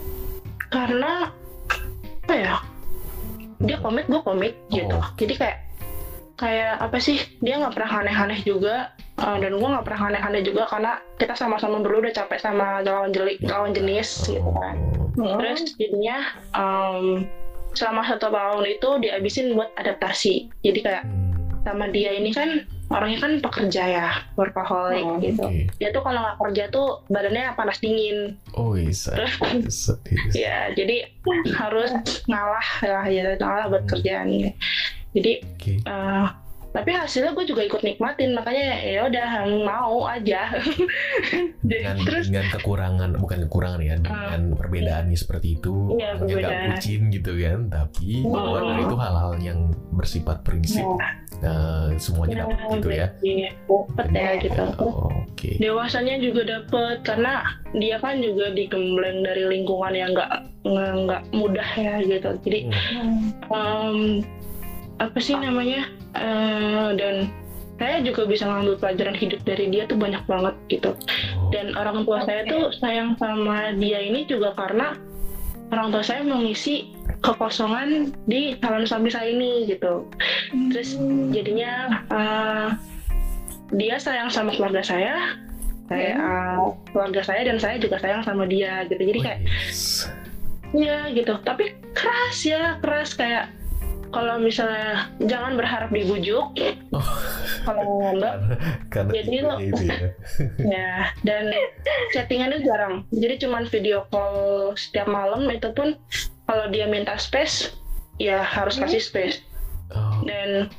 Speaker 4: karena apa ya? Dia komit, gue komit gitu.
Speaker 3: Oh.
Speaker 4: Jadi kayak kayak apa sih? Dia nggak pernah aneh-aneh juga, uh, dan gue nggak pernah aneh-aneh juga karena kita sama-sama berdua udah capek sama lawan jelik, lawan jenis gitu kan.
Speaker 3: Oh.
Speaker 2: Hmm.
Speaker 4: Terus jadinya um, selama satu tahun itu dihabisin buat adaptasi. Jadi kayak
Speaker 3: Hmm,
Speaker 4: sama dia ini kan orangnya kan pekerja ya, workaholic
Speaker 2: Hmm.
Speaker 4: gitu.
Speaker 3: Oke.
Speaker 4: Dia tuh kalau nggak kerja tuh badannya panas dingin.
Speaker 3: Oh, bisa. Bisa.
Speaker 4: Ya, jadi harus ngalah ya, ya ngalah buat kerjaan. Jadi
Speaker 3: Oke.
Speaker 4: eh, tapi hasilnya gue juga ikut nikmatin, makanya ya udah mau aja.
Speaker 3: Dengan,
Speaker 4: Terus
Speaker 3: dengan kekurangan, bukan kekurangan ya, dengan perbedaannya seperti itu,
Speaker 4: Iya,
Speaker 3: orangnya nggak
Speaker 4: perbedaan.
Speaker 3: bucin gitu kan, tapi
Speaker 4: Hmm.
Speaker 3: keluar dari itu hal-hal yang bersifat prinsip, eh, semuanya dapat gitu ya.
Speaker 4: Iya, dapet ya gitu. Terus
Speaker 3: Oh, Oke.
Speaker 4: dewasanya juga dapet karena dia kan juga digembleng dari lingkungan yang nggak nggak nggak mudah ya gitu. Jadi
Speaker 3: Hmm.
Speaker 4: em, apa sih namanya, Eh, dan saya juga bisa ngambil pelajaran hidup dari dia tuh banyak banget gitu.
Speaker 3: Oh.
Speaker 4: Dan orang tua saya tuh sayang sama dia ini juga karena orang tua saya mengisi kekosongan di calon suami saya ini gitu. Terus jadinya eh, dia sayang sama keluarga saya, saya eh, keluarga saya dan saya juga sayang sama dia gitu. Jadi kayak
Speaker 3: Wis.
Speaker 4: ya gitu. Tapi keras ya, keras kayak kalau misalnya jangan berharap dibujuk.
Speaker 3: Oh.
Speaker 4: Kalau enggak
Speaker 3: Karena
Speaker 4: Jadi
Speaker 3: tipenya
Speaker 4: lo-
Speaker 3: itu ya.
Speaker 4: ya, dan chattingannya jarang. Jadi cuman video call setiap malam, itu pun kalau dia minta space ya harus kasih space.
Speaker 3: Oh.
Speaker 4: Dan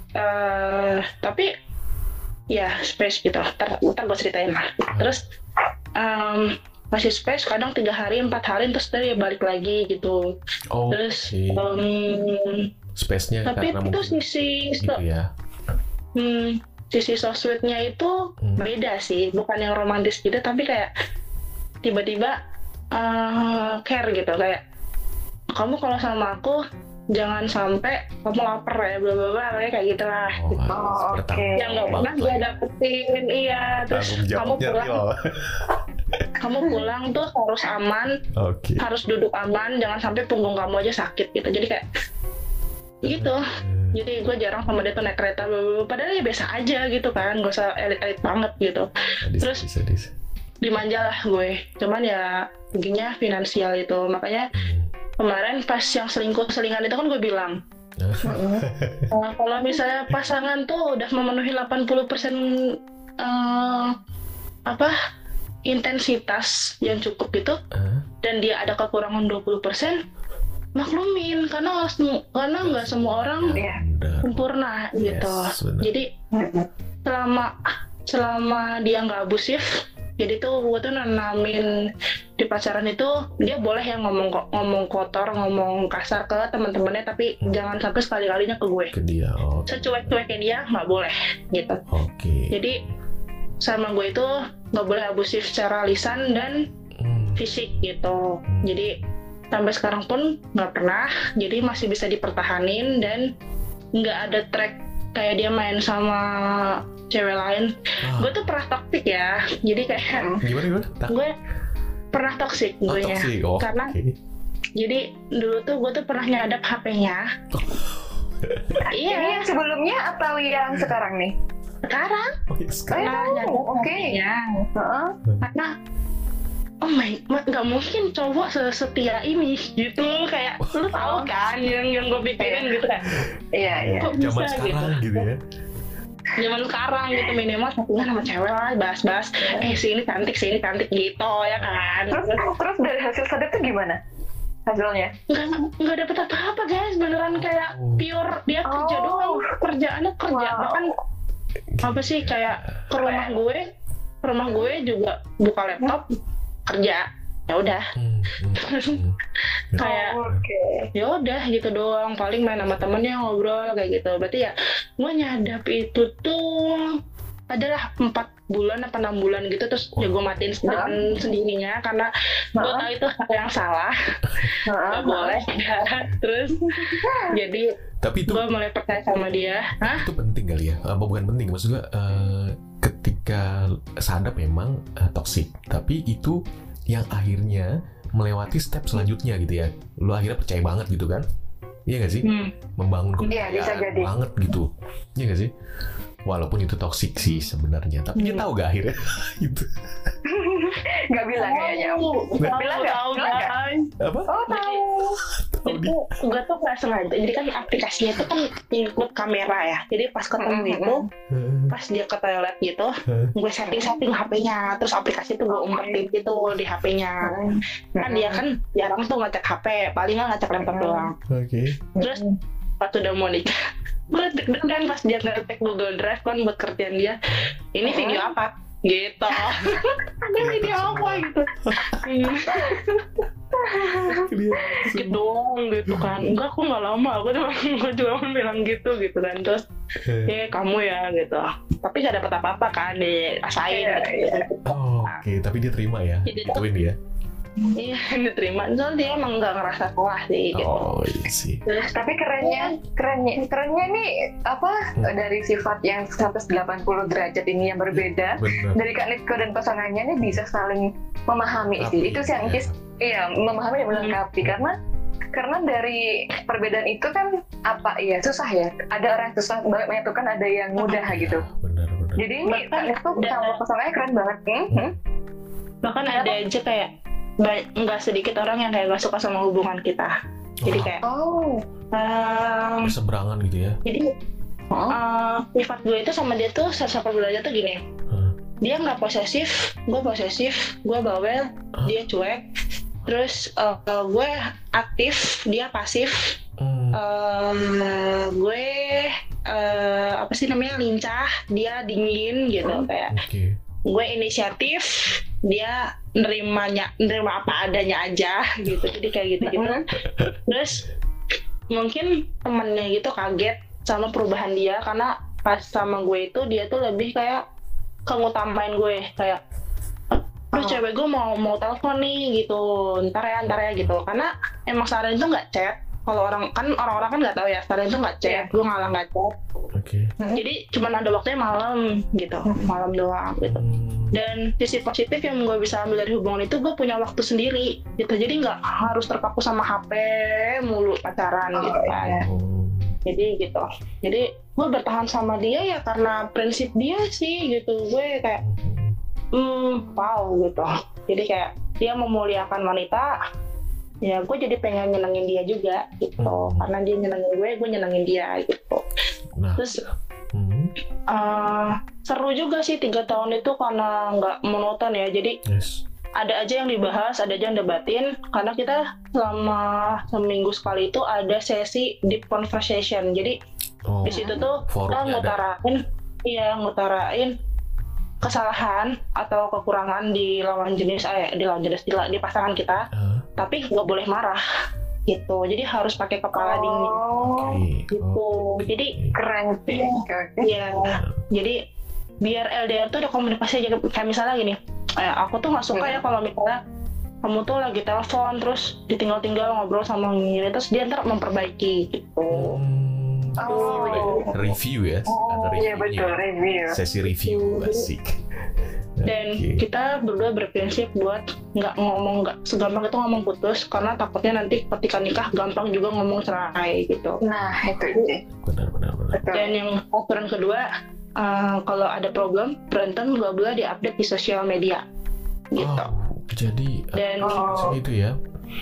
Speaker 4: eh tapi ya space gitu. Ntar, ntar gue ceritain lah. Terus em, kasih space kadang tiga hari empat hari terus dia balik lagi gitu.
Speaker 3: Oh,
Speaker 4: Terus
Speaker 3: oke.
Speaker 4: em,
Speaker 3: space-nya
Speaker 4: Tapi
Speaker 3: karena
Speaker 4: itu
Speaker 3: mungkin
Speaker 4: sisi
Speaker 3: gitu ya.
Speaker 4: hmm, sisi so sweet-nya itu
Speaker 3: Hmm.
Speaker 4: beda sih, bukan yang romantis gitu, tapi kayak tiba-tiba uh, care gitu, kayak kamu kalau sama aku jangan sampai kamu lapar ya, bla bla bla, kayak gitulah.
Speaker 3: Oh,
Speaker 2: Oh,
Speaker 3: harus
Speaker 2: oke.
Speaker 3: bertanggung
Speaker 4: Yang nggak
Speaker 3: jawab
Speaker 4: pernah
Speaker 3: lah
Speaker 4: gue
Speaker 3: ya.
Speaker 4: dapetin, iya. Terus
Speaker 3: Tanggung
Speaker 4: kamu
Speaker 3: jawabnya
Speaker 4: pulang,
Speaker 3: real.
Speaker 4: kamu pulang tuh harus aman,
Speaker 3: Oke.
Speaker 4: harus duduk aman, jangan sampai punggung kamu aja sakit gitu. Jadi kayak gitu.
Speaker 3: Hmm.
Speaker 4: Jadi gue jarang sama dia tuh naik kereta, bla bla bla. Padahal ya biasa aja gitu kan, gak usah elit-elit banget gitu.
Speaker 3: Sadis,
Speaker 4: Terus
Speaker 3: sadis, sadis.
Speaker 4: dimanja lah gue, cuman ya begini finansial itu. Makanya
Speaker 3: Hmm.
Speaker 4: kemarin pas yang selingkuh-selingan itu kan gue bilang, nah, kalau misalnya pasangan tuh udah memenuhi delapan puluh persen eh, apa intensitas yang cukup gitu,
Speaker 3: Hah?
Speaker 4: dan dia ada kekurangan dua puluh persen, maklumin, karena nggak semu- karena nggak semua orang
Speaker 2: Iya.
Speaker 3: Benar.
Speaker 4: sempurna gitu.
Speaker 3: Yes, benar.
Speaker 4: Jadi selama selama dia nggak abusif, jadi tuh gue tuh nanamin di pacaran itu dia boleh yang ngomong ko- ngomong kotor, ngomong kasar ke teman-temannya, tapi
Speaker 3: Hmm.
Speaker 4: jangan sampai sekali-kalinya ke gue.
Speaker 3: Ke dia. Oh, Oke.
Speaker 4: Secuek-cueknya dia nggak boleh gitu.
Speaker 3: Oke.
Speaker 4: Jadi sama gue itu nggak boleh abusif secara lisan dan
Speaker 3: Hmm.
Speaker 4: fisik gitu. Jadi sampai sekarang pun nggak pernah, jadi masih bisa dipertahanin dan nggak ada track kayak dia main sama cewek lain.
Speaker 3: Ah,
Speaker 4: Gue tuh pernah toksik ya, jadi kayak
Speaker 3: gimana gimana? Tak-
Speaker 4: gue pernah toksik
Speaker 3: oh,
Speaker 4: gue nya.
Speaker 3: toxic. Oh,
Speaker 4: Karena
Speaker 3: oke.
Speaker 4: jadi dulu tuh gue tuh pernah nyadap H P-nya.
Speaker 2: Ini
Speaker 4: Iya,
Speaker 2: yang sebelumnya atau yang sekarang nih?
Speaker 4: sekarang
Speaker 3: Oh, ya, sekarang.
Speaker 4: pernah
Speaker 2: Oh,
Speaker 4: nyadap
Speaker 2: oke.
Speaker 4: H P-nya.
Speaker 2: Heeh.
Speaker 4: Karena oh my, nggak mungkin cowok sesetia ini gitu, kayak lu tahu kan yang yang gue pikirin gitu kan.
Speaker 2: Iya, iya.
Speaker 4: Kok bisa
Speaker 3: Zaman sekarang
Speaker 4: gitu?
Speaker 3: gitu ya.
Speaker 4: Zaman sekarang gitu minimal satunya sama cewek lah, bahas-bahas eh si ini cantik, si ini cantik gitu ya kan.
Speaker 2: Terus terus dari hasil sadap tuh gimana? Hasilnya?
Speaker 4: Nggak, nggak dapet apa-apa guys, beneran kayak
Speaker 3: Oh.
Speaker 4: pure dia kerja
Speaker 2: Oh.
Speaker 4: doang, kerjaannya kerja.
Speaker 2: Wow.
Speaker 4: Bahkan apa sih, kayak ke rumah gue, ke rumah gue juga buka laptop kerja, ya udah.
Speaker 3: Hmm, hmm, hmm.
Speaker 4: Kayak
Speaker 2: Oh, oke.
Speaker 4: ya udah gitu doang, paling main sama temennya ngobrol kayak gitu. Berarti ya gue nyadap itu tuh adalah empat bulan apa enam bulan gitu, terus ya gue matiin dengan sendirinya karena gue
Speaker 2: Hah?
Speaker 4: tahu itu hal yang salah,
Speaker 2: Heeh.
Speaker 4: nggak boleh. Terus jadi
Speaker 3: Tapi itu
Speaker 4: gue mulai percaya sama dia. Hah?
Speaker 3: itu penting kali ya. Apa bukan penting? Maksud gue eh, ketika sadap memang eh, toksik, tapi itu yang akhirnya melewati step selanjutnya gitu ya. Lu akhirnya percaya banget gitu kan? Iya nggak sih?
Speaker 4: Hmm.
Speaker 3: Membangun
Speaker 2: Iya, bisa
Speaker 3: kepercayaan
Speaker 2: jadi.
Speaker 3: banget gitu. Iya nggak sih? Walaupun itu toksik sih sebenarnya, tapi dia
Speaker 2: Hmm.
Speaker 3: tahu gak akhirnya gitu.
Speaker 2: Nggak bilang kayaknya.
Speaker 4: Tahu,
Speaker 2: Bilang
Speaker 4: tahu,
Speaker 2: nggak?
Speaker 4: tahu,
Speaker 2: Bilang nggak?
Speaker 4: guys.
Speaker 3: Apa?
Speaker 2: Oh, tahu.
Speaker 3: Tahu
Speaker 4: Jadi
Speaker 3: dia.
Speaker 4: gue tuh nggak sengaja. Jadi kan aplikasinya itu kan include kamera ya. Jadi pas ketemu
Speaker 2: Mm-mm.
Speaker 4: itu, pas dia ke toilet gitu, gue setting-setting H P-nya, terus aplikasi itu gue umpetin gitu di H P-nya. Kan dia kan jarang tuh ngecek H P, paling nggak ngecek laptop doang.
Speaker 3: Oke.
Speaker 4: Terus pas udah mau nikah, gue deg-degan pas dia ngecek Google Drive kan buat kerjaan dia. Ini video apa? Gitu. Ada video apa gitu? Gitu doang gitu kan. Enggak, aku nggak lama, aku cuma gue cuma bilang gitu gitu kan. Terus ya kamu ya gitu, tapi gak dapet apa-apa kan, dirasain
Speaker 2: Iya,
Speaker 4: gitu.
Speaker 3: Oh, oke, tapi dia terima ya.
Speaker 4: Jadi-
Speaker 3: Gituin dia.
Speaker 4: Iya, diterima. Soalnya dia emang gak ngerasa salah sih gitu.
Speaker 3: Oh, iya sih.
Speaker 4: Terus
Speaker 2: Tapi kerennya, kerennya, kerennya nih apa
Speaker 3: Hmm.
Speaker 2: dari sifat yang seratus delapan puluh derajat ini yang berbeda
Speaker 3: Bener.
Speaker 2: dari Kak Nitko dan pasangannya nih bisa saling memahami
Speaker 3: Tapi,
Speaker 2: sih. Itu sih yang
Speaker 3: ya.
Speaker 2: Cis, iya memahami dan melengkapi karena karena dari perbedaan itu kan apa ya susah ya. Ada orang yang susah banget menyatukan, ada yang mudah gitu.
Speaker 3: Bener, bener.
Speaker 2: Jadi ini
Speaker 4: Bahkan
Speaker 2: Kak Nitko
Speaker 4: ada-
Speaker 2: sama pasangannya keren banget. Hmm? Hmm?
Speaker 4: bahkan ada aja kayak ba- nggak sedikit orang yang kayak gak suka sama hubungan kita. Jadi kayak
Speaker 2: Oh.
Speaker 4: ehm,
Speaker 3: Berseberangan gitu ya.
Speaker 4: jadi
Speaker 2: Oh.
Speaker 4: eh, sifat gue itu sama dia tuh satu belajar tuh gini.
Speaker 3: Hah?
Speaker 4: Dia nggak posesif, gue posesif, gue bawel,
Speaker 3: Hah?
Speaker 4: dia cuek. Terus eh, gue aktif, dia pasif.
Speaker 3: Hmm.
Speaker 4: Em, gue eh, apa sih namanya, lincah, dia dingin gitu. Kayak
Speaker 3: Oke.
Speaker 4: gue inisiatif, dia nerimanya nerima apa adanya aja gitu. Jadi kayak gitu gitu.
Speaker 2: Hmm.
Speaker 4: Terus mungkin temennya gitu kaget sama perubahan dia, karena pas sama gue itu dia tuh lebih kayak ngutamain gue, kayak terus
Speaker 2: Oh.
Speaker 4: cewek gue mau mau telepon nih gitu, ntar ya ntar ya gitu, karena emang seharian itu nggak chat. Kalau orang kan orang-orang kan nggak tahu ya, seharian itu nggak chat, gue ngalah nggak chat,
Speaker 3: Oke.
Speaker 4: jadi cuman ada waktunya malam gitu, malam doang gitu.
Speaker 3: Hmm.
Speaker 4: Dan sisi positif yang gue bisa ambil dari hubungan itu, gue punya waktu sendiri gitu, jadi nggak harus terpaku sama H P mulu pacaran
Speaker 2: Oh,
Speaker 4: gitu kan.
Speaker 2: iya.
Speaker 3: Oh.
Speaker 4: Jadi gitu, jadi gue bertahan sama dia ya karena prinsip dia sih gitu. Gue kayak hmm wow gitu, jadi kayak dia memuliakan wanita, ya gue jadi pengen nyenengin dia juga gitu.
Speaker 3: Hmm.
Speaker 4: Karena dia nyenengin gue, gue nyenengin dia gitu.
Speaker 3: Nah.
Speaker 4: Terus
Speaker 3: Hmm.
Speaker 4: uh, seru juga sih tiga tahun itu karena nggak monoton ya, jadi
Speaker 3: Yes.
Speaker 4: ada aja yang dibahas, ada aja yang debatin, karena kita selama seminggu sekali itu ada sesi deep conversation. Jadi
Speaker 3: Oh.
Speaker 4: di situ tuh kita
Speaker 3: Forumnya ada.
Speaker 4: ngutarain, iya ngutarain kesalahan atau kekurangan di lawan jenis, eh di lawan jenis di, di pasangan kita,
Speaker 3: Ah,
Speaker 4: tapi nggak boleh marah gitu. Jadi harus pakai kepala dingin
Speaker 2: Oh,
Speaker 3: Oke.
Speaker 4: gitu.
Speaker 3: Oh.
Speaker 4: Jadi
Speaker 2: keren sih. Oke, oke.
Speaker 4: ya, jadi biar L D R tuh ada komunikasi aja, kayak misalnya gini, eh, aku tuh nggak suka ya kalau misalnya kamu tuh lagi telepon terus ditinggal-tinggal ngobrol sama gini, terus dia ntar memperbaiki gitu.
Speaker 3: Hmm.
Speaker 2: Oh,
Speaker 3: Review ya. Ada
Speaker 2: iya betul,
Speaker 3: reviewnya.
Speaker 2: review.
Speaker 3: Sesi review asik.
Speaker 4: Dan
Speaker 3: Oke.
Speaker 4: kita berdua berprinsip buat nggak ngomong nggak segampang itu ngomong putus, karena takutnya nanti ketika nikah gampang juga ngomong cerai gitu.
Speaker 2: Nah, itu sih.
Speaker 3: Benar benar benar.
Speaker 2: Betul.
Speaker 4: Dan yang aturan kedua, uh, kalau ada problem berantem nggak boleh diupdate di sosial media gitu.
Speaker 3: Oh, jadi
Speaker 4: Dan
Speaker 2: Oh.
Speaker 3: segitu ya.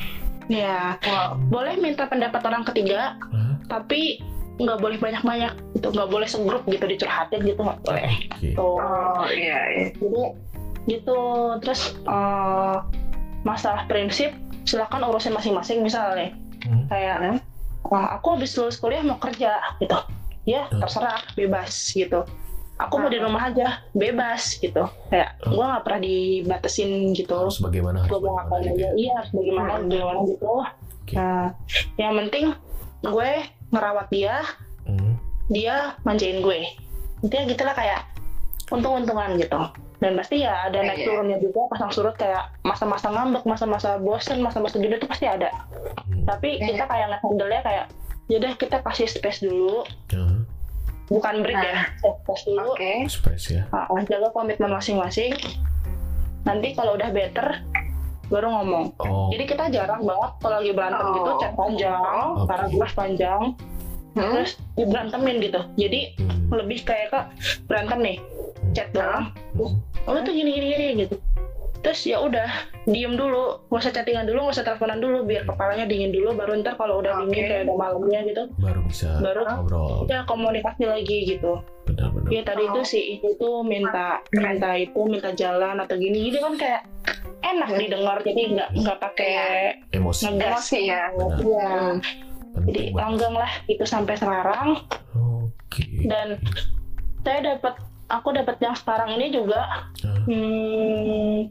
Speaker 4: ya
Speaker 2: Wow.
Speaker 4: boleh minta pendapat orang ketiga,
Speaker 3: Hah?
Speaker 4: tapi nggak boleh banyak-banyak gitu, nggak boleh segrup gitu dicurhatin gitu, nggak boleh.
Speaker 3: Oke.
Speaker 4: Tuh.
Speaker 2: Oh, iya, iya.
Speaker 4: Jadi gitu. Terus uh, masalah prinsip silakan urusin masing-masing. Misalnya
Speaker 3: Hmm.
Speaker 4: kayak wah, aku habis lulus kuliah mau kerja gitu, ya
Speaker 3: Hmm.
Speaker 4: terserah, bebas gitu. Aku mau di rumah aja, bebas gitu. Kayak
Speaker 3: Hmm.
Speaker 4: gue nggak pernah dibatasin gitu.
Speaker 3: Harus bagaimana? Harus
Speaker 4: Gue mau
Speaker 3: bagaimana
Speaker 4: ngapain
Speaker 3: gitu
Speaker 4: aja,
Speaker 3: ya?
Speaker 4: iya harus bagaimana, bagaimana gitu.
Speaker 3: Oke.
Speaker 4: Nah, yang penting gue ngerawat dia,
Speaker 3: Hmm.
Speaker 4: dia manjain gue. Intinya gitulah, kayak untung-untungan gitu. Dan pasti ya ada
Speaker 2: Iya,
Speaker 4: naik
Speaker 2: iya.
Speaker 4: turunnya juga, pasang surut, kayak masa-masa ngambek, masa-masa bosen, masa-masa gini tuh pasti ada.
Speaker 3: Hmm.
Speaker 4: Tapi
Speaker 2: Iya.
Speaker 4: kita kayak nge-handle-nya kayak yaudah kita kasih space dulu,
Speaker 3: Ah,
Speaker 4: bukan break ya, space dulu.
Speaker 2: Oke.
Speaker 3: space ya.
Speaker 4: Nah, jaga komitmen masing-masing. Nanti kalau udah better baru ngomong.
Speaker 3: Oh.
Speaker 4: Jadi kita jarang banget kalau lagi berantem
Speaker 2: Oh.
Speaker 4: gitu, chat panjang,
Speaker 3: Oke.
Speaker 4: paragraf panjang,
Speaker 2: Hmm?
Speaker 4: terus diberantemin gitu. Jadi
Speaker 3: Hmm.
Speaker 4: lebih kayak ke berantem nih, chat doang.
Speaker 3: Hmm.
Speaker 4: Oh itu gini gini gini gitu. Terus ya udah diem dulu, nggak usah chattingan dulu, nggak usah teleponan dulu, biar kepalanya dingin dulu. Baru ntar kalau udah
Speaker 2: Oke.
Speaker 4: dingin kayak udah malamnya gitu,
Speaker 3: Baru bisa
Speaker 4: Baru-
Speaker 3: ngobrol.
Speaker 4: ya komunikasi lagi gitu.
Speaker 3: Benar-benar.
Speaker 4: Ya tadi itu si itu tuh minta minta itu minta jalan atau gini, jadi kan kayak enak didengar, jadi nggak nggak pakai
Speaker 3: Emosi.
Speaker 4: ngegas.
Speaker 2: Emosi ya.
Speaker 3: Benar.
Speaker 4: Iya. Jadi
Speaker 3: Penting banget.
Speaker 4: langgeng lah itu sampai sekarang.
Speaker 3: Oke.
Speaker 4: Dan saya dapat aku dapat yang sekarang ini juga
Speaker 3: Ah,
Speaker 4: hmm,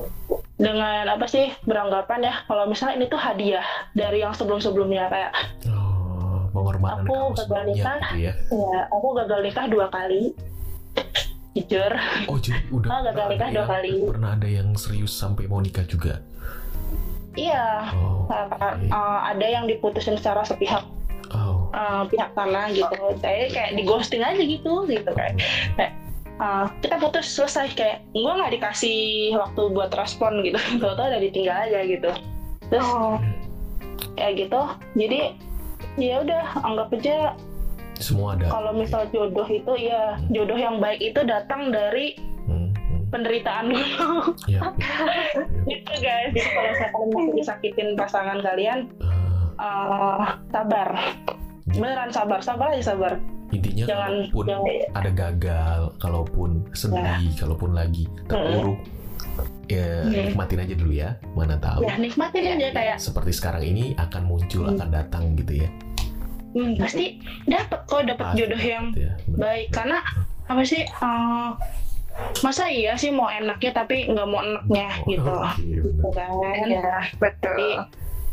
Speaker 4: dengan apa sih, beranggapan ya kalau misalnya ini tuh hadiah dari yang sebelum-sebelumnya, kayak
Speaker 3: oh, pengorbanan
Speaker 4: Aku
Speaker 3: kamu
Speaker 4: gagal
Speaker 3: sebelumnya
Speaker 4: nikah.
Speaker 3: gitu ya.
Speaker 4: ya aku gagal nikah dua kali, jujur.
Speaker 3: Oh, jadi udah
Speaker 4: Oh, gagal
Speaker 3: pernah
Speaker 4: nikah
Speaker 3: ada
Speaker 4: dua
Speaker 3: yang-
Speaker 4: kali.
Speaker 3: Pernah ada yang serius sampai mau nikah juga.
Speaker 4: Iya,
Speaker 3: Oh.
Speaker 4: uh,
Speaker 3: oke.
Speaker 4: uh, ada yang diputusin secara sepihak,
Speaker 3: Oh.
Speaker 4: uh, pihak sana gitu. Saya kayak di ghosting aja gitu, gitu kayak uh, kita putus selesai, kayak gue nggak dikasih waktu buat respon gitu, tau-tau udah ditinggal aja gitu. Terus
Speaker 2: Oh,
Speaker 4: kayak gitu, jadi ya udah anggap aja
Speaker 3: Semua ada.
Speaker 4: kalau misal jodoh itu ya jodoh yang baik itu datang dari
Speaker 3: Hmm, hmm.
Speaker 4: penderitaan dulu.
Speaker 3: Ya. ya.
Speaker 4: Gitu guys. Jadi kalau misalkan masih disakitin pasangan kalian,
Speaker 3: Ah,
Speaker 4: uh, sabar, beneran sabar, sabar aja sabar.
Speaker 3: intinya
Speaker 4: Jangan-
Speaker 3: kalaupun
Speaker 4: jangan-
Speaker 3: ada gagal, kalaupun sedih, kalaupun lagi terpuruk, ya
Speaker 4: Hmm.
Speaker 3: nikmatin aja dulu ya. Mana tahu.
Speaker 4: Ya nikmatin
Speaker 2: Iya,
Speaker 4: aja, kayak
Speaker 3: Seperti sekarang ini akan muncul,
Speaker 4: Hmm.
Speaker 3: akan datang gitu ya.
Speaker 4: hmm, pasti dapet kok, dapet
Speaker 3: Pasti
Speaker 4: jodoh yang
Speaker 3: ya, benar.
Speaker 4: baik. Karena apa sih, uh, masa iya sih mau enaknya tapi nggak mau enaknya
Speaker 3: Oh,
Speaker 4: gitu,
Speaker 3: oke,
Speaker 4: gitu
Speaker 3: benar.
Speaker 4: kan.
Speaker 2: iya, betul.
Speaker 4: Jadi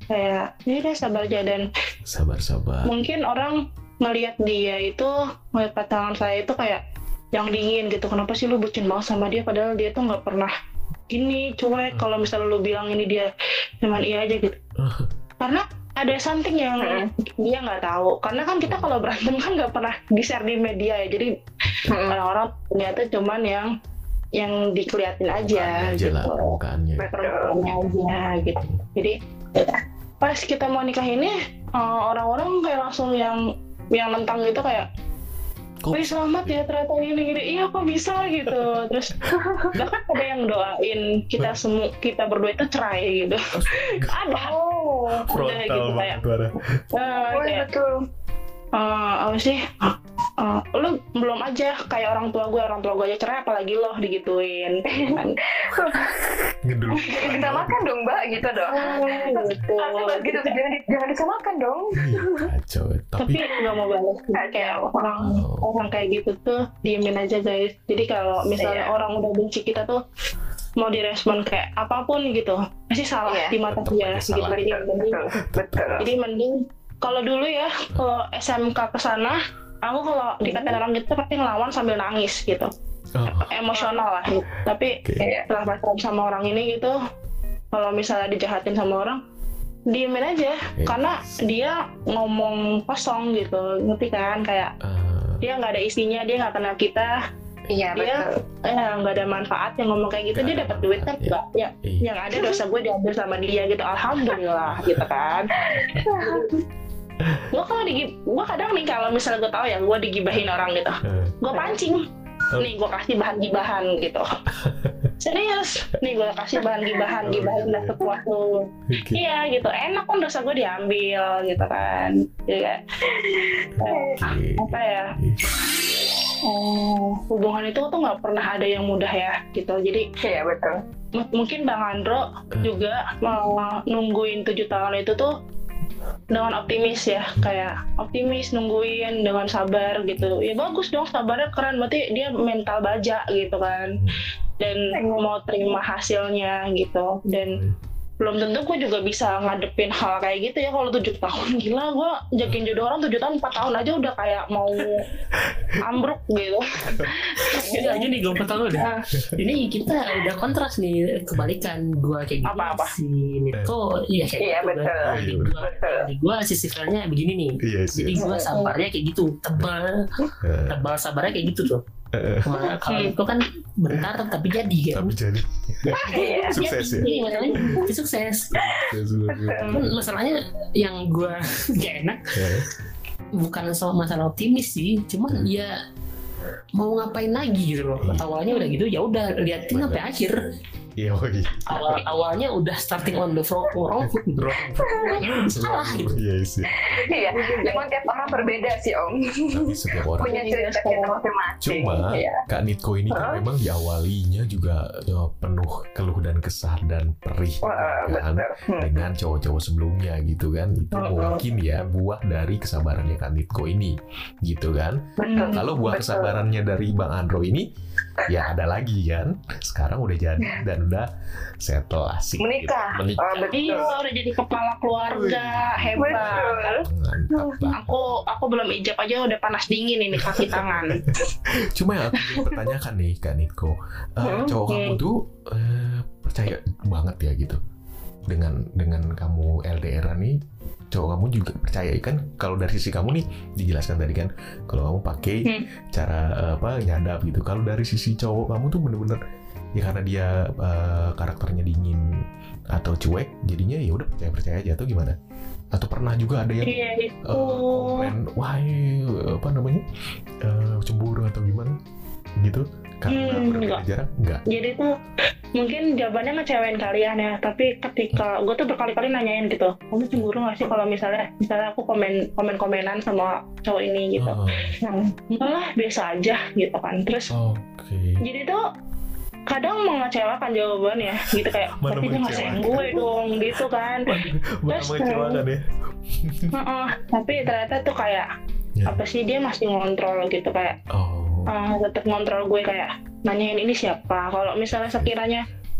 Speaker 4: kayak ini deh sabar aja. Dan
Speaker 3: Sabar-sabar.
Speaker 4: mungkin orang ngelihat dia itu, ngelihat pasangan saya itu kayak yang dingin gitu. Kenapa sih lu bucin banget sama dia, padahal dia tuh nggak pernah gini cuek. Kalau misalnya lu bilang ini dia cuman iya aja gitu. Karena ada something yang dia nggak tahu. Karena kan kita kalau berantem kan nggak pernah di-share di media ya. Jadi orang-orang ternyata cuman yang yang dikeliatin aja
Speaker 3: Aja
Speaker 4: gitu.
Speaker 3: lah permukaannya.
Speaker 4: Permukaannya aja gitu. Jadi pas kita mau nikah ini uh, orang-orang kayak langsung yang yang mentang gitu kayak,
Speaker 3: Kok-
Speaker 4: wih selamat ya ternyata ini gini, iya kok bisa gitu. Terus bahkan ada yang doain kita semua, kita berdua itu cerai gitu. Ada,
Speaker 2: Oh,
Speaker 4: ada gitu kayak,
Speaker 3: Tuara.
Speaker 4: uh,
Speaker 2: oh
Speaker 4: kayak
Speaker 2: betul.
Speaker 4: uh, apa sih? Uh, lu belum aja kayak orang tua gue, orang tua gue aja cerai apalagi lo digituin.
Speaker 3: Ngedul.
Speaker 2: Jangan disamakan dong mbak, gitu dong.
Speaker 4: gitu.
Speaker 2: Gitu, jangan, di- jangan disamakan dong.
Speaker 3: Iya, kacau.
Speaker 4: Tapi
Speaker 3: Tapi
Speaker 4: nggak mau balas kayak orang
Speaker 3: Oh.
Speaker 4: orang kayak gitu tuh diemin aja guys. Jadi kalau misalnya
Speaker 2: Iya.
Speaker 4: orang udah benci kita tuh mau direspon kayak apapun gitu pasti salah
Speaker 2: Iya.
Speaker 4: di mata
Speaker 3: Tetep
Speaker 4: dia
Speaker 3: aja
Speaker 4: gitu.
Speaker 3: salah.
Speaker 4: Jadi mending,
Speaker 2: Betul, betul.
Speaker 4: jadi mending kalau dulu ya kalau S M K kesana aku kalau dikatain orang gitu pasti ngelawan sambil nangis gitu,
Speaker 3: oh,
Speaker 4: emosional lah gitu. Tapi
Speaker 3: oke.
Speaker 4: setelah pacaran sama orang ini gitu, kalau misalnya dijahatin sama orang diemin aja
Speaker 3: Iya.
Speaker 4: karena dia ngomong kosong gitu, ngerti kan, kayak
Speaker 3: Ah,
Speaker 4: dia nggak ada isinya, dia nggak kenal kita,
Speaker 2: Iya
Speaker 4: dia
Speaker 2: betul.
Speaker 4: eh, nggak ada manfaat yang ngomong kayak gitu.
Speaker 3: Nggak
Speaker 4: Dia
Speaker 3: ada
Speaker 4: dapat duit kan
Speaker 3: manfaat,
Speaker 4: nggak, ya
Speaker 3: iya.
Speaker 4: yang ada dosa gue diambil sama dia gitu, alhamdulillah gitu kan. Gue kalau digi, gue kadang nih kalau misalnya gue tahu ya gue digibahin orang gitu,
Speaker 3: eh,
Speaker 4: gue pancing, nih gue kasih bahan gibahan gitu. Serius, nih gue kasih bahan gibahan, gibahin dah sepuas lu.
Speaker 3: oke.
Speaker 4: Iya gitu, enak kan dosa gue diambil gitu kan. Jadi kayak
Speaker 3: Oke.
Speaker 4: apa ya? Oh, hubungan itu tuh nggak pernah ada yang mudah ya gitu. Jadi
Speaker 2: Iya betul.
Speaker 4: m- mungkin Bang Andro juga mau nungguin tujuh tahun itu tuh dengan optimis ya, kayak optimis nungguin dengan sabar gitu. Ya bagus dong, sabarnya keren, berarti dia mental baja gitu kan, dan mau terima hasilnya gitu. Dan belum tentu gue juga bisa ngadepin hal kayak gitu ya kalau tujuh tahun. Gila, gue jagain jodoh orang tujuh tahun, empat tahun aja udah kayak mau ambruk gitu.
Speaker 5: Ini aja nih gue pertama udah. Ini kita udah kontras nih, kebalikan gua kayak gini.
Speaker 4: Apa-apa?
Speaker 5: Si Niko iya kayak
Speaker 2: Iya,
Speaker 5: gitu
Speaker 2: betul.
Speaker 5: kan. Di gua,
Speaker 2: Betul.
Speaker 5: di gua sisi-sisinya begini nih.
Speaker 3: Iya sih.
Speaker 5: Jadi gua sabarnya kayak gitu, tebal,
Speaker 3: Eh,
Speaker 5: tebal sabarnya kayak gitu tuh. Kemana kalau
Speaker 4: Hmm.
Speaker 5: itu kan bentar tapi jadi kan.
Speaker 3: Tapi jadi
Speaker 2: Iya.
Speaker 3: sukses ya.
Speaker 5: Iya, masalahnya itu sukses. Cuman masalahnya yang gua gak enak
Speaker 3: Ya.
Speaker 5: bukan soal masalah optimis sih, cuman ya mau ngapain lagi gitu loh. Awalnya udah gitu, ya udah liatin sampai akhir.
Speaker 3: Iya, oh iya.
Speaker 5: Awal awalnya udah starting on the wrong wrong foot gitu. Awalnya udah salah gitu.
Speaker 3: Iya sih.
Speaker 2: Iya. Emang tiap orang berbeda sih om.
Speaker 3: Tapi setiap orang.
Speaker 2: Punya cerita kita masing-masing.
Speaker 3: Cuma
Speaker 2: Iya.
Speaker 3: Kak Nitko ini kan memang diawalinya juga ya, penuh keluh dan kesah dan perih
Speaker 2: Wah,
Speaker 3: kan
Speaker 2: betul. Hmm.
Speaker 3: dengan cowok-cowok sebelumnya gitu kan. Itu
Speaker 2: Hmm.
Speaker 3: mungkin ya buah dari kesabarannya Kak Nitko ini gitu kan.
Speaker 2: Betul.
Speaker 3: Kalau buah
Speaker 2: Betul.
Speaker 3: kesabarannya dari Bang Andro ini ya ada lagi kan. Sekarang udah jadi dan udah settle asik
Speaker 2: Menikah.
Speaker 3: gitu. Menikah.
Speaker 2: Oh, betul.
Speaker 4: Iya, udah jadi kepala keluarga, hebat.
Speaker 2: Betul.
Speaker 3: Mantap banget.
Speaker 4: Aku aku belum ijab aja udah panas dingin ini kaki tangan.
Speaker 3: Cuma yang aku ingin pertanyakan nih Kak Nitko, eh,
Speaker 2: Hmm,
Speaker 3: cowok
Speaker 4: oke.
Speaker 3: kamu tuh eh, percaya banget ya gitu dengan dengan kamu L D R-an nih, cowok kamu juga percaya kan? Kalau dari sisi kamu nih dijelaskan tadi kan, kalau kamu pakai
Speaker 4: Hmm.
Speaker 3: cara eh, apa nyadap gitu. Kalau dari sisi cowok kamu tuh bener-bener ya karena dia eh, karakternya dingin atau cuek, jadinya ya udah percaya percaya aja atau gimana? Atau pernah juga ada yang
Speaker 4: Iya
Speaker 3: eh,
Speaker 4: itu.
Speaker 3: komen wah eh, apa namanya eh, cemburu atau gimana gitu karena
Speaker 4: Hmm,
Speaker 3: berbeda
Speaker 4: enggak.
Speaker 3: jarak enggak.
Speaker 4: Jadi tuh mungkin jawabannya ngecewain kalian ya, tapi ketika gue tuh berkali-kali nanyain gitu, kamu cemburu gak sih kalau misalnya misalnya aku komen komen komenan sama cowok ini gitu.
Speaker 3: Oh,
Speaker 4: Nah, enggak lah, biasa aja gitu kan. Terus
Speaker 3: oke.
Speaker 4: jadi tuh kadang mengecewakan jawabannya gitu kayak,
Speaker 3: Mana
Speaker 4: tapi dia nggak sayang
Speaker 3: mengecewakan.
Speaker 4: gue dong gitu kan.
Speaker 3: Mana
Speaker 4: Terus,
Speaker 3: mengecewakan ya.
Speaker 4: Heeh, tapi ternyata tuh kayak
Speaker 3: Ya.
Speaker 4: apa sih, dia masih ngontrol gitu kayak
Speaker 3: Oh.
Speaker 4: uh, tetap ngontrol gue, kayak nanyain ini siapa. Kalau misalnya sekiranya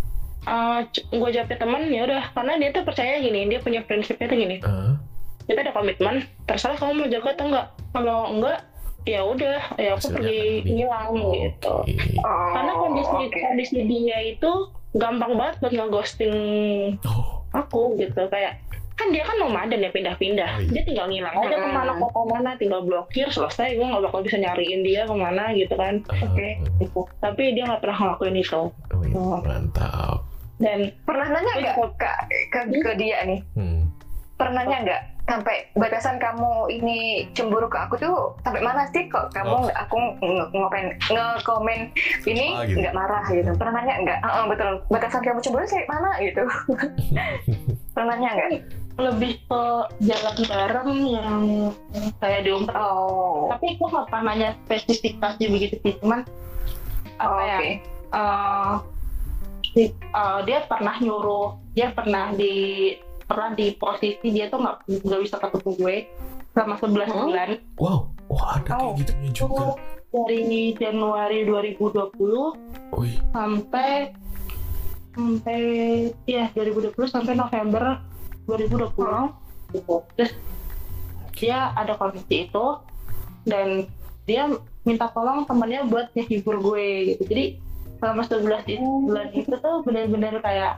Speaker 4: uh, gue jawabnya teman ya udah, karena dia tuh percaya gini, dia punya prinsipnya tuh gini,
Speaker 3: Uh,
Speaker 4: kita ada komitmen, terserah kamu mau jaga atau enggak, kalau enggak ya udah ya aku
Speaker 3: Hasilnya
Speaker 4: pergi
Speaker 3: akan lebih-
Speaker 4: ngilang gitu.
Speaker 3: oke.
Speaker 2: Oh,
Speaker 4: Karena kondisi
Speaker 2: oke.
Speaker 4: kondisi dia itu gampang banget buat nge-ghosting
Speaker 3: Oh,
Speaker 4: aku gitu, kayak kan dia kan nomaden ya, pindah-pindah,
Speaker 3: Oh, iya.
Speaker 4: dia tinggal ngilang aja
Speaker 2: Hmm.
Speaker 4: kemana kota mana, tinggal blokir selesai, gue nggak bakal bisa nyariin dia kemana gitu kan.
Speaker 3: uh,
Speaker 2: Oke.
Speaker 4: Gitu. Tapi dia nggak pernah ngelakuin itu.
Speaker 3: Oh, iya, mantap.
Speaker 4: Dan
Speaker 2: Pernah nanya nggak ke, ke, ke dia nih?
Speaker 3: Hmm.
Speaker 2: Pernah nanya nggak sampai batasan kamu ini cemburu ke aku tuh sampai mana sih kok kamu
Speaker 3: Oh.
Speaker 2: nggak aku nge- ngomen nge-komen ini
Speaker 3: Ah, gitu.
Speaker 2: nggak marah gitu? Pernah nanya nggak? Ah, ah, betul. Batasan kamu cemburu sampai mana gitu? Pernah nanya nggak?
Speaker 4: lebih ke jalan bareng yang kayak diumpat.
Speaker 2: Oh.
Speaker 4: Tapi gue nggak pernah nanya spesifikasi begitu sih, cuman apa ya?
Speaker 2: Oke.
Speaker 4: eh, si- eh, dia pernah nyuruh, dia pernah di pernah di posisi dia tuh nggak nggak bisa ketemu gue selama sebelas
Speaker 2: Hmm.
Speaker 4: bulan.
Speaker 3: Wow, wah ada kayak
Speaker 2: Oh.
Speaker 3: gitunya juga.
Speaker 4: Itu dari Januari dua ribu dua puluh
Speaker 3: Wih,
Speaker 4: sampai sampai ya dua ribu dua puluh sampai November dua ribu dua puluh gitu. Terus dia ada kondisi itu dan dia minta tolong temannya buat ngehibur gue gitu. Jadi selama sebelas bulan itu tuh benar-benar kayak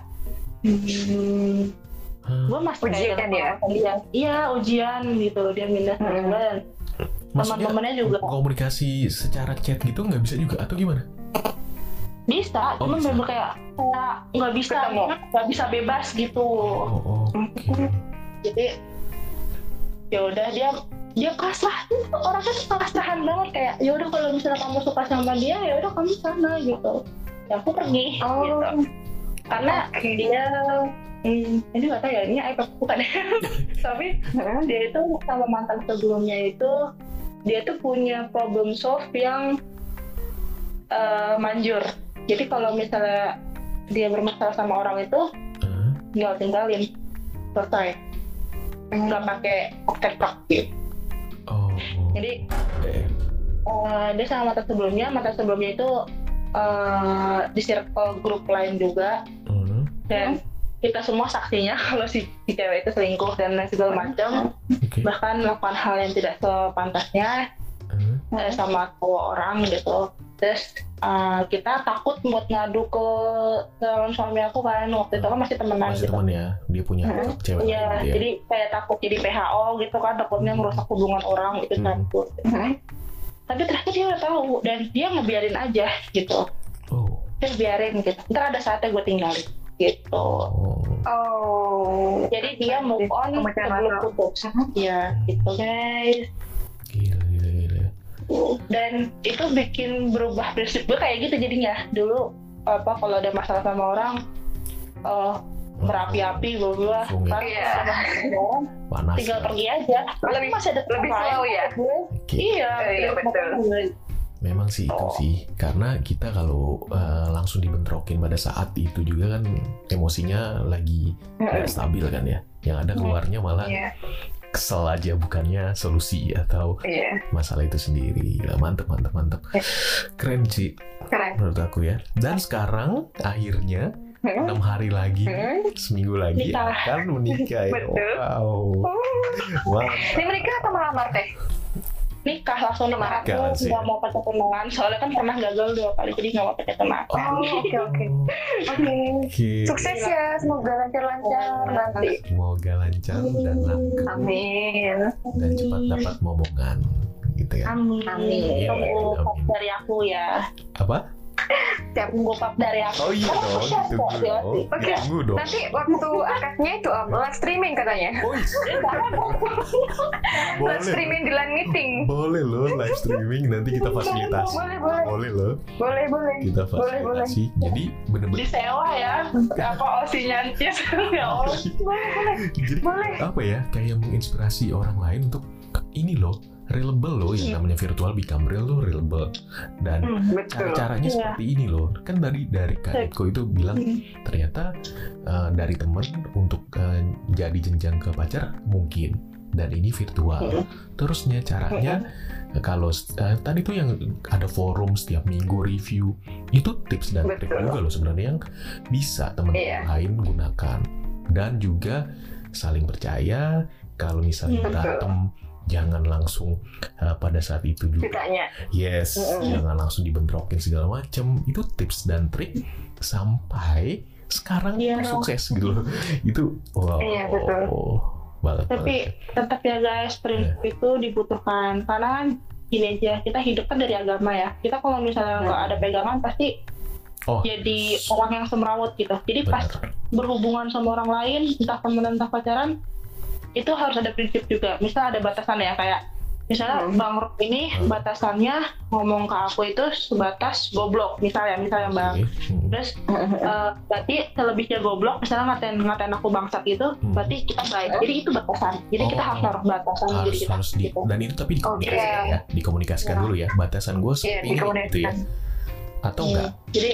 Speaker 4: hmm,
Speaker 3: Hah?
Speaker 4: gue masih
Speaker 2: Ujian
Speaker 4: kayak
Speaker 2: ya?
Speaker 4: dia, iya ujian gitu, dia minta sebelas
Speaker 2: Hmm.
Speaker 4: bulan.
Speaker 3: Maksudnya
Speaker 4: Teman-temannya juga
Speaker 3: komunikasi secara chat gitu nggak bisa juga atau gimana?
Speaker 4: bisa,
Speaker 3: Oh,
Speaker 4: cuman
Speaker 3: bisa.
Speaker 4: bener kayak kayak nggak bisa
Speaker 2: Ketemu.
Speaker 4: nggak bisa bebas gitu.
Speaker 3: Oh, oh, oke.
Speaker 4: Jadi ya udah dia dia kasar, orangnya tuh kasaran banget, kayak ya udah kalau misalnya kamu suka sama dia ya udah kamu sana gitu, ya aku pergi
Speaker 2: Oh.
Speaker 4: gitu, karena
Speaker 2: Oke.
Speaker 4: dia hmm, ini nggak tahu ya ini aib apa bukan ya tapi dia itu sama mantan sebelumnya itu dia tuh punya problem solve yang eh, manjur. Jadi kalau misalnya dia bermasalah sama orang itu
Speaker 3: Hah?
Speaker 4: tinggal tinggalin, selesai, nggak pakai oktek-tok gitu.
Speaker 3: Oh,
Speaker 4: Jadi
Speaker 3: eh,
Speaker 4: uh, dia sama mantan sebelumnya, mantan sebelumnya itu uh, di circle grup lain juga,
Speaker 3: hmm,
Speaker 4: dan kita semua saksinya kalau si, si cewek itu selingkuh dan lain segala macam,
Speaker 3: oke.
Speaker 4: bahkan melakukan hal yang tidak sepantasnya
Speaker 3: Hmm,
Speaker 4: eh, sama cowok orang gitu. Terus uh, kita takut buat ngadu ke calon suami aku kan, waktu itu kan masih temenan
Speaker 3: masih
Speaker 4: gitu.
Speaker 3: teman ya, dia punya
Speaker 2: Hmm.
Speaker 3: cewek
Speaker 4: Iya,
Speaker 3: lain gitu ya.
Speaker 4: jadi kayak takut jadi P H O gitu kan, takutnya merusak hubungan orang itu
Speaker 3: Hmm.
Speaker 4: takut. Tapi ternyata dia udah tahu dan dia ngebiarin aja gitu.
Speaker 3: Oh,
Speaker 4: Terus biarin gitu. Ntar ada saatnya gue tinggalin gitu.
Speaker 3: oh,
Speaker 2: Oh.
Speaker 4: Jadi dia move on
Speaker 2: Pemecahan
Speaker 4: sebelum
Speaker 2: mata.
Speaker 4: putus. Ya gitu guys.
Speaker 3: gila, gila, gila.
Speaker 4: Dan itu bikin berubah prinsip gue kayak gitu jadinya. Dulu apa kalau ada masalah sama orang, oh berapi-api gue bilang
Speaker 3: Langsung ya.
Speaker 4: kan
Speaker 2: Iya.
Speaker 4: sama orang
Speaker 3: Panas.
Speaker 4: tinggal
Speaker 3: ya.
Speaker 4: pergi aja. Tapi
Speaker 2: Lebih-
Speaker 4: masih ada
Speaker 2: lebih
Speaker 4: tempat
Speaker 2: slow
Speaker 4: lain.
Speaker 2: ya?
Speaker 4: Gue,
Speaker 3: Oke.
Speaker 4: iya,
Speaker 2: Iya, betul.
Speaker 3: Memang sih itu
Speaker 4: Oh.
Speaker 3: sih, karena kita kalau uh, langsung dibentrokin pada saat itu juga kan emosinya lagi nggak stabil kan ya. Yang ada keluarnya malah
Speaker 2: Iya.
Speaker 3: kesel aja, bukannya solusi atau
Speaker 2: Iya.
Speaker 3: masalah itu sendiri. Gila, mantep, mantep, mantep. Keren sih
Speaker 2: Keren.
Speaker 3: menurut aku ya. Dan sekarang akhirnya
Speaker 2: Hmm.
Speaker 3: enam hari lagi,
Speaker 2: Hmm.
Speaker 3: seminggu lagi
Speaker 4: Nikah.
Speaker 3: akan menikah ya.
Speaker 2: Betul.
Speaker 3: Wow. Wow.
Speaker 2: Ini menikah atau melamar teh?
Speaker 4: nikah langsung nikah.
Speaker 3: Nikah
Speaker 4: Aku
Speaker 3: sih.
Speaker 4: nggak mau pakai tunangan soalnya kan pernah gagal dua kali, jadi nggak mau pakai tunangan.
Speaker 2: Oh, oke, oke. Oke.
Speaker 3: Oke.
Speaker 2: Sukses ya, semoga lancar-lancar nanti.
Speaker 3: Semoga lancar dan langgeng
Speaker 2: Amin.
Speaker 3: dan cepat dapat momongan gitu ya.
Speaker 4: Amin.
Speaker 2: Amin.
Speaker 4: Tunggu
Speaker 3: Amin.
Speaker 4: pap dari aku ya.
Speaker 3: Apa?
Speaker 2: Siap.
Speaker 4: Tunggu pap dari aku.
Speaker 3: Oh iya
Speaker 4: Karena
Speaker 3: dong,
Speaker 4: aku siap kok,
Speaker 3: ditunggu dong.
Speaker 4: Silati.
Speaker 2: Oke.
Speaker 3: Ditunggu dong.
Speaker 2: Nanti waktu akadnya itu um, live streaming katanya.
Speaker 3: Oh, iya.
Speaker 2: Live
Speaker 3: boleh.
Speaker 2: streaming di line meeting.
Speaker 3: Boleh loh live streaming, nanti kita fasilitasi.
Speaker 2: Boleh, boleh.
Speaker 3: Boleh loh,
Speaker 2: Boleh, boleh.
Speaker 3: kita
Speaker 2: Boleh, boleh.
Speaker 3: fasilitasi. Jadi bener-bener
Speaker 4: Disewa ya. Apa osinya Ancis? Ya Allah.
Speaker 2: Boleh, boleh.
Speaker 3: jadi
Speaker 2: Boleh.
Speaker 3: apa ya, kayak menginspirasi orang lain untuk ini loh, reliable loh, yang namanya virtual become real loh, reliable. Dan
Speaker 2: Hmm, betul.
Speaker 3: cara-caranya
Speaker 4: Iya.
Speaker 3: seperti ini loh. Kan dari dari Kak Eko itu bilang ternyata uh, dari teman untuk uh, jadi jenjang ke pacar mungkin, dan ini virtual. Terusnya caranya kalau uh, tadi tuh yang ada forum setiap minggu review, itu tips dan trik
Speaker 2: Betul.
Speaker 3: juga loh sebenarnya yang bisa teman-teman
Speaker 2: Iya.
Speaker 3: lain gunakan. Dan juga saling percaya. Kalau misalnya
Speaker 2: Betul.
Speaker 3: berantem, jangan langsung uh, pada saat itu juga
Speaker 2: Ditanya.
Speaker 3: yes,
Speaker 2: Mm-mm.
Speaker 3: jangan langsung dibentrokin segala macam. Itu tips dan trik sampai sekarang
Speaker 4: Iya.
Speaker 3: sukses gitu loh. Itu wow,
Speaker 2: Iya, betul.
Speaker 3: banget.
Speaker 4: Tapi
Speaker 3: banget.
Speaker 4: tetap ya guys, prinsip itu dibutuhkan karena kan gini aja, kita hidup kan dari agama ya. Kita kalau misalnya nggak ada pegangan pasti
Speaker 3: Oh,
Speaker 4: jadi orang yang semrawut gitu. Jadi pas
Speaker 3: benar.
Speaker 4: berhubungan sama orang lain, entah teman entah pacaran, itu harus ada prinsip juga. Misal ada batasan ya, kayak misalnya
Speaker 2: Hmm.
Speaker 4: Bang Rob ini
Speaker 3: Hmm.
Speaker 4: batasannya ngomong ke aku itu sebatas goblok, misalnya, misalnya Bang.
Speaker 3: Oke. Hmm.
Speaker 4: Terus eh, berarti selebihnya goblok, misalnya ngatain ngatain aku bangsat gitu,
Speaker 3: Hmm.
Speaker 4: berarti kita baik. Jadi itu batasan. Jadi kita
Speaker 3: Oh.
Speaker 4: harus naruh batasan
Speaker 3: harus
Speaker 4: diri kita.
Speaker 3: harus di,
Speaker 4: gitu.
Speaker 3: dan itu tapi dikomunikasikan
Speaker 2: Oke.
Speaker 3: ya, dikomunikasikan
Speaker 4: Ya.
Speaker 3: dulu ya. Batasan gue
Speaker 2: Iya,
Speaker 3: seperti ini gitu ya.
Speaker 2: dikomunikasikan.
Speaker 3: Atau
Speaker 4: Hmm.
Speaker 3: enggak?
Speaker 4: Jadi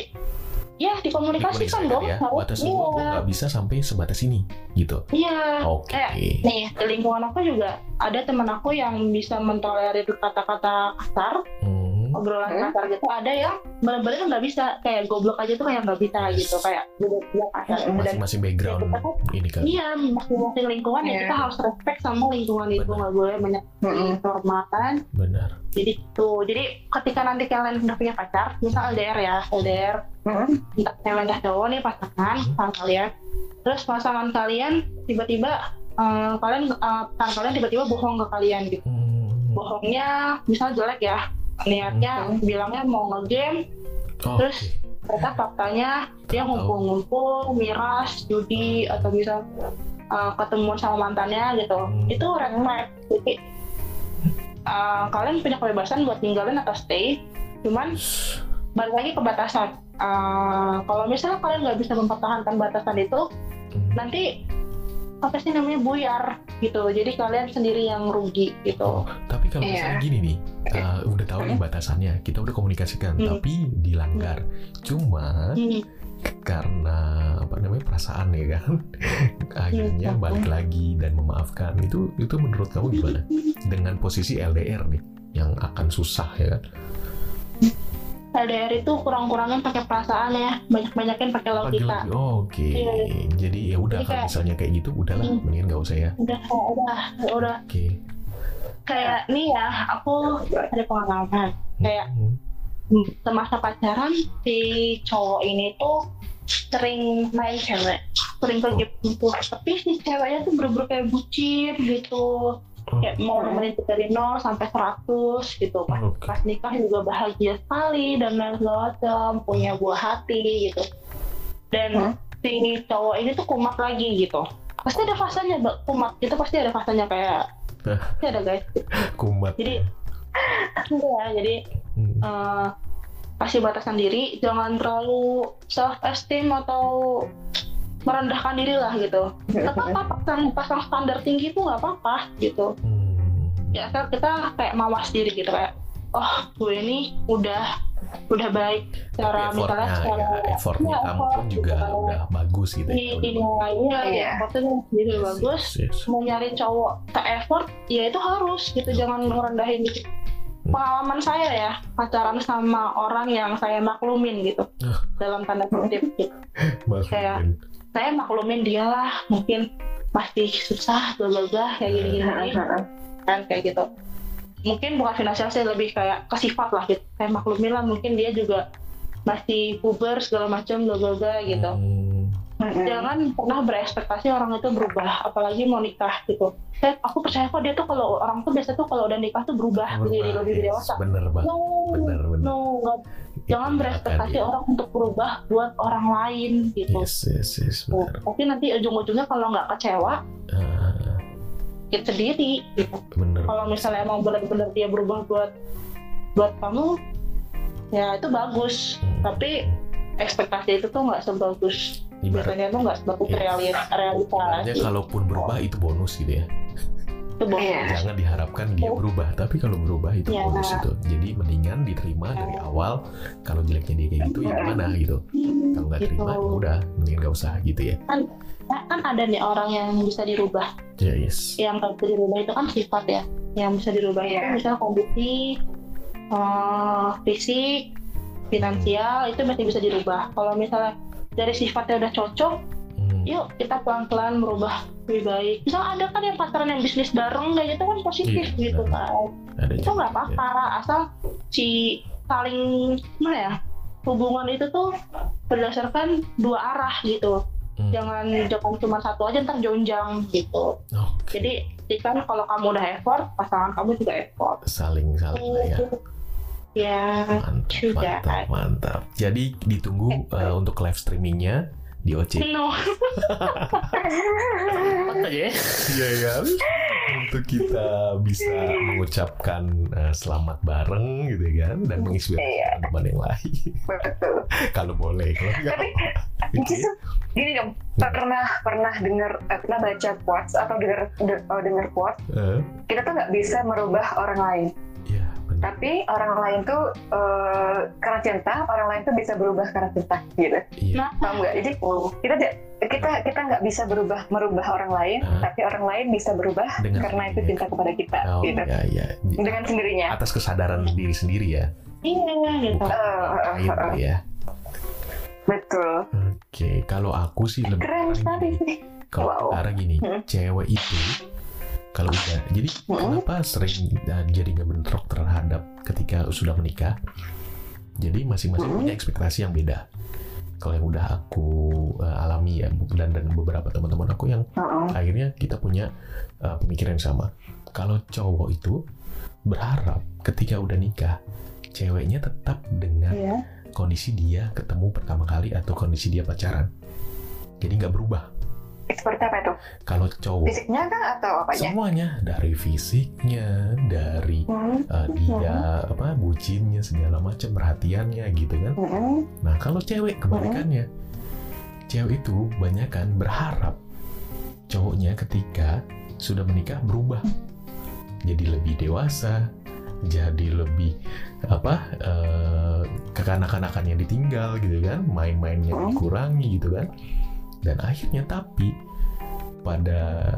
Speaker 4: ya dikomunikasikan dong.
Speaker 3: ya.
Speaker 4: Harus.
Speaker 3: Batasan gue gue
Speaker 4: Iya.
Speaker 3: nggak bisa sampai sebatas ini gitu.
Speaker 4: Iya.
Speaker 3: Oke.
Speaker 4: Kayak nih di lingkungan aku juga ada teman aku yang bisa mentolerir kata-kata kasar,
Speaker 3: Hmm.
Speaker 4: obrolan
Speaker 2: Hmm.
Speaker 4: kasar gitu. Ada yang benar-benar nggak bisa, kayak goblok aja tuh kayak nggak bisa
Speaker 3: Yes.
Speaker 4: gitu, kayak goblok kasar. Dan
Speaker 3: Masing-masing background
Speaker 4: kita tuh-
Speaker 3: ini kan.
Speaker 4: iya, masing-masing lingkungan ya
Speaker 2: Iya.
Speaker 4: kita harus respect sama lingkungan itu,
Speaker 3: Benar.
Speaker 4: nggak boleh menyakiti
Speaker 2: Mm-mm.
Speaker 4: kehormatan.
Speaker 3: Benar.
Speaker 4: Jadi tuh, jadi ketika nanti kalian udah punya pacar, misal L D R ya, L D R,
Speaker 2: Mm-mm.
Speaker 4: entah cewek entah cowok nih pasangan, pasangan kalian, terus pasangan kalian tiba-tiba eh, kalian eh, pasangan kalian tiba-tiba bohong ke kalian gitu.
Speaker 3: Hmm.
Speaker 4: Bohongnya misal jelek ya, niatnya bilangnya mau nge-game,
Speaker 3: Oh,
Speaker 4: terus ternyata faktanya dia ngumpul-ngumpul, miras, judi, atau misal uh, ketemu sama mantannya gitu.
Speaker 3: Hmm.
Speaker 4: Itu red flag. Jadi uh, kalian punya kebebasan buat ninggalin atau stay, cuman balik lagi ke batasan. Uh, kalau misalnya kalian nggak bisa mempertahankan batasan itu,
Speaker 3: Hmm.
Speaker 4: nanti apa sih namanya buyar gitu. Jadi kalian sendiri yang rugi gitu.
Speaker 3: Oh, tapi kalau
Speaker 2: Iya.
Speaker 3: misalnya gini nih, uh, udah tahu nih batasannya, kita udah komunikasikan,
Speaker 4: Hmm.
Speaker 3: tapi dilanggar. Cuma
Speaker 4: Hmm.
Speaker 3: karena apa namanya perasaan ya kan, akhirnya
Speaker 4: Hmm.
Speaker 3: balik lagi dan memaafkan. Itu itu menurut kamu gimana? Dengan posisi L D R nih, yang akan susah ya kan?
Speaker 4: L D R itu kurang-kurangin pakai perasaan ya, banyak-banyakin pakai logika.
Speaker 3: Lagi-lagi, oh, oke.
Speaker 4: Iya.
Speaker 3: Jadi ya udah
Speaker 4: Jadi
Speaker 3: kalau
Speaker 4: kayak-
Speaker 3: misalnya kayak gitu, udahlah,
Speaker 4: Hmm.
Speaker 3: mendingan nggak usah ya.
Speaker 4: Udah, udah, udah.
Speaker 3: Oke.
Speaker 4: Kayak nih ya, aku ada pengalaman. Kayak
Speaker 3: Hmm.
Speaker 4: semasa pacaran si cowok ini tuh sering main cewek, sering pergi gitu. Tapi si ceweknya tuh bener-bener kayak bucin gitu. Kayak mau nemenin dari nol sampai seratus gitu. Pas,
Speaker 3: Oke.
Speaker 4: pas nikah juga bahagia sekali dan lain segala macam, punya buah hati gitu. Dan
Speaker 2: Hmm.
Speaker 4: si cowok ini tuh kumat lagi gitu. Pasti ada fasenya, Mbak. Kumat itu pasti ada fasenya kayak pasti ada guys.
Speaker 3: Kumat.
Speaker 4: Jadi ya, jadi
Speaker 3: Hmm.
Speaker 4: eh, kasih batasan diri, jangan terlalu self esteem atau merendahkan diri lah gitu. Gak apa-apa pasang, pasang standar tinggi itu nggak apa-apa gitu.
Speaker 3: Hmm.
Speaker 4: Ya asal kita kayak mawas diri gitu, kayak oh gue ini udah udah baik cara
Speaker 3: Tapi
Speaker 4: misalnya
Speaker 3: effortnya,
Speaker 4: secara
Speaker 3: ya, effortnya
Speaker 4: ya,
Speaker 3: kamu pun
Speaker 4: effort
Speaker 3: juga
Speaker 4: gitu kan.
Speaker 3: udah bagus gitu
Speaker 4: Di
Speaker 3: ya.
Speaker 4: dinilainya
Speaker 2: Iya.
Speaker 4: ya effortnya sendiri
Speaker 3: Yes,
Speaker 4: bagus.
Speaker 3: yes, yes.
Speaker 4: Mau nyari cowok ke effort ya itu harus gitu, jangan ngerendahin diri. Pengalaman saya ya pacaran sama orang yang saya maklumin gitu
Speaker 3: Ah.
Speaker 4: dalam tanda kutip gitu.
Speaker 3: Mas,
Speaker 4: Kayak- Saya maklumin dia lah, mungkin masih susah bla bla bla kayak gini gini kan kayak gitu. Mungkin bukan finansial sih, lebih kayak ke sifat lah gitu. Saya maklumin lah, mungkin dia juga masih puber segala macam bla bla bla gitu.
Speaker 3: Hmm.
Speaker 4: Jangan pernah berekspektasi orang itu berubah, apalagi mau nikah gitu. Saya, aku percaya kok dia tuh kalau orang tuh biasa tuh kalau udah nikah tuh berubah, jadi
Speaker 3: Berubah,
Speaker 4: lebih
Speaker 3: yes.
Speaker 4: dewasa.
Speaker 3: Bener banget.
Speaker 4: No,
Speaker 3: Bener, bener.
Speaker 4: no, nggak. Jangan
Speaker 3: Itu
Speaker 4: berekspektasi
Speaker 3: akan, ya.
Speaker 4: orang untuk berubah buat orang lain gitu.
Speaker 3: Yes, yes, yes,
Speaker 4: Tuh,
Speaker 3: benar.
Speaker 4: tapi nanti ujung-ujungnya kalau nggak kecewa,
Speaker 3: Ah,
Speaker 4: kita sendiri gitu.
Speaker 3: bener.
Speaker 4: Kalau misalnya emang benar-benar dia berubah buat buat kamu, ya itu bagus.
Speaker 3: Hmm.
Speaker 4: Tapi ekspektasi itu tuh nggak sebagus
Speaker 3: Ibarat,
Speaker 4: biasanya tuh nggak sebagus
Speaker 3: Yes.
Speaker 4: realis realita.
Speaker 3: ibaratnya kalaupun berubah itu bonus gitu ya.
Speaker 4: itu bohong.
Speaker 2: Iya.
Speaker 3: Jangan diharapkan dia berubah, tapi kalau berubah itu
Speaker 4: Iya.
Speaker 3: bagus itu. Jadi mendingan diterima dari awal. Kalau jeleknya dia kayak gitu ya gimana gitu. Kalau nggak
Speaker 4: Gitu.
Speaker 3: terima ya udah, mendingan nggak usah gitu ya.
Speaker 4: Kan, kan ada nih orang yang bisa dirubah.
Speaker 3: Ya yes.
Speaker 4: Yang nggak bisa dirubah itu kan sifat ya. Yang bisa dirubah itu
Speaker 2: Iya.
Speaker 4: misalnya kondisi, eh, fisik, finansial itu masih bisa dirubah. Kalau misalnya dari sifatnya udah cocok,
Speaker 3: Hmm.
Speaker 4: yuk kita pelan-pelan merubah lebih baik. Misal ada kan yang pacaran yang bisnis bareng kayak gitu kan positif
Speaker 3: Iya,
Speaker 4: gitu
Speaker 3: benar.
Speaker 4: kan.
Speaker 3: Ada
Speaker 4: Itu
Speaker 3: juga,
Speaker 4: nggak apa-apa asal si saling gimana ya, hubungan itu tuh berdasarkan dua arah gitu.
Speaker 3: Hmm.
Speaker 4: Jangan jangan cuma satu aja ntar jonjang gitu.
Speaker 3: Oh,
Speaker 4: Jadi kan kalau kamu udah effort, pasangan kamu juga effort.
Speaker 3: saling saling lah ya.
Speaker 4: Ya,
Speaker 3: Mantap,
Speaker 4: sudah.
Speaker 3: mantap, mantap. Jadi ditunggu uh, untuk live streamingnya di O C.
Speaker 4: No.
Speaker 5: Cepat aja ya.
Speaker 3: Iya kan? Untuk kita bisa mengucapkan uh, selamat bareng gitu kan, dan menginspirasi
Speaker 2: Iya.
Speaker 3: teman-teman yang lain.
Speaker 2: Betul.
Speaker 3: Kalau boleh, kalau enggak.
Speaker 2: Tapi
Speaker 3: Oke.
Speaker 2: justru gini dong, pernah pernah dengar eh, pernah baca quotes atau dengar de- oh, dengar quotes,
Speaker 3: Eh,
Speaker 2: kita tuh nggak bisa merubah orang lain,
Speaker 3: Iya, benar.
Speaker 2: tapi orang lain tuh eh, karena cinta, orang lain tuh bisa berubah karena cinta gitu.
Speaker 3: Iya.
Speaker 4: Nah,
Speaker 2: Paham nggak? Jadi kita tidak- kita kita nggak bisa berubah merubah orang lain,
Speaker 3: Ah.
Speaker 2: tapi orang lain bisa berubah
Speaker 3: Dengan
Speaker 2: karena itu
Speaker 3: sendirinya.
Speaker 2: cinta kepada kita,
Speaker 3: Oh,
Speaker 2: gitu.
Speaker 3: iya, iya.
Speaker 2: Dengan sendirinya.
Speaker 3: Atas kesadaran diri sendiri ya.
Speaker 4: iya gitu.
Speaker 3: Bukan
Speaker 2: Eh, eh,
Speaker 3: lain
Speaker 2: eh,
Speaker 3: ya.
Speaker 2: Betul.
Speaker 3: Oke, kalau aku sih lebih
Speaker 2: Keren sekali
Speaker 3: gini.
Speaker 2: sih.
Speaker 3: Kalau
Speaker 2: Wow.
Speaker 3: sekarang gini,
Speaker 2: Hmm.
Speaker 3: cewek itu kalau udah, jadi
Speaker 2: Hmm.
Speaker 3: kenapa sering uh, jadi ngebentrok terhadap ketika sudah menikah? Jadi masing-masing
Speaker 2: Hmm.
Speaker 3: punya ekspektasi yang beda. Kalau yang udah aku uh, alami ya, dan dan beberapa teman-teman aku yang
Speaker 2: Heeh.
Speaker 3: akhirnya kita punya uh, pemikiran yang sama. Kalau cowok itu berharap ketika udah nikah, ceweknya tetap dengan
Speaker 2: Iya.
Speaker 3: kondisi dia ketemu pertama kali atau kondisi dia pacaran. Jadi nggak berubah.
Speaker 2: Seperti apa itu?
Speaker 3: Kalau cowok
Speaker 2: Fisiknya kah atau apanya?
Speaker 3: semuanya, dari fisiknya, dari
Speaker 2: Hmm.
Speaker 3: uh, dia apa bucinnya segala macam, perhatiannya gitu kan.
Speaker 2: Hmm.
Speaker 3: Nah kalau cewek kebalikannya, cewek itu banyak kan berharap cowoknya ketika sudah menikah berubah, jadi lebih dewasa, jadi lebih apa uh, kekanak-kanakannya ditinggal gitu kan, main-mainnya
Speaker 2: Hmm.
Speaker 3: dikurangi gitu kan. Dan akhirnya tapi pada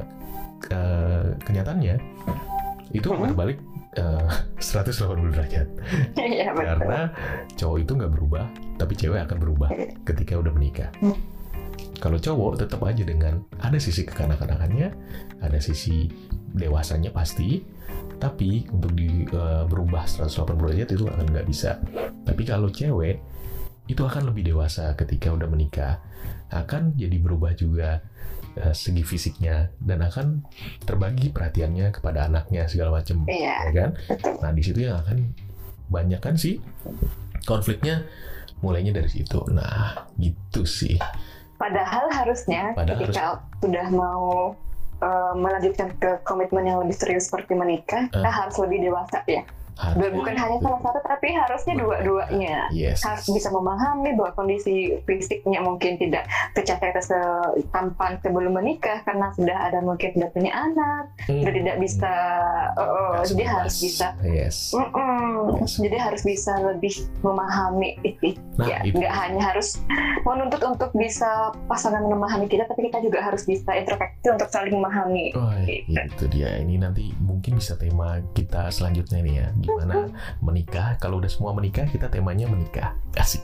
Speaker 3: uh, kenyataannya itu
Speaker 2: Hmm.
Speaker 3: berbalik uh, seratus delapan puluh derajat.
Speaker 2: Iya betul.
Speaker 3: Karena cowok itu nggak berubah, tapi cewek akan berubah ketika udah menikah.
Speaker 2: Hmm.
Speaker 3: Kalau cowok tetap aja dengan ada sisi kekanak-kanakannya, ada sisi dewasanya pasti, tapi untuk di uh, berubah seratus delapan puluh derajat itu akan nggak bisa. Tapi kalau cewek itu akan lebih dewasa ketika udah menikah, akan jadi berubah juga uh, segi fisiknya, dan akan terbagi perhatiannya kepada anaknya segala macam,
Speaker 2: Iya.
Speaker 3: ya kan? Nah di situ yang akan banyak kan sih konfliknya mulainya dari situ. Nah gitu sih.
Speaker 2: Padahal harusnya
Speaker 3: Padahal
Speaker 2: ketika sudah mau uh, melanjutkan ke komitmen yang lebih serius seperti menikah, kita
Speaker 3: Ah.
Speaker 2: harus lebih dewasa ya.
Speaker 3: Harus-
Speaker 2: Dan bukan hanya salah satu, tapi harusnya dua-duanya.
Speaker 3: Yes.
Speaker 2: Harus bisa memahami bahwa kondisi fisiknya mungkin tidak secantik atau setampan sebelum menikah karena sudah ada mungkin sudah punya anak,
Speaker 3: Hmm.
Speaker 2: sudah tidak bisa, oh, oh,
Speaker 3: Nggak
Speaker 2: jadi
Speaker 3: sebebas.
Speaker 2: harus bisa.
Speaker 3: Yes.
Speaker 2: Mm-mm.
Speaker 3: Yes.
Speaker 2: Jadi harus bisa lebih memahami itu.
Speaker 3: Nah,
Speaker 2: Ya,
Speaker 3: itu.
Speaker 2: nggak hanya harus menuntut untuk bisa pasangan memahami kita, tapi kita juga harus bisa introspeksi untuk saling memahami.
Speaker 3: Oh, itu dia. Ini nanti mungkin bisa tema kita selanjutnya nih ya. Gimana menikah? Kalau udah semua menikah, kita temanya menikah. Asik.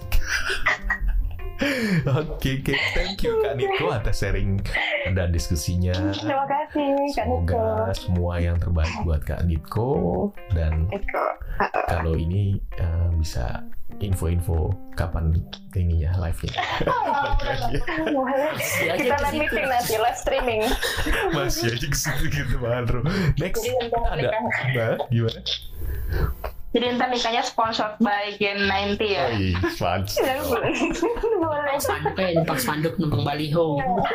Speaker 3: Oke, oke. Thank you Kak Niko atas sharing dan diskusinya.
Speaker 2: Terima kasih, Kak Niko.
Speaker 3: Semoga semua yang terbaik buat Kak Niko, dan
Speaker 2: Niko.
Speaker 3: kalau ini uh, bisa info-info kapan ininya live-nya. Balik lagi ya.
Speaker 5: Ya,
Speaker 2: Kita
Speaker 5: aja
Speaker 2: live
Speaker 5: ke situ.
Speaker 2: meeting nanti, live streaming.
Speaker 3: Masih aja kesitu gitu Bro. Next
Speaker 2: Jadi tentang
Speaker 3: ada
Speaker 2: pernikahan.
Speaker 3: nah, gimana?
Speaker 4: Jadi ntar nikahnya sponsored by Gen sembilan puluh ya.
Speaker 3: Oh iya, fans.
Speaker 2: Boleh.
Speaker 5: Numpang spanduk kayak numpang spanduk, numpang baliho.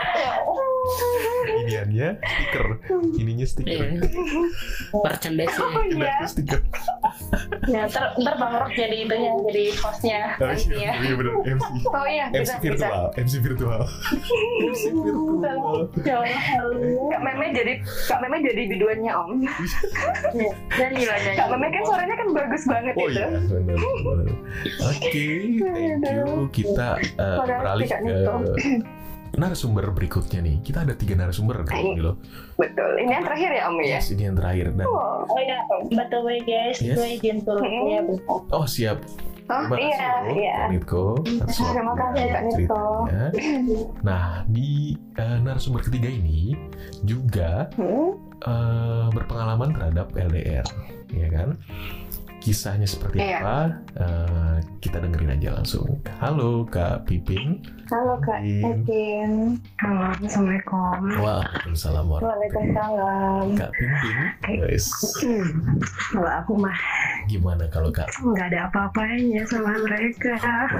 Speaker 3: Iniannya stiker, ininya stiker,
Speaker 5: Iya. Merchandise-nya.
Speaker 2: Oh iya.
Speaker 3: stiker.
Speaker 4: Ya, ntar, ntar Bang Rok jadi itunya, jadi hostnya nanti ya.
Speaker 3: Iya bener, M C.
Speaker 2: Oh iya,
Speaker 3: M C
Speaker 2: bisa, bisa.
Speaker 3: virtual, M C virtual. M C virtual.
Speaker 4: Ya Allah.
Speaker 2: Kak Meme jadi Kak Meme jadi biduannya Om.
Speaker 4: Dan nilainya.
Speaker 2: Kak Meme kan suaranya kan bagus banget
Speaker 3: Oh
Speaker 2: itu.
Speaker 3: iya, benar. benar. Oke, thank you. Kita uh,
Speaker 2: Makasih,
Speaker 3: beralih
Speaker 2: Kak
Speaker 3: ke
Speaker 2: Nito.
Speaker 3: narasumber berikutnya nih. Kita ada tiga narasumber kali ini loh.
Speaker 2: Betul. Ini yang terakhir ya Om ya.
Speaker 3: Yes, ini yang terakhir dan
Speaker 2: Oh,
Speaker 4: Oh ya, by the way guys,
Speaker 3: Yes.
Speaker 4: gue izin turunnya
Speaker 3: oh siap.
Speaker 2: oh
Speaker 3: Terima kasih
Speaker 2: iya,
Speaker 3: loh,
Speaker 2: iya.
Speaker 3: Kak Nitko, atas
Speaker 2: Terima
Speaker 3: waktunya
Speaker 2: kasih, Kak
Speaker 3: dan
Speaker 2: Nitko.
Speaker 3: ceritanya. Nah, di uh, narasumber ketiga ini juga
Speaker 2: Hmm?
Speaker 3: uh, berpengalaman terhadap L D R, ya kan? Kisahnya seperti
Speaker 2: Iya.
Speaker 3: apa? Uh, kita dengerin aja langsung. Halo Kak Pipin.
Speaker 2: Halo Kak
Speaker 3: Pipin.
Speaker 2: Ekin. Halo, Assalamualaikum.
Speaker 3: Waalaikumsalam warahmatullahi
Speaker 2: Waalaikumsalam.
Speaker 3: Kak Pipin. Guys,
Speaker 2: Kalau aku mah
Speaker 3: gimana kalau Kak?
Speaker 2: nggak ada apa-apanya sama mereka.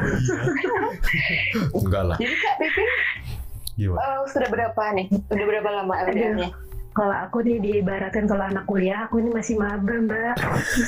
Speaker 3: Enggak lah.
Speaker 2: Jadi Kak Pipin
Speaker 3: Gimana?
Speaker 2: eh, sudah berapa nih? Sudah berapa lama L D R-nya?
Speaker 7: Kalau aku nih diibaratkan kalau anak kuliah, aku ini masih maba mbak.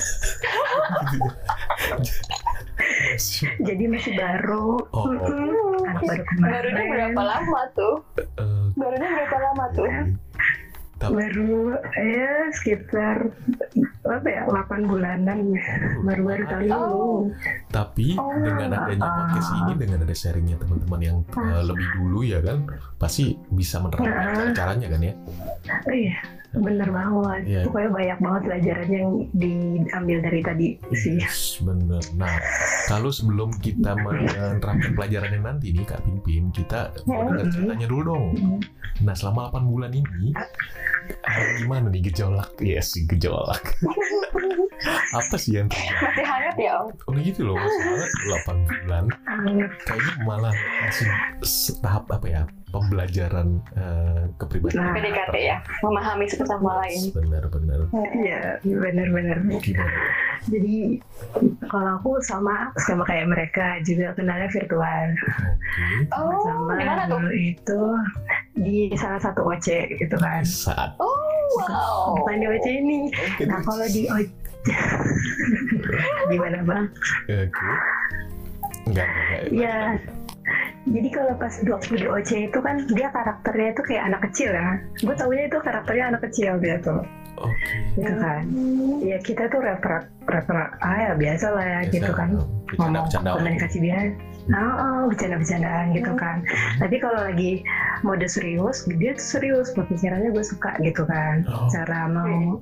Speaker 7: Jadi masih baru.
Speaker 3: Oh, oh.
Speaker 7: Mm-mm. Anak baru kemarin.
Speaker 2: Barunya berapa lama tuh?
Speaker 3: Eh,
Speaker 2: Barunya berapa lama tuh?
Speaker 3: tapi
Speaker 7: Baru ya sekitar apa ya delapan bulanan baru-baru kali
Speaker 2: Oh.
Speaker 7: ini.
Speaker 3: Tapi
Speaker 2: Oh,
Speaker 3: dengan adanya podcast ini, dengan ada sharingnya teman-teman yang uh, lebih dulu ya kan, pasti bisa menerapkan
Speaker 7: Nah.
Speaker 3: caranya kan ya.
Speaker 7: Oh iya, bener banget.
Speaker 3: Iya.
Speaker 7: Pokoknya banyak banget pelajaran yang diambil dari tadi sih.
Speaker 3: Yes, bener. Nah, kalau sebelum kita menerapkan pelajaran yang nanti nih Kak Pimpin, kita mau dengar ceritanya dulu dong. Nah, selama delapan bulan ini, ah, gimana nih gejolak? Yes, gejolak. Apa sih yang terjadi?
Speaker 2: Masih hangat ya Om?
Speaker 3: Oh gitu loh, masih banget delapan bulan.
Speaker 7: Anget.
Speaker 3: Kayaknya malah masih tahap apa ya, pembelajaran uh, kepribadian.
Speaker 7: Nah.
Speaker 2: P D K T ya? Memahami satu sama lain.
Speaker 3: Benar-benar.
Speaker 7: Iya, bener-bener.
Speaker 3: Gimana?
Speaker 7: Jadi kalau aku sama sama kayak mereka juga kenalnya virtual.
Speaker 3: Oke.
Speaker 2: Oh,
Speaker 7: Sama
Speaker 2: gimana tuh?
Speaker 7: dulu itu di salah satu O C gitu kan.
Speaker 3: Saat.
Speaker 2: Oh, wow.
Speaker 7: Bukan di O C ini.
Speaker 3: Oke.
Speaker 7: Nah kalau di O C gimana bang?
Speaker 3: Oke. Enggak, enggak, enggak.
Speaker 7: Ya. Jadi kalau pas waktu di O C itu kan dia karakternya itu kayak anak kecil ya. Gue taunya itu karakternya anak kecil dia tuh.
Speaker 3: Oke.
Speaker 7: Gitu kan. Ya kita tuh refer refer ah ya biasa lah ya
Speaker 3: Biasa,
Speaker 7: gitu kan. Ngomong
Speaker 3: Bercanda-bercanda.
Speaker 7: komunikasi biasa. Nah, oh, bercanda-bercandaan gitu kan. Tapi kalau lagi mode serius, dia tuh serius. Pemikirannya gue suka gitu kan.
Speaker 3: Oh.
Speaker 7: Cara mau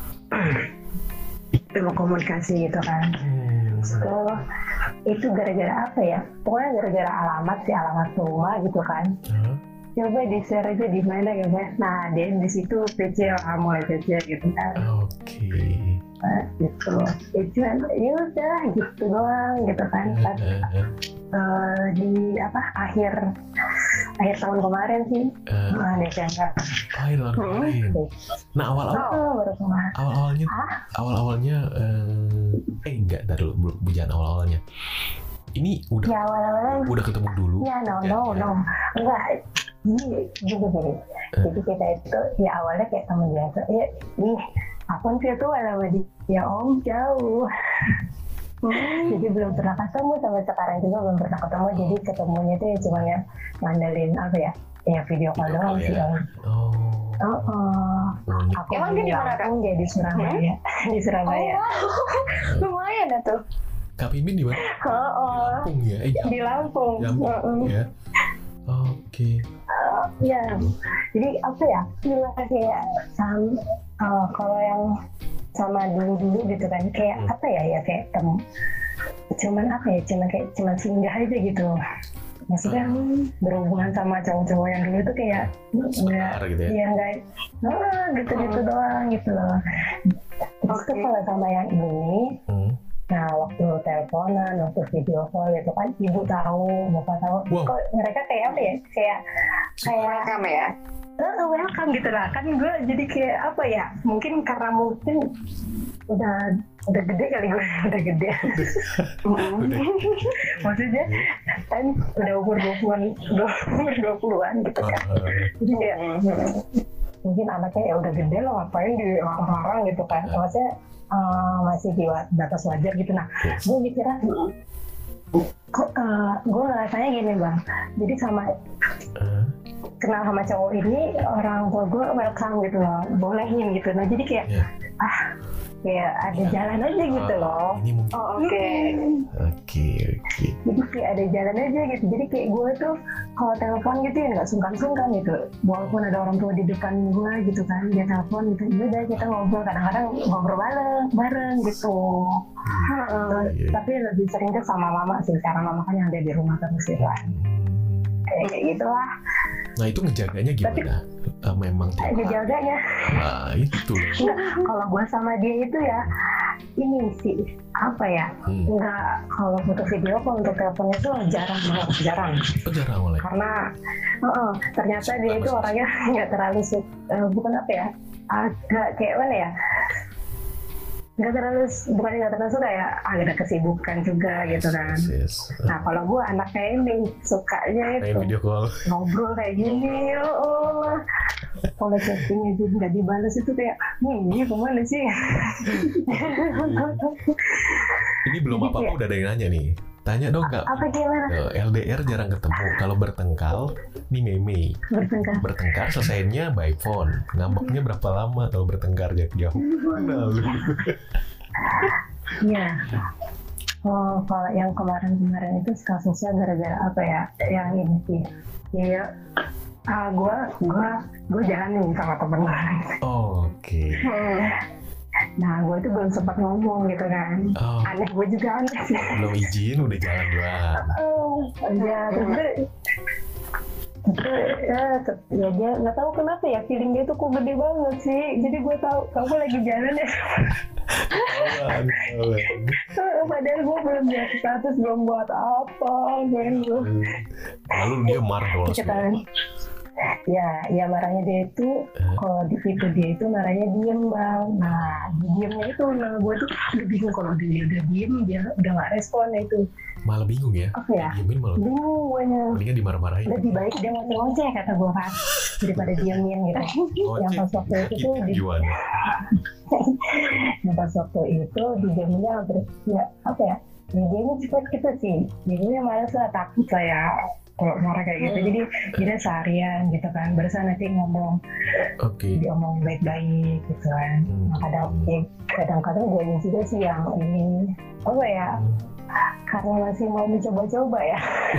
Speaker 7: mau komunikasi gitu kan.
Speaker 3: Hmm.
Speaker 7: So, itu gara-gara apa ya? Pokoknya gara-gara alamat sih, alamat rumah gitu kan.
Speaker 3: Hah?
Speaker 7: Coba di share aja di mana ya guys. Nah, dia di situ P C lah, mulai P C gitu kan.
Speaker 3: Oke.
Speaker 7: Nah, gitu. Ya cuman, ya udah gitu doang gitu kan. Pas
Speaker 3: Eh, eh,
Speaker 7: eh, di apa akhir akhir tahun kemarin sih,
Speaker 3: eh,
Speaker 7: nah, Desember.
Speaker 3: air lalu lain. Nah, awal-awal
Speaker 7: Oh, baru kemarin.
Speaker 3: awal-awalnya
Speaker 7: Ah?
Speaker 3: awal-awalnya eh, eh enggak, tar dulu, belum bujan awal-awalnya. Ini udah
Speaker 7: Ya awal-awalnya
Speaker 3: udah ketemu dulu.
Speaker 7: ya no
Speaker 3: Ya,
Speaker 7: no
Speaker 3: ya.
Speaker 7: no enggak gini gini gini jadi kita itu ya awalnya kayak teman biasa ya nih akun virtual sama dia om jauh jadi belum pernah ketemu sampai sekarang juga belum pernah ketemu jadi ketemunya itu ya cuma ya ngandelin apa ya ya video call
Speaker 3: Video
Speaker 7: doang
Speaker 3: call
Speaker 7: sih
Speaker 3: ya.
Speaker 7: om
Speaker 3: Oh.
Speaker 7: oh, oh.
Speaker 3: Unik.
Speaker 7: aku
Speaker 2: Emang dia di mana, Kak?
Speaker 7: Lampung, dia di Surabaya di Surabaya
Speaker 2: Oh, lumayan ya tuh.
Speaker 3: Kak Pimpin di mana?
Speaker 7: oh, oh.
Speaker 3: Lampung ya? Eh,
Speaker 7: di Lampung
Speaker 3: Lampung
Speaker 7: Mm-mm.
Speaker 3: ya. Oke.
Speaker 7: Ya, jadi apa ya? Gimana kayak sama uh, kalau yang sama dulu-dulu gitu kan, kayak
Speaker 3: Hmm.
Speaker 7: apa ya ya kayak tem, cuman apa ya, cuman kayak cuman singgah aja gitu. Maksudnya
Speaker 3: Hmm.
Speaker 7: berhubungan sama cowok-cowok yang dulu tuh kayak nggak,
Speaker 3: Sebentar gitu ya.
Speaker 7: ya nggak, nah, gitu-gitu doang gitu loh. Terus tuh kalau sama yang ini,
Speaker 3: Hmm.
Speaker 7: nah waktu teleponan, waktu video call gitu kan, ibu tahu, bapak tahu,
Speaker 3: Wow.
Speaker 7: kok mereka kayak apa ya, kayak kayak
Speaker 2: Welcome ya.
Speaker 7: uh, welcome gitu lah kan. Gue jadi kayak apa ya, mungkin karena mungkin udah udah gede kali gue udah gede maksudnya kan udah umur dua puluhan umur dua puluhan gitu kan,
Speaker 3: Ah,
Speaker 7: jadi kayak mungkin anaknya ya udah gede loh, ngapain dilarang-larang gitu kan, maksudnya uh, masih di batas wajar gitu. Nah gue mikirnya kok uh, gue ngerasanya gini bang, jadi sama kenal sama cowok ini orang tua gue welcome gitu loh, bolehin gitu. Nah jadi kayak yeah. ah kayak ada jalan aja gitu
Speaker 3: oh,
Speaker 7: loh.
Speaker 3: Ini mungkin.
Speaker 2: Oh, oke. Okay.
Speaker 3: Oke okay, oke. Okay.
Speaker 7: Jadi kayak ada jalan aja gitu. Jadi kayak gue tuh kalau telepon gitu ya nggak sungkan-sungkan gitu. Walaupun ada orang tua di depan gue gitu kan, dia telepon gitu. Ya udah kita ngobrol, kadang-kadang ngobrol bareng, bareng gitu. Hmm. Uh, yeah. Tapi lebih sering tuh sama mama sih, karena mama kan yang ada di rumah terus gitu kan. Kayak gitulah.
Speaker 3: Nah itu ngejaganya gimana? Tapi, uh, memang
Speaker 7: ngejaganya.
Speaker 3: Nah itu.
Speaker 7: Kalau gue sama dia itu ya ini sih apa ya? Hmm. Enggak, kalau foto video call untuk teleponnya tuh jarang banget, jarang.
Speaker 3: Oh, jarang oleh.
Speaker 7: Karena uh, uh, ternyata dia itu orangnya nggak terlalu suka, uh, bukan apa ya? Agak kayak mana ya? Nggak terlalu, bukan nggak terlalu suka ya, ada kesibukan juga gitu kan. Yes, yes. Nah kalau gue anaknya ini sukanya itu
Speaker 3: video call,
Speaker 7: ngobrol kayak gini, oh kalau chattingnya juga nggak dibalas itu kayak, nih ini kemana sih?
Speaker 3: Ini belum apa-apa ya. Udah ada yang nanya nih. Tanya dong kak.
Speaker 7: Apa gimana?
Speaker 3: L D R jarang ketemu. Kalau bertengkar, nih meme.
Speaker 7: Bertengkar.
Speaker 3: Bertengkar selesainya by phone. Ngambeknya berapa lama kalau bertengkar jauh? Nah,
Speaker 7: Iya. Oh, kalau yang kemarin-kemarin itu kasusnya gara-gara apa ya? Yang ini sih. Ya, ah, gue, gue, gue jalan nih sama temen gue.
Speaker 3: Oh, oke. Okay.
Speaker 7: Nah, gue tuh belum sempat ngomong gitu kan. Oh. Aneh, gue juga aneh sih.
Speaker 3: Belum izin, udah jalan duluan.
Speaker 7: Oh, ya, terus terus ya, ya dia nggak tahu kenapa ya feeling dia tuh kok gede banget sih. Jadi gue tahu kamu lagi jalan ya. Padahal gue belum buat status, belum buat apa gitu.
Speaker 3: Lalu dia marah dong.
Speaker 7: Ya, ya marahnya dia itu eh. kalau di situ dia itu marahnya diem bang. Nah, diemnya itu, nah gue tuh udah bingung kalau dia udah diem, dia udah nggak respon itu.
Speaker 3: Malah bingung ya?
Speaker 7: Apa ya?
Speaker 3: Diemin malah
Speaker 7: bingung gue nya.
Speaker 3: Mendingan dimarah-marahin.
Speaker 7: Lebih baik dia ngoceh-ngoceh kata gue kan, daripada diemin gitu. Yang pas waktu itu tuh di... yang pas waktu itu diemnya hampir ya apa ya? Ya dia ini cepet gitu sih. Dia malas lah, takut lah ya. Kalau marah kayak gitu, hmm. jadi dia seharian gitu kan, barusan nanti ngomong,
Speaker 3: okay.
Speaker 7: diomong baik-baik gitu kan. Hmm. Nah, kadang, ya, kadang-kadang gue juga sih yang ini, apa ya, hmm. karena masih mau mencoba-coba ya.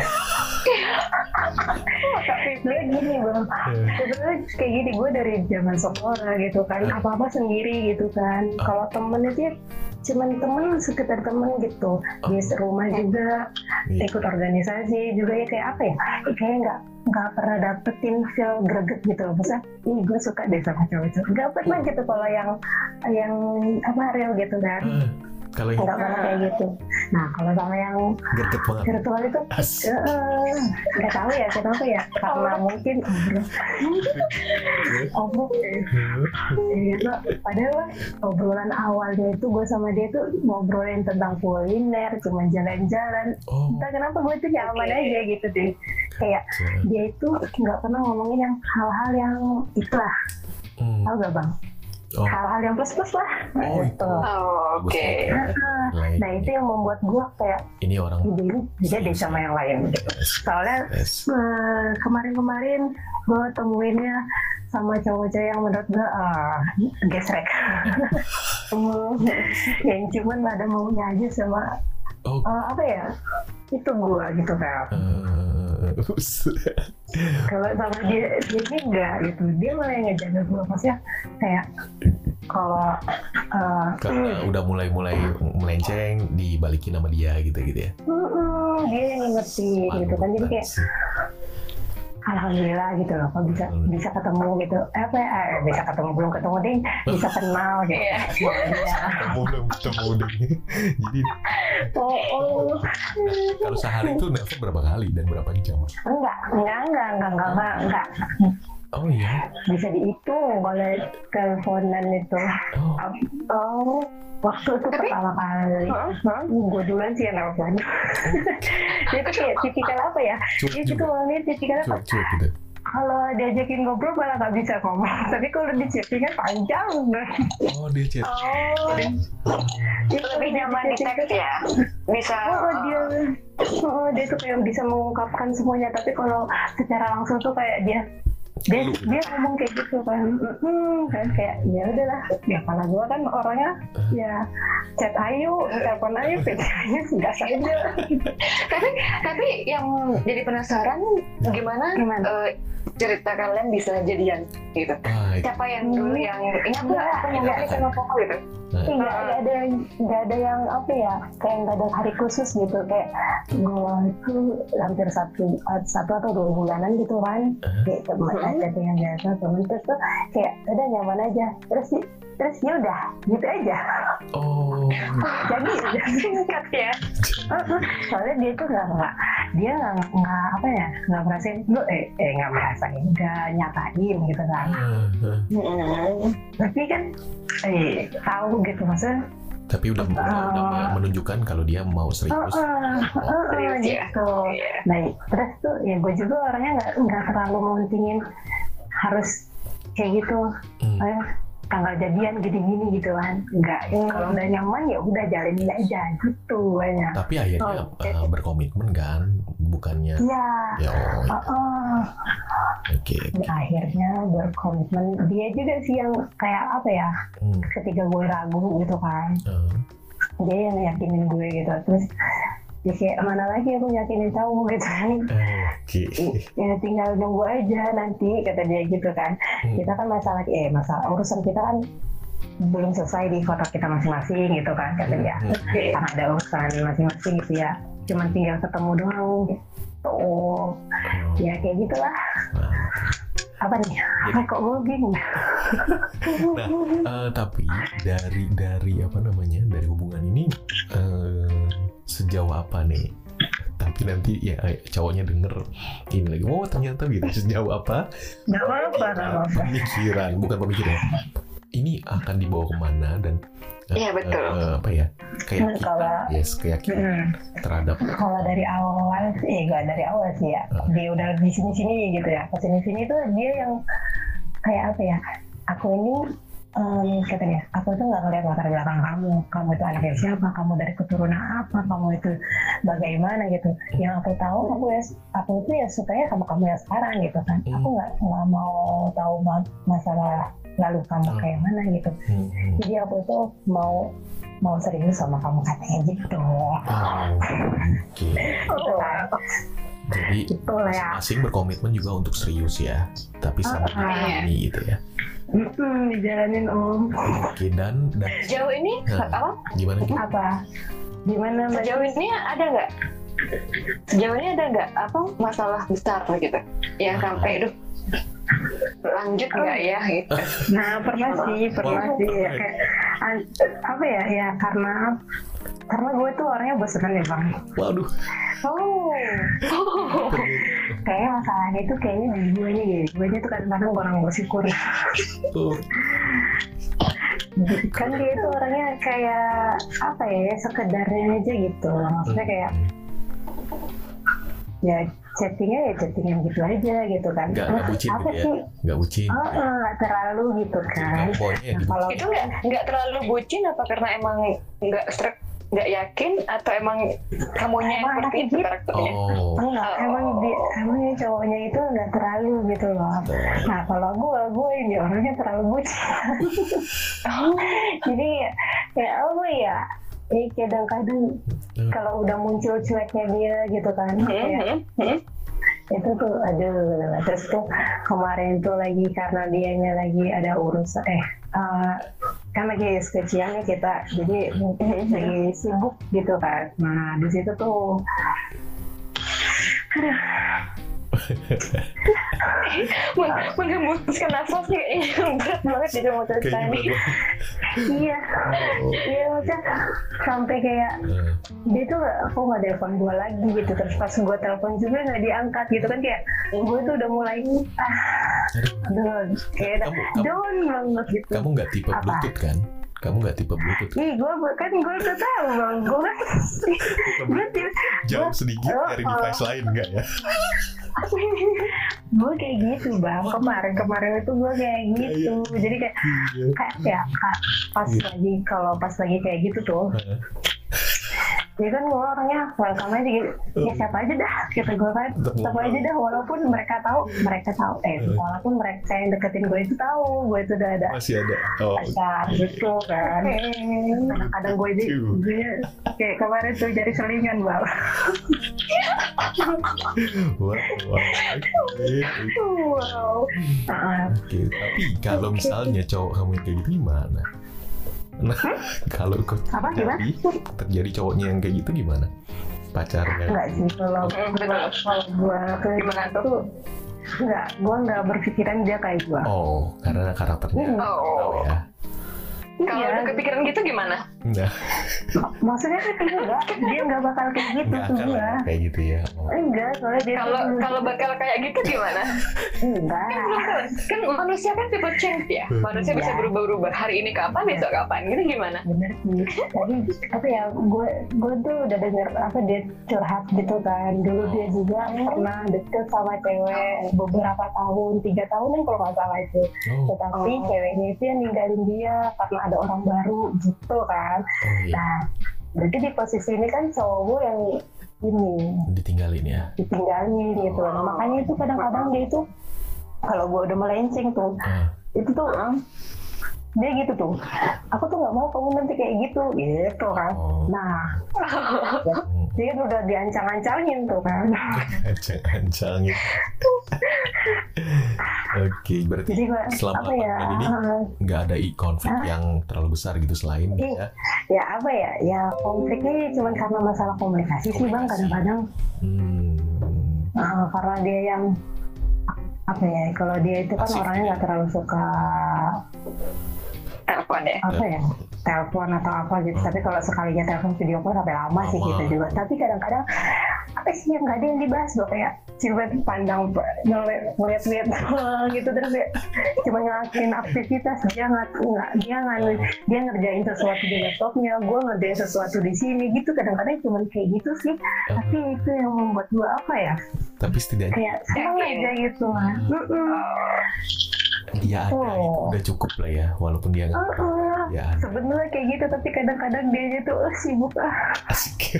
Speaker 7: Sebenarnya gini bang, sebenarnya kayak gini, gue dari zaman sekolah gitu kan, apa-apa sendiri gitu kan. Kalau temen itu cuman temen, sekitar temen gitu, di rumah juga, ikut organisasi juga ya kayak apa ya, kayak nggak nggak pernah dapetin feel greget gitu loh. Maksudnya, ini gue suka deh sama cowok-cowok, nggak pernah gitu kalau yang yang apa real gitu kan.
Speaker 3: Kalau yang
Speaker 7: nggak pernah kayak gitu. Nah kalau sama yang virtual itu nggak uh, tahu ya kenapa ya, karena mungkin obrol gitu. Padahal obrolan awalnya itu gue sama dia tuh ngobrolin tentang kuliner, cuma jalan-jalan. Oh. Entah kenapa gue tuh nyaman okay. aja gitu deh. Kayak yeah. dia itu nggak pernah ngomongin yang hal-hal yang itulah. Hmm. Tahu gak bang? Oh. Hal-hal yang plus-plus lah.
Speaker 3: Oh itu.
Speaker 2: Oh, oke. Okay.
Speaker 7: Nah, nah itu yang membuat gue kayak
Speaker 3: ini orang
Speaker 7: ini beda deh sama yang lain gitu. Soalnya yes. uh, kemarin-kemarin gue temuinnya sama cowok-cowok yang menurut gue uh, gesrek. Yang cuman ada maunya aja sama oh. uh, apa ya, itu gue gitu kan. Uh, kalau sama dia, dia enggak gitu, dia malah yang ngejaga gue. Maksudnya kayak kalau uh,
Speaker 3: karena hmm. udah mulai-mulai melenceng dibalikin sama dia gitu-gitu ya.
Speaker 7: Uh, dia yang ngerti gitu kan, jadi kayak alhamdulillah gitu loh, kalau bisa hmm. bisa ketemu gitu, eh, apa ya, eh, bisa ketemu belum ketemu deh, bisa kenal gitu.
Speaker 3: Ya, ketemu belum ketemu deh. Jadi,
Speaker 7: oh, oh.
Speaker 3: Kalau sehari itu nelfon berapa kali dan berapa jam?
Speaker 7: Enggak, enggak, enggak, enggak, enggak, enggak, enggak.
Speaker 3: Oh iya.
Speaker 7: Bisa dihitung kalau teleponan itu. Oh. Oh. Waktu itu tapi, pertama kali, huh? Huh? gue duluan sih yang nelfon. Dia tuh kayak tipikal apa ya? Dia gitu orangnya tipikal apa?
Speaker 3: Cuek, cuek gitu.
Speaker 7: kalau diajakin ngobrol malah nggak bisa ngomong, tapi kalau di chatting kan panjang.
Speaker 3: Oh dia chat.
Speaker 2: Oh, lebih nyaman di teks ya. Bisa.
Speaker 7: Oh dia, oh dia tuh kayak bisa mengungkapkan semuanya, tapi kalau secara langsung tuh kayak dia dia dia ngomong kayak gitu kan, hmm, kan kayak ya udahlah, ya karena gue kan orangnya ya chat ayu, telepon ayu, chat ayu gas aja.
Speaker 2: tapi tapi yang jadi penasaran gimana,
Speaker 7: Gimana?
Speaker 2: eh, cerita kalian bisa jadian gitu.
Speaker 3: Ah,
Speaker 2: Siapa yang dulu yang ingat nggak aku mau balik sama Koko gitu?
Speaker 3: nah,
Speaker 7: Nggak nggak ada yang nggak ada yang apa ya, kayak nggak ada hari khusus gitu, kayak gue tuh hampir satu satu atau dua bulanan gitu kan, kayak teman ada yang biasa temen, terus tuh kayak udah nyaman aja, terus terus ya udah gitu aja.
Speaker 3: oh
Speaker 7: Jadi
Speaker 2: Singkat ya.
Speaker 7: soalnya dia tuh nggak nggak dia nggak nggak apa ya nggak merasain lu eh eh nggak merasain nggak nyatain gitu kan,
Speaker 3: ah, ah.
Speaker 7: tapi kan eh tahu gitu maksudnya.
Speaker 3: Tapi udah, udah, udah menunjukkan kalau dia mau serius.
Speaker 7: Oh, uh, uh, uh,
Speaker 2: Serius ya?
Speaker 7: gitu. Nah, terus tuh ya gue juga orangnya nggak nggak terlalu mementingin harus kayak gitu.
Speaker 3: Hmm.
Speaker 7: Eh, tanggal jadian gini-gini gitu kan. Enggak. Kalau udah nyaman ya udah jalanin aja gitu banyak.
Speaker 3: Tapi akhirnya
Speaker 7: Oh, oke.
Speaker 3: uh, berkomitmen kan, bukannya
Speaker 7: Iya.
Speaker 3: ya oh,
Speaker 7: Uh, uh.
Speaker 3: oke oke.
Speaker 7: Ya, akhirnya berkomitmen. Dia juga sih yang kayak apa ya?
Speaker 3: Hmm,
Speaker 7: Ketika gue ragu gitu kan,
Speaker 3: uh,
Speaker 7: dia yang yakinin gue gitu. Terus ya kayak mana lagi aku yakinin tahu gitu kan.
Speaker 3: oke.
Speaker 7: Ya tinggal nunggu aja nanti kata dia gitu kan.
Speaker 3: Hmm.
Speaker 7: Kita kan masalah eh masalah urusan kita kan belum selesai di kota kita masing-masing gitu kan kata dia.
Speaker 3: Hmm.
Speaker 7: Karena ada urusan masing-masing gitu ya. Cuman tinggal ketemu doang gitu.
Speaker 3: Oh,
Speaker 7: Ya kayak gitulah.
Speaker 3: nah.
Speaker 7: Apa nih? Apa kok gue bingung?
Speaker 3: Nah, eh, tapi dari dari apa namanya dari hubungan ini eh, sejauh apa nih? Tapi nanti ya eh, cowoknya denger ini lagi, oh ternyata gitu sejauh apa?
Speaker 7: Gak apa-apa, gak apa-apa.
Speaker 3: Pemikiran, bukan pemikiran. Ini akan dibawa kemana dan eh,
Speaker 2: Iya, betul.
Speaker 3: eh, apa ya? Keyakinan,
Speaker 7: Kalau-
Speaker 3: yes keyakinan
Speaker 7: Mm.
Speaker 3: terhadap
Speaker 7: Kalau dari awal sih, eh gak dari awal sih ya.
Speaker 3: Hmm.
Speaker 7: Dia udah di sini-sini gitu ya. Ke sini-sini tuh dia yang kayak apa ya? Aku ini um, katanya, aku tuh nggak ngeliat latar belakang kamu. Kamu itu anaknya siapa? Kamu dari keturunan apa? Kamu itu bagaimana gitu? Yang aku tahu, aku ya, aku tuh ya sukanya sama kamu yang sekarang gitu kan.
Speaker 3: Hmm.
Speaker 7: Aku nggak nggak mau tahu ma- masalah lalu kamu
Speaker 3: Hmm.
Speaker 7: kayak mana gitu.
Speaker 3: hmm, hmm.
Speaker 7: Jadi aku tuh mau mau serius sama kamu katanya gitu.
Speaker 3: Oh, oke.
Speaker 7: Gitu kan.
Speaker 3: Jadi
Speaker 7: Gitu lah ya.
Speaker 3: masing-masing berkomitmen juga untuk serius ya, tapi sama
Speaker 7: Ah.
Speaker 3: ini gitu ya.
Speaker 7: Mm-mm, dijalanin om.
Speaker 3: Oke, dan dan
Speaker 2: Sejauh ini
Speaker 3: Nah.
Speaker 2: apa?
Speaker 3: gimana gitu?
Speaker 7: Apa? Gimana Mbak?
Speaker 2: Sejauh ini ada nggak? Sejauh ini ada nggak apa masalah besar gitu? Yang sampai duh lanjut nggak ya gitu?
Speaker 7: Nah pernah sih, pernah
Speaker 3: Wow.
Speaker 7: sih. Ya, kayak, an- apa ya? Ya karena karena gue tuh orangnya bosenan ya bang.
Speaker 3: Waduh.
Speaker 2: Oh,
Speaker 7: Kayaknya masalahnya itu kayaknya di gue nya gitu. Gue nya tuh kadang-kadang orang bersyukur.
Speaker 3: Oh,
Speaker 7: Kan dia tuh orangnya kayak apa ya? Sekedarnya aja gitu. Maksudnya kayak ya chattingnya ya chattingan gitu aja gitu kan.
Speaker 3: nggak nggak bucin
Speaker 7: Apa
Speaker 3: gitu ya?
Speaker 7: sih?
Speaker 3: Nggak bucin.
Speaker 7: Oh, nggak terlalu gitu kan.
Speaker 3: Nggak, pokoknya
Speaker 7: Nah,
Speaker 3: di-
Speaker 7: kalau
Speaker 2: itu nggak nggak terlalu bucin apa karena emang nggak strek nggak yakin atau emang kamunya yang
Speaker 7: Emang
Speaker 2: seperti
Speaker 7: anaknya
Speaker 2: itu
Speaker 7: gitu.
Speaker 2: karakternya?
Speaker 3: Oh,
Speaker 7: enggak, emang di, emang yang cowoknya itu nggak terlalu gitu loh. Nah kalau gue, gue ini orangnya terlalu bucin. Jadi ya apa ya? Eh kadang-kadang kalau udah muncul cueknya dia gitu kan, kayak
Speaker 2: Hmm, hmm.
Speaker 7: itu tuh aduh. Terus tuh kemarin tuh lagi karena dianya lagi ada urusan eh uh, kan lagi skripsiannya kita, jadi lagi sibuk gitu kan. Nah di situ tuh aduh,
Speaker 2: Men- menghembuskan nafas kayaknya berat banget jadi mau cerita
Speaker 3: kayaknya
Speaker 2: ini.
Speaker 3: berat banget.
Speaker 7: iya iya maksudnya sampai kayak
Speaker 3: Eh,
Speaker 7: dia tuh gak, aku nggak telepon gue lagi gitu. Terus pas gue telepon juga nggak diangkat gitu kan, kayak gue tuh udah mulai ah
Speaker 3: aduh.
Speaker 7: aduh kayak udah
Speaker 3: Kamu- kamu-
Speaker 7: down banget gitu.
Speaker 3: Kamu nggak tipe
Speaker 7: Apa?
Speaker 3: Bluetooth kan? Kamu nggak tipe Bluetooth kan?
Speaker 7: Ih gue kan gue udah tahu bang, gue kan gue tipe
Speaker 3: Jauh sedikit
Speaker 7: Oh,
Speaker 3: dari
Speaker 7: oh.
Speaker 3: device lain nggak ya?
Speaker 7: gue kayak gitu bang, kemarin kemarin itu gue kayak gitu, jadi kayak kayak ya kak, pas lagi kalau pas lagi kayak gitu tuh, jadi kan gue orangnya welcome aja gitu, ya siapa aja dah, kata gue kan, siapa aja dah, walaupun mereka tahu, mereka tahu, eh walaupun mereka yang deketin gue itu tahu, gue itu udah ada
Speaker 3: masih ada oh.
Speaker 7: pacar gitu kan, kadang-kadang gue ini, gue kayak kemarin tuh jadi selingan bang.
Speaker 3: Wah, wah, oke.
Speaker 7: Wow.
Speaker 3: Oke, tapi kalau misalnya cowok kamu yang kayak gitu gimana? Nah, kalau kok
Speaker 7: Apa,
Speaker 3: terjadi, terjadi cowoknya yang kayak gitu gimana? Pacarnya?
Speaker 7: Enggak sih, kalau kalau gue kayak tuh enggak, gue enggak berpikiran dia kayak gue.
Speaker 3: Oh, karena karakternya.
Speaker 2: Oh.
Speaker 3: Ya.
Speaker 2: Kalau
Speaker 7: Iya.
Speaker 2: udah kepikiran gitu gimana?
Speaker 3: Nah,
Speaker 7: Maksudnya kan enggak, dia enggak bakal kayak gitu
Speaker 3: nggak
Speaker 7: tuh
Speaker 3: akan
Speaker 7: gue.
Speaker 3: lah kayak gitu ya. Oh.
Speaker 7: Enggak, soalnya dia
Speaker 2: Kalau
Speaker 7: tuh-
Speaker 2: kalau bakal kayak gitu gimana?
Speaker 7: enggak.
Speaker 2: Kan manusia kan tipe change ya. Manusia bisa berubah-ubah. Hari ini kapan, besok kapan? Gitu gimana?
Speaker 7: Bener sih, tapi apa ya, gue gue tuh udah denger apa dia curhat gitu kan. Dulu dia juga pernah deket sama cewek beberapa tahun, tiga tahunan kalau nggak salah itu.
Speaker 3: Oh,
Speaker 7: Tetapi
Speaker 2: Oh.
Speaker 7: ceweknya itu yang ninggalin dia karena ada orang baru gitu kan.
Speaker 3: oh iya.
Speaker 7: Nah, berarti di posisi ini kan cowok gue yang ini
Speaker 3: Ditinggalin ya.
Speaker 7: ditinggalin gitu. Nah, makanya itu kadang-kadang dia itu kalau gue udah melenceng tuh,
Speaker 3: Ah,
Speaker 7: itu tuh dia gitu tuh, aku tuh nggak mau kamu nanti kayak gitu gitu kan.
Speaker 3: Oh.
Speaker 7: Nah,
Speaker 3: hmm.
Speaker 7: dia udah diancang-ancangin tuh kan.
Speaker 3: Ancang-ancangin. Oke, berarti
Speaker 7: Jadi gue
Speaker 3: selama
Speaker 7: apa ya,
Speaker 3: ini
Speaker 7: uh,
Speaker 3: nggak ada i- konflik yang terlalu besar gitu selain
Speaker 7: Ih.
Speaker 3: ya.
Speaker 7: ya apa ya, ya konfliknya cuma karena masalah komunikasi sih bang, kadang-kadang
Speaker 3: Hmm.
Speaker 7: uh, karena dia yang apa ya, kalau dia itu kan
Speaker 3: Pasif.
Speaker 7: orangnya nggak terlalu suka
Speaker 2: Telepon ya.
Speaker 7: apa ya, telepon atau apa gitu. Tapi kalau sekalinya telepon video call sampai lama sih
Speaker 3: Lama.
Speaker 7: kita juga. Tapi kadang-kadang apa sih yang nggak ada yang dibahas loh, kayak cuma pandang ngeliat-ngeliat gitu, terus ya cuma ngelakuin aktivitas, dia nggak nggak dia nggak dia ngerjain sesuatu di laptopnya, gue ngerjain sesuatu di sini gitu. Kadang-kadang cuma kayak gitu sih. Tapi itu yang membuat gue apa ya,
Speaker 3: Tapi setidaknya
Speaker 7: kayak senang aja gitu lah.
Speaker 3: dia ada
Speaker 7: Oh.
Speaker 3: itu udah cukup lah ya, walaupun dia nggak
Speaker 7: Uh-uh.
Speaker 3: ya ada.
Speaker 7: Sebenarnya kayak gitu, tapi kadang-kadang dia gitu oh, sibuk ah.
Speaker 3: Asik.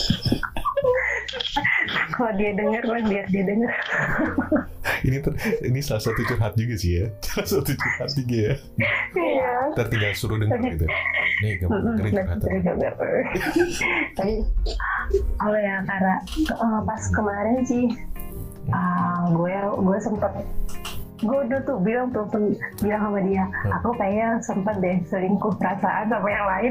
Speaker 7: Kalau dia denger lah, biar dia denger.
Speaker 3: ini ter, ini salah satu curhat juga sih ya. Salah satu curhat juga ya.
Speaker 7: Iya.
Speaker 3: Ntar tinggal suruh denger gitu. Nih kamu dengerin curhatan.
Speaker 7: Tapi kalau ya karena uh, pas kemarin sih uh, gue gue sempet gue udah tuh bilang tuh pen- bilang sama dia, aku kayaknya sempet deh selingkuh perasaan sama yang lain.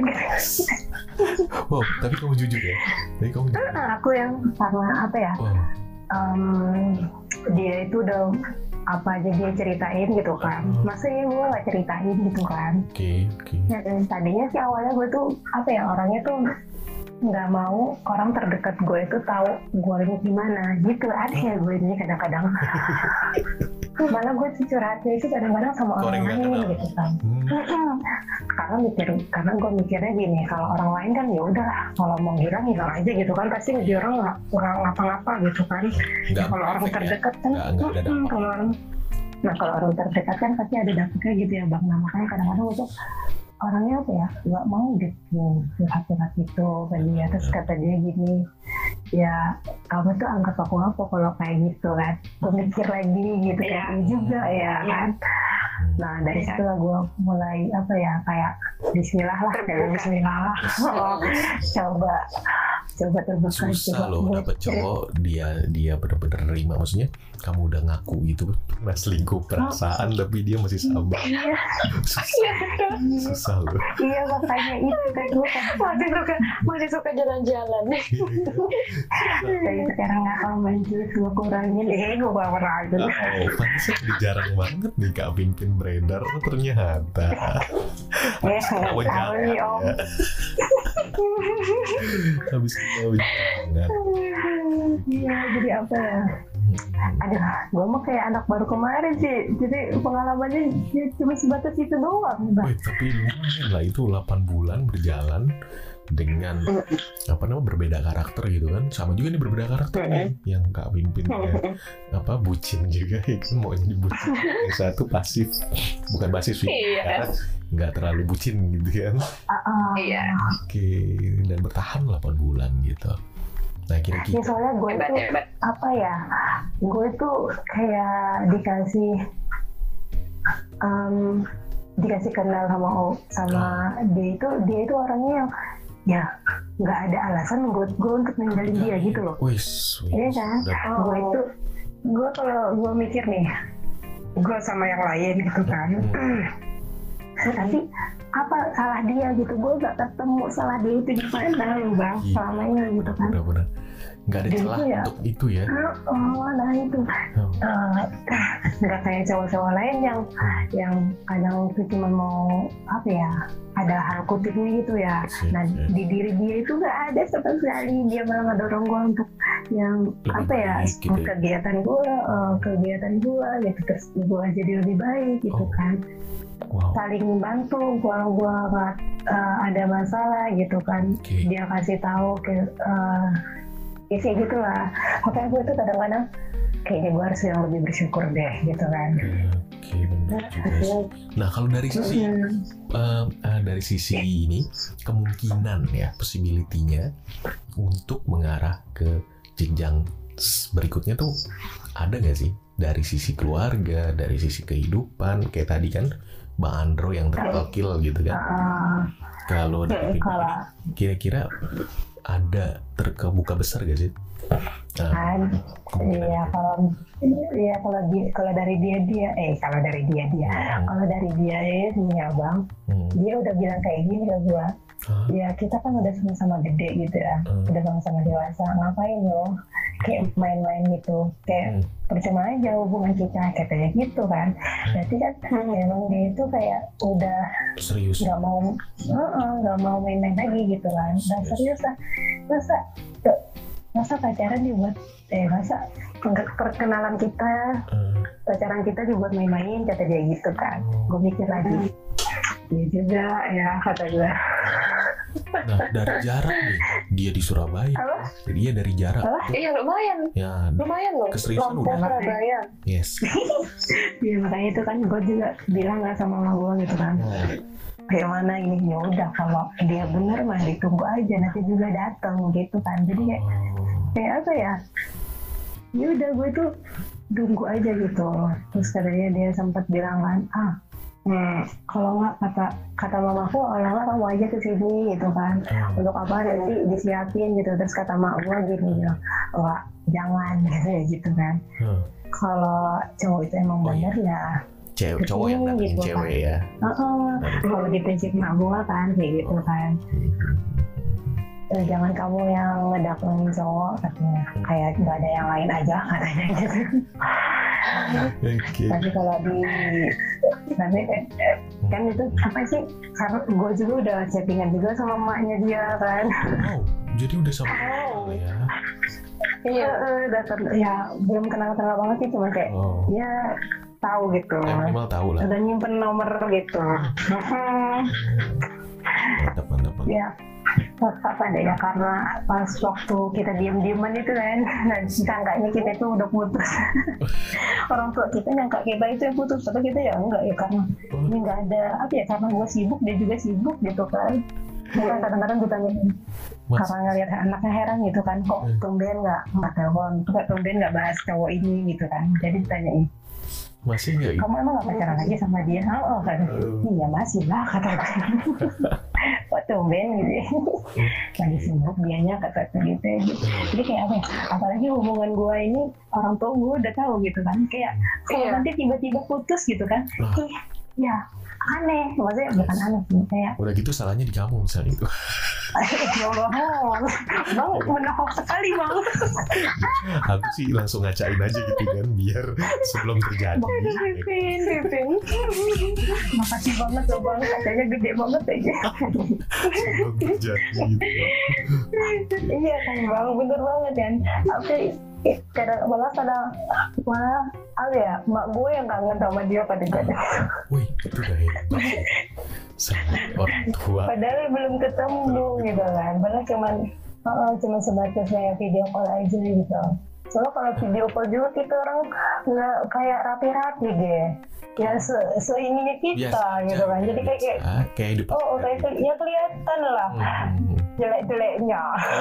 Speaker 3: Wow, tapi kamu jujur ya. Tapi kamu jujur.
Speaker 7: Nah, aku yang karena apa ya,
Speaker 3: Wow.
Speaker 7: um, dia itu udah apa aja dia ceritain gitu kan, masa ya gue gak ceritain gitu kan.
Speaker 3: Oke, oke.
Speaker 7: Ya, dan tadinya sih awalnya gue tuh apa ya, orangnya tuh nggak mau orang terdekat gue itu tahu gue ini gimana gitu. Ada ya gue ini kadang-kadang malah gue tuh curhatnya itu kadang-kadang sama
Speaker 3: Orang
Speaker 7: orang
Speaker 3: yang nggak
Speaker 7: lain
Speaker 3: kenal.
Speaker 7: gitu kan.
Speaker 3: Hmm.
Speaker 7: Karena mikir, karena gue mikirnya gini, kalau orang lain kan ya udah, kalau mau hilang hilang aja gitu kan, pasti dia orang nggak nggak ngapa-ngapa gitu kan.
Speaker 3: Nggak
Speaker 7: Kalau orang
Speaker 3: efek ya.
Speaker 7: terdekat kan,
Speaker 3: Nggak- nggak ada
Speaker 7: mm-mm,
Speaker 3: dampak.
Speaker 7: kalau orang, nah kalau orang terdekat kan pasti ada dampaknya gitu ya bang. Nah makanya kadang-kadang itu orangnya apa ya, nggak mau gitu curhat-curhat gitu ke dia. Terus kata dia gini, ya kamu tuh anggap aku apa kalau kayak gitu kan. Gue mikir lagi gitu
Speaker 2: Iya.
Speaker 7: kan juga ya kan. Nah dari situ lah gue mulai apa ya, kayak Bismillah lah, kayak Bismillah lah. Oh, coba coba terbuka,
Speaker 3: Susah
Speaker 7: coba
Speaker 3: loh
Speaker 7: gue
Speaker 3: dapet cowok dia dia bener-bener nerima, maksudnya kamu udah ngaku gitu pernah selingkuh perasaan tapi dia masih sabar.
Speaker 7: Iya,
Speaker 3: Susah, susah loh.
Speaker 7: iya makanya itu kan gue kan.
Speaker 2: Masih suka masih suka jalan-jalan.
Speaker 7: Tapi sekarang nggak akan bantu gue kurangin, eh gue bawa lagi.
Speaker 3: Oh, pantesan udah jarang banget nih Kak Pimpin beredar ternyata.
Speaker 7: Eh nggak tahu nih om.
Speaker 3: Habis kita jangan.
Speaker 7: Iya, jadi apa ya? aduh gue mah kayak anak baru kemarin sih, jadi pengalamannya ya cuma sebatas itu doang.
Speaker 3: Wih, tapi lumayan lah itu delapan bulan berjalan dengan apa namanya berbeda karakter gitu kan. Sama juga nih berbeda karakter nih. Yang Kak Pimpin ya, apa bucin juga ya kan, mau jadi bucin. Yang satu pasif, bukan pasif sih, karena nggak terlalu bucin gitu kan.
Speaker 7: Uh-uh.
Speaker 2: Iya.
Speaker 3: Oke, dan bertahan delapan bulan gitu. Nah kira-kira
Speaker 7: Ya soalnya gue
Speaker 2: Hebat,
Speaker 7: tuh
Speaker 2: hebat.
Speaker 7: apa ya, gue tuh kayak dikasih um, dikasih kenal sama sama dia itu dia itu orangnya yang ya nggak ada alasan buat gue untuk ninggalin dia gitu loh.
Speaker 3: wis, wis.
Speaker 7: Iya kan?
Speaker 3: Udah-
Speaker 7: Gue itu gue kalau gue mikir nih, gue sama yang lain gitu kan. Tapi apa salah dia gitu, gue gak ketemu salah dia itu di mana loh bang
Speaker 3: Iya.
Speaker 7: selama ini gitu kan.
Speaker 3: Benar-benar nggak ada
Speaker 7: Dan
Speaker 3: celah
Speaker 7: itu ya.
Speaker 3: untuk itu ya.
Speaker 7: Oh, nah itu
Speaker 3: Oh.
Speaker 7: Eh, nggak kayak cowok-cowok lain yang yang kadang itu cuma mau apa ya, ada hal kutipnya gitu ya.
Speaker 3: Sip,
Speaker 7: Nah
Speaker 3: sip.
Speaker 7: di diri dia itu nggak ada sama sekali, dia malah ngedorong gue untuk yang
Speaker 3: Lebih
Speaker 7: apa ya,
Speaker 3: baik gitu ya.
Speaker 7: kegiatan gue eh, kegiatan gue gitu, terus gue jadi lebih baik gitu
Speaker 3: Oh.
Speaker 7: kan.
Speaker 3: Wow.
Speaker 7: Saling bantu kalau gue nggak eh, ada masalah gitu kan.
Speaker 3: Oke.
Speaker 7: Dia kasih tahu ke uh, ya kayak gitulah. Makanya gue tuh kadang-kadang kayaknya gue harus yang lebih bersyukur deh gitu kan.
Speaker 3: Oke, benar juga sih. Nah kalau dari sisi
Speaker 7: Hmm.
Speaker 3: eh, eh, dari sisi ini kemungkinan ya possibility-nya untuk mengarah ke jenjang s- berikutnya tuh ada nggak sih dari sisi keluarga, dari sisi kehidupan kayak tadi kan Bang Andro yang terwakil gitu kan.
Speaker 7: Uh,
Speaker 3: Kalau dari
Speaker 7: kalau
Speaker 3: kira-kira ada terkebuka besar gak sih? Nah,
Speaker 7: kan,
Speaker 3: kemungkinan
Speaker 7: iya
Speaker 3: itu.
Speaker 7: kalau iya kalau dia kalau dari dia dia eh kalau dari dia dia
Speaker 3: Hmm.
Speaker 7: kalau dari dia ini ya bang,
Speaker 3: Hmm.
Speaker 7: dia udah bilang kayak gini ke gue.
Speaker 3: Hah?
Speaker 7: Ya kita kan udah sama-sama gede gitu ya,
Speaker 3: Hmm.
Speaker 7: udah sama-sama dewasa, ngapain lo kayak main-main gitu, kayak
Speaker 3: Hmm.
Speaker 7: percuma aja hubungan kita katanya gitu kan. Berarti kan memang dia itu kayak udah
Speaker 3: Serius?
Speaker 7: nggak mau uh-uh, nggak mau main-main lagi gitu kan. Dan serius lah, masa masa pacaran dibuat eh masa per- perkenalan kita
Speaker 3: Eh,
Speaker 7: pacaran kita dibuat main-main kata dia gitu kan. Gue mikir lagi, iya juga ya kata gue.
Speaker 3: Nah dari jarak nih, dia di Surabaya,
Speaker 7: Apa?
Speaker 3: dia dari jarak
Speaker 7: Apa?
Speaker 3: tuh,
Speaker 2: Iya lumayan,
Speaker 3: ya
Speaker 2: lumayan loh.
Speaker 3: Keseriusan
Speaker 2: Lampung
Speaker 3: udah.
Speaker 2: Surabaya.
Speaker 3: yes.
Speaker 7: Iya makanya itu kan gue juga bilang nggak sama mama gue gitu kan.
Speaker 3: Oh,
Speaker 7: Kayak mana ini, ya udah kalau dia bener mah ditunggu aja nanti juga datang gitu kan. Jadi kayak
Speaker 3: oh.
Speaker 7: kayak apa ya, ya udah gue tuh tunggu aja gitu. Terus katanya dia sempat bilang kan, ah hmm, kalau nggak kata kata mamaku kalau nggak kamu aja ke sini gitu kan,
Speaker 3: Oh.
Speaker 7: untuk apa nanti disiapin gitu. Terus kata mak gue gini bilang, wah jangan gitu ya gitu kan.
Speaker 3: Huh.
Speaker 7: Kalau cowok itu emang
Speaker 3: Oh, iya.
Speaker 7: bener ya
Speaker 3: Cewek, cowok yang datengin
Speaker 7: Gitu,
Speaker 3: cewek ya.
Speaker 7: uh-uh. Kalau di prinsip mak gue kan kayak gitu kan. Eh, jangan kamu yang ngedatengin cowok katanya, kayak nggak ada yang lain aja katanya gitu.
Speaker 3: Oke.
Speaker 7: Tapi kalau di nanti eh, kan itu apa sih, karena gue juga udah chattingan juga sama emaknya dia kan.
Speaker 3: Wow, jadi udah sama
Speaker 2: Oh.
Speaker 3: ya.
Speaker 2: Iya.
Speaker 7: Eh, udah ken- ya belum kenal kenal banget sih, cuma kayak
Speaker 3: Oh,
Speaker 7: ya tahu gitu,
Speaker 3: ya, minimal tahu lah.
Speaker 7: udah nyimpen nomor gitu. Hmm.
Speaker 3: Mantap, mantap, mantap.
Speaker 7: Ya apa deh ya, karena pas waktu kita diem-dieman itu kan, dan sangkanya kita itu udah putus. Orang tua kita nyangka kita itu yang putus, tapi kita ya enggak ya, karena ini nggak ada apa ya, karena gue sibuk dia juga sibuk gitu kan. Bukan kadang-kadang ditanyain,
Speaker 3: Mas,
Speaker 7: karena ngeliat anaknya heran gitu kan, kok
Speaker 3: Hmm.
Speaker 7: tumben nggak nggak telepon, kok tumben nggak bahas cowok ini gitu kan. Jadi ditanyain,
Speaker 3: masih nggak itu?
Speaker 7: kamu emang nggak pacaran lagi sama dia? Oh, oh kan, iya masih lah kata gue. Kok tumben gitu ya, lagi sibuk dianya kata gue gitu, gitu. Jadi kayak apa ya, apalagi hubungan gue ini orang tua gue udah tahu gitu kan, kayak kalau
Speaker 2: Iya.
Speaker 7: nanti tiba-tiba putus gitu kan,
Speaker 3: Nah.
Speaker 7: ih ya aneh, maksudnya bukan aneh sih, kayak
Speaker 3: Udah gitu salahnya di kamu misalnya itu.
Speaker 7: ya Allah, bang menahok sekali bang.
Speaker 3: Aku sih langsung ngacain aja gitu kan biar sebelum terjadi.
Speaker 7: Pipin, Pipin. Makasih banget loh bang, katanya gede banget aja.
Speaker 3: Sebelum terjadi gitu.
Speaker 7: Iya kan bang, bener banget kan. Oke, kadang malah kadang malah apa ya, mak gue yang kangen sama dia pada jadi.
Speaker 3: Wih, itu udah hebat. Sama orang tua.
Speaker 7: Padahal belum ketemu gitu kan. Padahal cuman uh, cuma sebatas kayak video call aja gitu. Soalnya kalau video call juga kita orang nggak kayak rapi-rapi gitu. Ya se seininya kita
Speaker 3: Biasa
Speaker 7: gitu kan. Jadi kayak kayak
Speaker 3: biasa, kayak hidup.
Speaker 7: oh, kayak ke- ya kelihatan lah
Speaker 3: Hmm.
Speaker 7: jelek-jeleknya.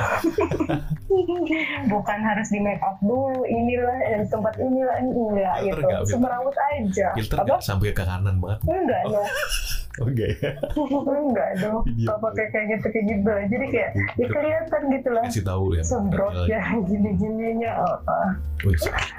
Speaker 7: Bukan harus di make up dulu, inilah eh, tempat inilah enggak
Speaker 3: Filter
Speaker 7: gitu.
Speaker 3: nggak, filter?
Speaker 7: Semerawut aja.
Speaker 3: Filter
Speaker 7: Apa?
Speaker 3: nggak sampai ke kanan banget.
Speaker 7: Enggak dong.
Speaker 3: Oke.
Speaker 7: Enggak dong.
Speaker 3: Video
Speaker 7: Kalau pakai kayak gitu kayak gitu. Jadi kayak ya kelihatan gitu lah.
Speaker 3: Kasih tahu ya.
Speaker 7: Sembrotnya gini-gininya apa.
Speaker 3: Wih,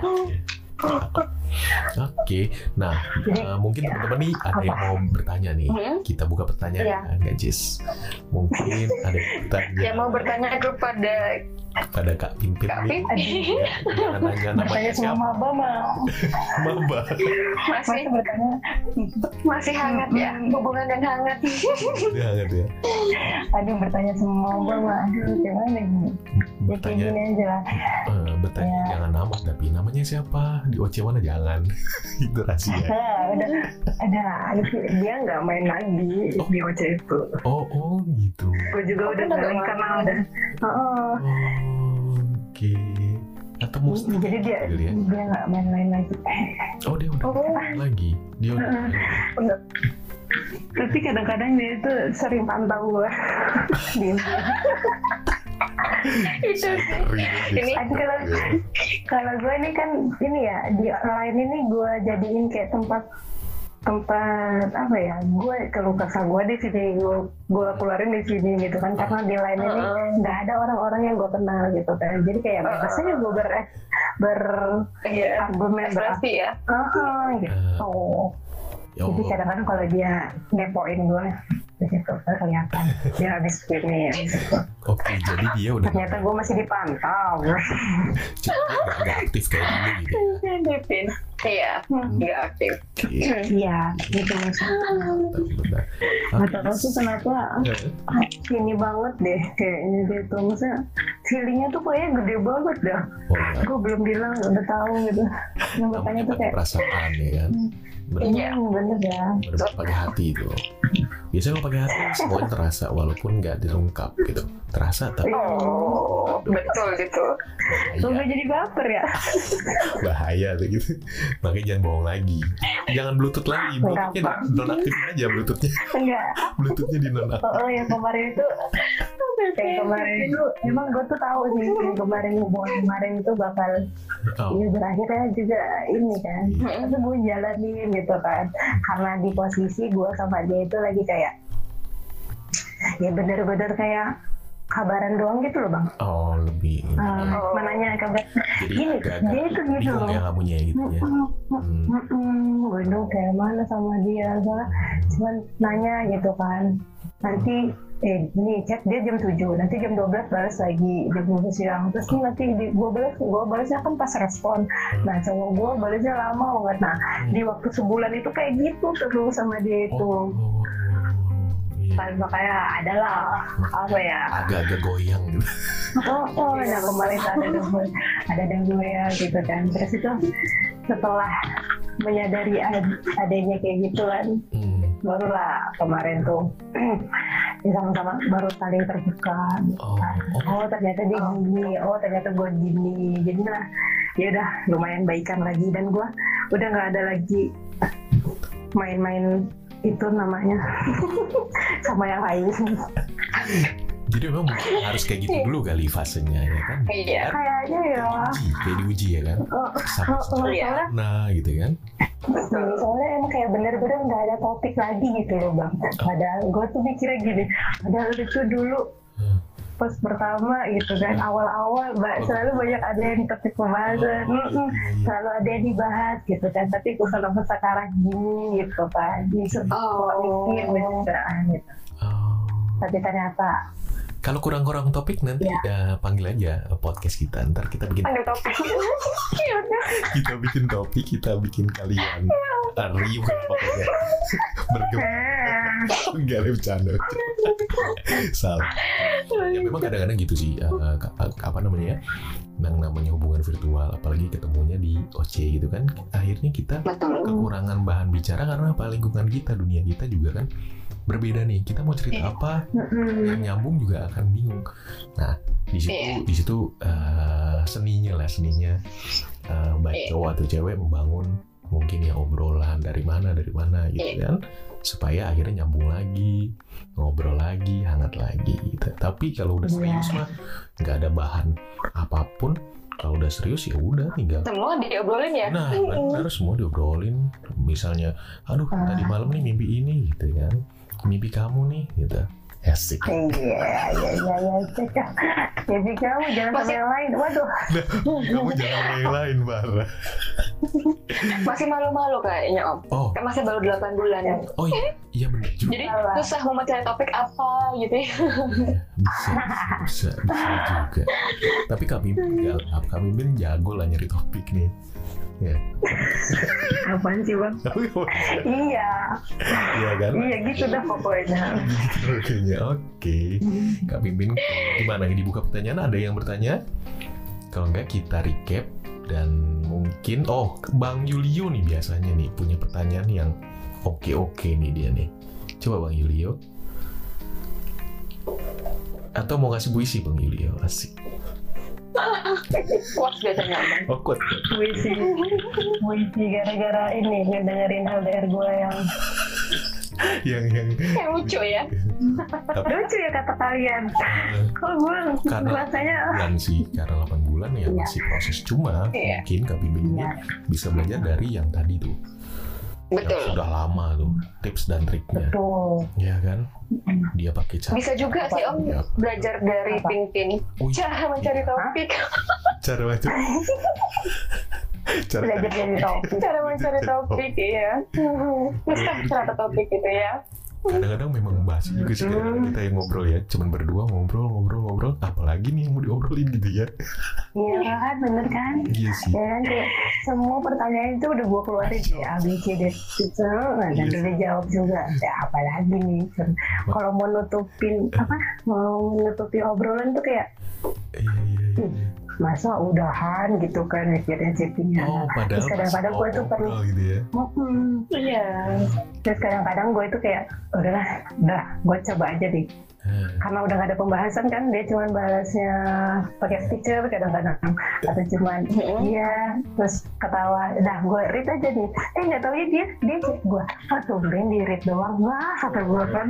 Speaker 3: Oke, nah uh, mungkin teman-teman nih ada yang mau bertanya nih.
Speaker 2: Hmm?
Speaker 3: Kita buka pertanyaan
Speaker 2: Iya.
Speaker 3: ya, nggak Jis? Mungkin ada yang bertanya.
Speaker 2: Yang mau bertanya kepada
Speaker 3: pada Kak Pimpin
Speaker 2: Kak
Speaker 3: nih.
Speaker 2: Pin,
Speaker 3: Ya, jangan nanya namanya
Speaker 7: Bertanya sama
Speaker 3: siapa.
Speaker 7: maba mah.
Speaker 3: Maba.
Speaker 2: masih
Speaker 7: Masih bertanya.
Speaker 2: masih hangat ya, hubungan yang hangat.
Speaker 3: Udah nggak tuh ya?
Speaker 7: Aduh bertanya sama maba mah. Aduh gimana gini. Ya kayak
Speaker 3: Bertanya,
Speaker 7: gini aja lah.
Speaker 3: eh, bertanya
Speaker 7: Ya.
Speaker 3: jangan nama tapi namanya siapa di O C mana jangan. Itu rahasia.
Speaker 7: Nah, udah ada dia nggak main lagi di O C itu.
Speaker 3: Oh, oh gitu.
Speaker 7: Gue juga
Speaker 2: Oh,
Speaker 7: udah
Speaker 2: udah
Speaker 7: balik
Speaker 2: nggak
Speaker 7: karena
Speaker 2: main.
Speaker 7: udah. Oh,
Speaker 3: Oh, oke. Atau mesti
Speaker 7: jadi dia
Speaker 3: gitu ya?
Speaker 7: dia nggak main-main lagi.
Speaker 3: Oh, dia udah
Speaker 7: Oh.
Speaker 3: main lagi. Dia udah.
Speaker 7: Enggak. Tapi kadang-kadang dia itu sering pantau gue. Dia
Speaker 2: Itu ini
Speaker 7: Aduh, kalau kalau gue ini kan ini ya di online ini gue jadiin kayak tempat tempat apa ya, gue keluh kesah gue di sini, gue gue keluarin di sini gitu kan, karena di line ini nggak ada orang-orang yang gue kenal gitu kan, jadi kayak bebas aja gue ber ber
Speaker 2: ya,
Speaker 7: argumen ber
Speaker 2: ekspresi ya.
Speaker 7: ah gitu.
Speaker 3: Ya
Speaker 7: Jadi
Speaker 3: Allah.
Speaker 7: kadang-kadang kalau dia ngepoin gue di situ kan kelihatan dia habis ini habis itu.
Speaker 3: Oke, jadi dia udah
Speaker 7: Ternyata gue masih dipantau.
Speaker 3: cuma nggak nggak aktif kayak dulu gitu.
Speaker 2: Devin, iya, nggak aktif.
Speaker 3: Oke,
Speaker 7: Iya, gitu maksudnya.
Speaker 3: tapi benar.
Speaker 7: Nggak tahu tuh kenapa ini banget deh kayaknya gitu. Maksudnya feelingnya tuh kayaknya gede banget dah.
Speaker 3: Oh ya,
Speaker 7: Gue belum bilang udah tahu gitu. Yang bertanya
Speaker 3: namanya
Speaker 7: tuh
Speaker 3: pakai
Speaker 7: kayak,
Speaker 3: perasaan ya kan. Benar,
Speaker 2: Iya.
Speaker 7: hmm, bener ya.
Speaker 3: benar pakai hati itu. Biasanya kalau pakai hati semuanya terasa walaupun nggak diungkap gitu. Terasa tapi
Speaker 2: Oh, betul gitu.
Speaker 7: Tuh
Speaker 3: bahaya,
Speaker 7: gak jadi baper ya.
Speaker 3: bahaya tuh gitu. Makanya jangan bohong lagi. Jangan bluetooth lagi. Bluetoothnya
Speaker 7: Kenapa?
Speaker 3: nonaktifin aja bluetoothnya.
Speaker 7: Enggak.
Speaker 3: Bluetoothnya di nonaktif.
Speaker 7: Oh, oh yang kemarin itu yang kemarin itu emang gue tuh tahu sih yang kemarin hubungan kemarin itu bakal
Speaker 3: Oh,
Speaker 7: ini berakhirnya juga ini kan, tapi gue jalanin gitu kan, karena di posisi gue sama dia itu lagi kayak ya bener-bener kayak kabaran doang gitu loh bang.
Speaker 3: oh lebih.
Speaker 7: Uh,
Speaker 2: Oh.
Speaker 7: mananya kabar
Speaker 3: Jadi
Speaker 7: gini,
Speaker 3: agak-agak
Speaker 7: dia itu gitu
Speaker 3: bingung
Speaker 7: loh.
Speaker 3: ya kamunya gitu ya. Hmm.
Speaker 7: gue dong kayak mana sama dia, soalnya cuman nanya gitu kan, nanti eh ini chat dia jam tujuh, nanti jam dua belas balas lagi jam dua belas siang, terus nih nanti di gue balas gue balasnya kan pas respon, nah cowok gue balasnya lama banget, nah di waktu sebulan itu kayak gitu terus sama dia itu.
Speaker 3: Oh, oh, iya.
Speaker 7: Kan makanya adalah apa ya,
Speaker 3: Agak-agak goyang gitu.
Speaker 7: oh oh nah kemarin tuh ada dong ada dan gue ya gitu kan, terus itu setelah menyadari ad- adanya kayak gitu kan,
Speaker 3: Hmm.
Speaker 7: barulah kemarin tuh ya sama-sama baru saling terbuka gitu
Speaker 3: Oh,
Speaker 7: kan.
Speaker 3: oh.
Speaker 7: Oh ternyata dia gini, oh ternyata gue gini, jadi lah ya udah lumayan baikan lagi, dan gue udah nggak ada lagi main-main itu namanya sama yang lain.
Speaker 3: Jadi memang mungkin harus kayak gitu dulu kali fasenya ya kan.
Speaker 2: Iya.
Speaker 7: Kayaknya ya.
Speaker 3: Uji, kayak diuji ya kan.
Speaker 7: Oh,
Speaker 3: Sama
Speaker 7: oh, oh,
Speaker 2: Iya.
Speaker 7: soalnya,
Speaker 3: nah gitu kan.
Speaker 7: soalnya emang kayak bener-bener nggak ada topik lagi gitu loh bang. Padahal gue tuh mikirnya gini, padahal itu dulu pas pertama gitu kan, awal-awal mbak selalu banyak ada yang topik pembahasan, mm-mm, selalu ada yang dibahas gitu kan, tapi kok kalau sekarang gini gitu kan, bisa
Speaker 2: Oh.
Speaker 7: mikir gitu.
Speaker 3: Oh.
Speaker 7: Tapi ternyata
Speaker 3: Kalau kurang-kurang topik nanti ya panggil aja podcast kita. Ntar kita bikin
Speaker 2: Panggil topik. Iya udah.
Speaker 3: kita bikin topik, kita bikin kalian riuh pokoknya bergema. Enggak ada bercanda. Salah. Ya memang kadang-kadang gitu sih. Uh, apa namanya ya? Yang namanya hubungan virtual, apalagi ketemunya di O C gitu kan. Akhirnya kita
Speaker 2: Betul.
Speaker 3: kekurangan bahan bicara karena apa? Lingkungan kita, dunia kita juga kan berbeda nih. Kita mau cerita apa yang nyambung juga akan bingung. Nah, di situ
Speaker 2: Iya.
Speaker 3: di situ uh, seninya lah seninya uh, baik
Speaker 2: Iya.
Speaker 3: cowok atau cewek membangun mungkin ya obrolan dari mana dari mana gitu
Speaker 2: Iya.
Speaker 3: kan, supaya akhirnya nyambung lagi, ngobrol lagi, hangat lagi gitu. Tapi kalau udah serius mah nggak ada bahan apapun. Kalau udah serius ya udah tinggal.
Speaker 2: Semua diobrolin ya.
Speaker 3: Nah, benar, semua diobrolin. Misalnya, aduh tadi malam nih mimpi ini gitu kan, mimpi kamu nih gitu. Asik.
Speaker 7: Iya, iya, iya, iya, cocok. Jadi kamu jangan sama
Speaker 2: Masih-
Speaker 7: yang lain. Waduh.
Speaker 3: Kamu jangan yang lain, Bara.
Speaker 2: Masih malu-malu kayaknya Om.
Speaker 3: Oh,
Speaker 2: Kan masih baru delapan bulan.
Speaker 3: oh iya, iya benar juga.
Speaker 2: Jadi
Speaker 7: Salah.
Speaker 2: susah mau mencari topik apa gitu ya.
Speaker 3: Bisa, bisa, bisa juga. Tapi Kak Mimin, Kak Mimin jago lah nyari topik nih. Ya.
Speaker 7: Apaan sih bang? Iya,
Speaker 3: Iya kan?
Speaker 7: iya gitu dah pokoknya.
Speaker 3: Oke, oke. Kak Mimin, gimana nih dibuka pertanyaan? Ada yang bertanya? Kalau enggak kita recap dan mungkin oh Bang Yulio nih biasanya nih punya pertanyaan yang oke-oke nih dia nih. Coba Bang Yulio. Atau mau kasih puisi Bang Yulio? Asik.
Speaker 2: Kuat biasanya Om.
Speaker 3: Oh, kuat.
Speaker 7: Puisi, puisi gara-gara ini ngedengerin L D R gue yang
Speaker 3: yang yang
Speaker 2: Yang lucu ya.
Speaker 3: tapi
Speaker 7: lucu ya kata kalian. Kalau gue
Speaker 3: Karena-
Speaker 7: rasanya
Speaker 3: bulan sih karena delapan bulan ya
Speaker 7: Iya.
Speaker 3: masih proses, cuma
Speaker 2: Iya.
Speaker 3: mungkin Kak Bimbing ini
Speaker 7: Iya.
Speaker 3: bisa belajar dari yang tadi tuh yang
Speaker 2: Betul.
Speaker 3: sudah lama tuh tips dan triknya
Speaker 7: betul.
Speaker 3: ya kan, dia pakai cara
Speaker 2: Bisa juga sih Om
Speaker 3: Iya.
Speaker 2: belajar dari
Speaker 7: Apa?
Speaker 2: Pin-Pin.
Speaker 3: Oh, iya.
Speaker 2: Cara mencari topik.
Speaker 3: cara macam cara
Speaker 7: Belajar dari topik.
Speaker 2: Cara mencari topik ya. Susah ternyata topik itu ya.
Speaker 3: kadang-kadang memang basi juga sih kadang-kadang kita yang ngobrol ya, cuman berdua ngobrol ngobrol ngobrol apalagi nih yang mau diobrolin gitu ya.
Speaker 7: Iya kan, bener kan?
Speaker 3: Iya sih.
Speaker 7: Ya kan kayak semua pertanyaan itu udah gue keluarin ya A B C D gitu, nah, dan udah dijawab juga. Ya apa lagi nih? Kalau mau nutupin apa? Mau nutupi obrolan tuh kayak
Speaker 3: Iya iya iya.
Speaker 7: masa udahan gitu kan mikirnya chattingnya.
Speaker 3: Oh padahal
Speaker 7: Terus kadang-kadang gue tuh perlu
Speaker 3: ngobrol gitu ya.
Speaker 7: Hmm,
Speaker 2: Iya.
Speaker 7: terus kadang-kadang gue itu kayak udahlah, udah gue coba aja deh.
Speaker 3: Nah,
Speaker 7: Karena udah gak ada pembahasan kan, dia cuma balasnya pakai stiker kadang-kadang atau cuman iya terus ketawa. Dah gue read aja nih. Eh nggak tahu ya dia dia chat gue. Ah tumben di read doang. Wah kata gue kan.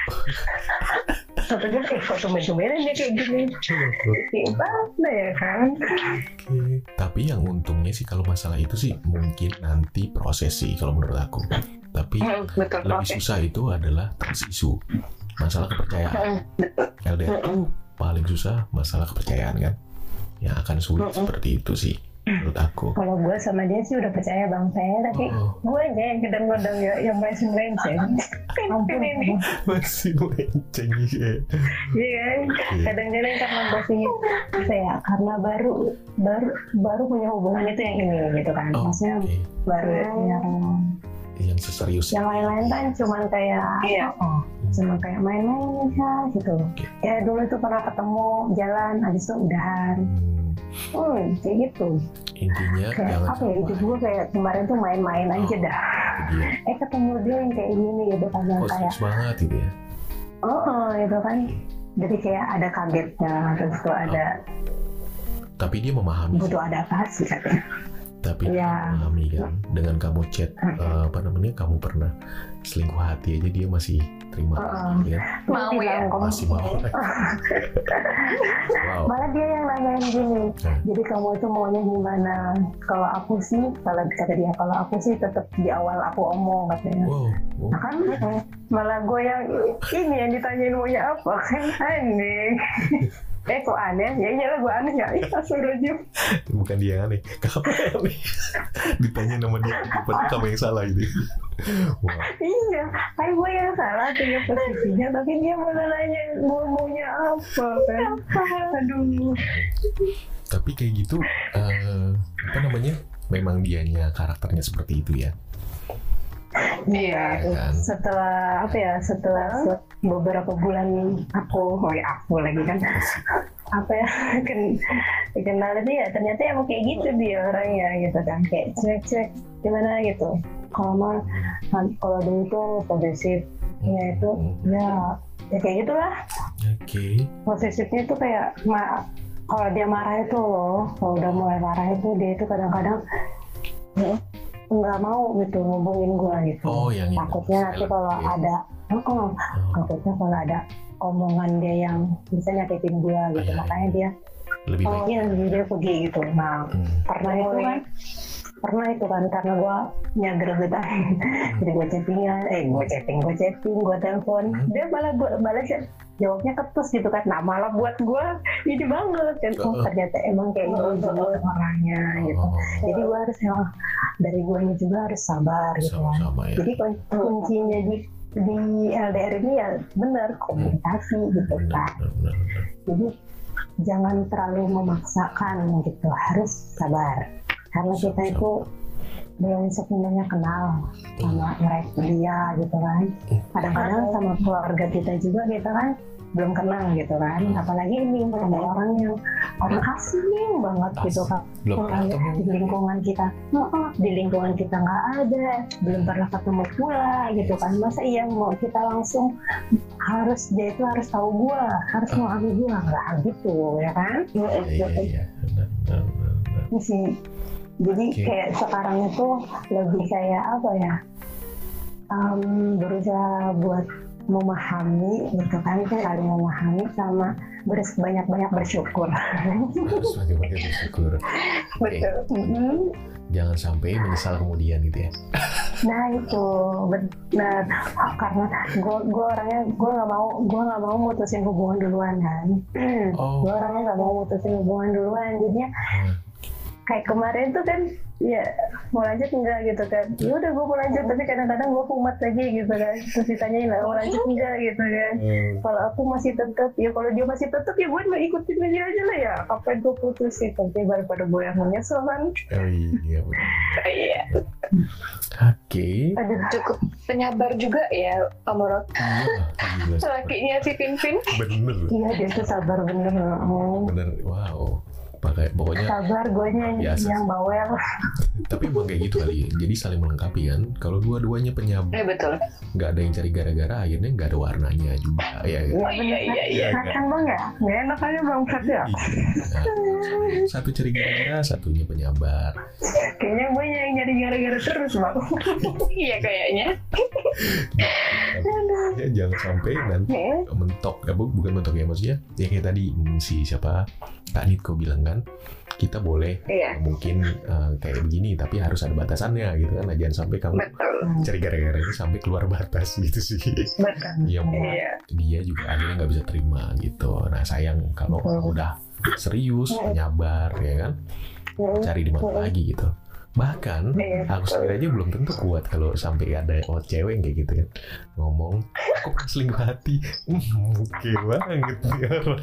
Speaker 7: Kata dia eh kok tumben-tumbenan dia kayak gini. Gimana ya kan?
Speaker 3: Oke. Tapi yang untungnya sih kalau masalah itu sih mungkin nanti proses sih kalau menurut aku. Tapi
Speaker 2: Hmm, Betul.
Speaker 3: lebih
Speaker 2: Oke.
Speaker 3: susah itu adalah trust issue, masalah kepercayaan.
Speaker 2: Hmm,
Speaker 3: L D R itu paling susah masalah kepercayaan kan, yang akan sulit
Speaker 2: Mm-mm.
Speaker 3: seperti itu sih menurut aku.
Speaker 7: Kalau gue sama dia sih udah percaya bang saya, tapi
Speaker 3: Oh,
Speaker 7: gue aja yang kadang-kadang ya yang masih melenceng. Ampun ini.
Speaker 3: masih melenceng ya.
Speaker 7: Iya kan? Kadang-kadang karena gue sih apa ya, karena baru baru baru punya hubungan itu yang ini gitu kan.
Speaker 3: Oh,
Speaker 7: Maksudnya
Speaker 3: oke.
Speaker 7: baru yang
Speaker 3: Yang seserius
Speaker 7: yang lain-lain kan cuman kayak
Speaker 2: Iya.
Speaker 7: oh, cuma kayak main-main aja gitu. Ya dulu itu pernah ketemu jalan, habis itu udahan.
Speaker 3: Hmm,
Speaker 7: Hmm, kayak gitu.
Speaker 3: intinya
Speaker 7: Kayak
Speaker 3: jangan
Speaker 7: apa ya, itu gue kayak kemarin tuh main-main aja dah.
Speaker 3: dia
Speaker 7: Eh ketemu dia yang kayak gini gitu kan, yang
Speaker 3: kok
Speaker 7: kayak
Speaker 3: serius banget gitu ya.
Speaker 7: oh, oh gitu kan. Jadi kayak ada kagetnya, terus tuh ada
Speaker 3: Tapi dia memahami,
Speaker 7: butuh adaptasi katanya.
Speaker 3: tapi dia
Speaker 7: Iya.
Speaker 3: memahami kan dengan kamu chat eh, apa namanya kamu pernah selingkuh hati aja dia masih terima
Speaker 7: Heeh.
Speaker 3: ya.
Speaker 2: Mau ya?
Speaker 7: Bilang,
Speaker 3: Masih mau. Wow.
Speaker 7: malah dia yang nanyain gini,
Speaker 3: Hmm.
Speaker 7: jadi kamu itu maunya gimana? Kalau aku sih, kalau kata dia, kalau aku sih tetap di awal aku omong katanya.
Speaker 3: Wow. wow.
Speaker 7: Nah kan, malah gue yang ini yang ditanyain maunya apa kan aneh. Eh kok aneh? Ya iyalah gue aneh ya. Iya suruh aja.
Speaker 3: Bukan dia yang aneh, kamu yang aneh. Ditanya nama dia, padahal kamu yang salah gitu. Wow.
Speaker 7: Iya, kan gue yang salah punya posisinya, tapi dia malah nanya gue maunya apa kan? Aduh.
Speaker 3: Tapi kayak gitu, eh, apa namanya? Memang dianya karakternya seperti itu ya.
Speaker 2: Iya.
Speaker 3: kan?
Speaker 7: Setelah apa ya? Setelah se- beberapa bulan aku, oh ya aku lagi kan, apa ya? Kan dikenal dia, ternyata emang kayak gitu dia orangnya gitu kan, kayak cuek-cuek gimana gitu. Kalau mah, kalau dulu tuh posesifnya itu ya, ya kayak gitulah.
Speaker 3: Oke.
Speaker 7: Posesifnya tuh kayak ma- kalau dia marah itu loh, kalau udah mulai marah itu dia itu kadang-kadang nggak mau gitu ngubungin gue gitu.
Speaker 3: Oh, yang ini.
Speaker 7: Takutnya nanti kalau
Speaker 3: Oke.
Speaker 7: ada, oh, oh, takutnya kalau ada omongan dia yang bisa nyakitin gue gitu,
Speaker 3: iya,
Speaker 7: makanya dia
Speaker 3: Lebih
Speaker 7: oh
Speaker 3: baik.
Speaker 7: iya dia pergi gitu. Nah
Speaker 3: Hmm.
Speaker 7: pernah itu kan, pernah itu kan karena gue nyager-getan, jadi gue chattingan, eh gue chatting, gue chatting, gue telepon, dia malah gue balasnya jawabnya ketus gitu kan. Nah malah buat gue ini banget kan, oh ternyata emang kayak gitu orangnya gitu.
Speaker 3: Oh,
Speaker 7: Jadi gue harus emang dari gue juga harus sabar gitu kan.
Speaker 3: sama-sama ya.
Speaker 7: Jadi kun- kuncinya di di L D R ini ya benar komunikasi gitu
Speaker 3: Benar,
Speaker 7: kan.
Speaker 3: benar, benar, benar.
Speaker 7: Jadi jangan terlalu memaksakan gitu, harus sabar. Karena kita itu belum sepenuhnya kenal sama mereka dia gitu kan. Kadang-kadang sama keluarga kita juga kita kan belum kenal gitu kan. Apalagi ini sama orang yang orang asing banget gitu kan.
Speaker 3: Belum
Speaker 7: Yang
Speaker 3: ketemu.
Speaker 7: di lingkungan kita, oh, di lingkungan kita nggak ada, belum pernah ketemu pula gitu kan. Masa iya mau kita langsung harus dia itu harus tahu gua, harus mengambil gua, nggak gitu ya kan?
Speaker 3: Iya, iya, iya. Benar, benar, benar, benar.
Speaker 7: Ini sih. Jadi
Speaker 3: Oke.
Speaker 7: kayak sekarang itu lebih kayak apa ya? Um, berusaha buat memahami gitu kan, saling memahami sama beres banyak-banyak bersyukur.
Speaker 3: Harus banyak-banyak bersyukur. Oke.
Speaker 2: Betul.
Speaker 7: Mm-mm.
Speaker 3: Jangan sampai menyesal kemudian gitu ya.
Speaker 7: Nah itu benar, karena gue gue orangnya gue nggak mau gue nggak mau mutusin hubungan duluan kan.
Speaker 3: Oh.
Speaker 7: Gue orangnya nggak mau mutusin hubungan duluan, jadinya
Speaker 3: Hmm.
Speaker 7: kayak kemarin tuh kan ya mau lanjut enggak gitu kan, ya udah gue mau lanjut tapi kadang-kadang gue kumat lagi gitu kan, terus ditanyain lah mau lanjut enggak gitu kan.
Speaker 3: Hmm.
Speaker 7: Kalau aku masih tetap ya, kalau dia masih tetap ya gue nggak ikutin aja aja lah ya, apa gue putusin tapi daripada gue yang menyesal kan.
Speaker 3: Oh iya benar.
Speaker 2: Iya.
Speaker 3: Oke.
Speaker 7: Aduh,
Speaker 2: Cukup penyabar juga ya Pak Murad.
Speaker 3: Iya, gila.
Speaker 2: Lakinya si Pinpin.
Speaker 3: Bener.
Speaker 7: iya dia tuh sabar bener. Oh.
Speaker 3: Bener. Wow. Pakai pokoknya.
Speaker 7: Sabar, gue
Speaker 3: Biasa.
Speaker 7: yang bawel.
Speaker 3: Tapi emang kayak gitu kali. Jadi saling melengkapi kan. Kalau dua-duanya penyabar,
Speaker 2: Eh betul.
Speaker 3: nggak ada yang cari gara-gara, akhirnya nggak ada warnanya juga. Ya.
Speaker 2: Oh iya iya iya.
Speaker 7: Makan bang ya? Nggak enak aja bang Fat ya?
Speaker 3: Nah, satu cari gara-gara, satunya penyabar.
Speaker 7: Kayaknya gue yang nyari gara-gara terus bang.
Speaker 2: Iya kayaknya.
Speaker 3: Ya jangan sampai nanti mentok, ya bu- bukan mentok ya maksudnya. Ya kayak tadi hmm, si siapa Kak Nitko bilang kan, kita boleh
Speaker 2: Iya.
Speaker 3: mungkin eh, kayak begini, tapi harus ada batasannya gitu kan. Nah, jangan sampai kamu
Speaker 2: Betul.
Speaker 3: cari gara-gara ini sampai keluar batas gitu sih.
Speaker 2: Betul.
Speaker 3: Iya, membuat
Speaker 2: Iya.
Speaker 3: dia juga akhirnya nggak bisa terima gitu. Nah sayang kalau orang udah serius, penyabar ya kan, cari di mana lagi gitu. Bahkan
Speaker 2: Iya,
Speaker 3: aku sendiri aja belum tentu kuat kalau sampai ada oh, cewek yang kayak gitu kan ngomong aku pernah selingkuh hati, hmm, oke banget nih orang.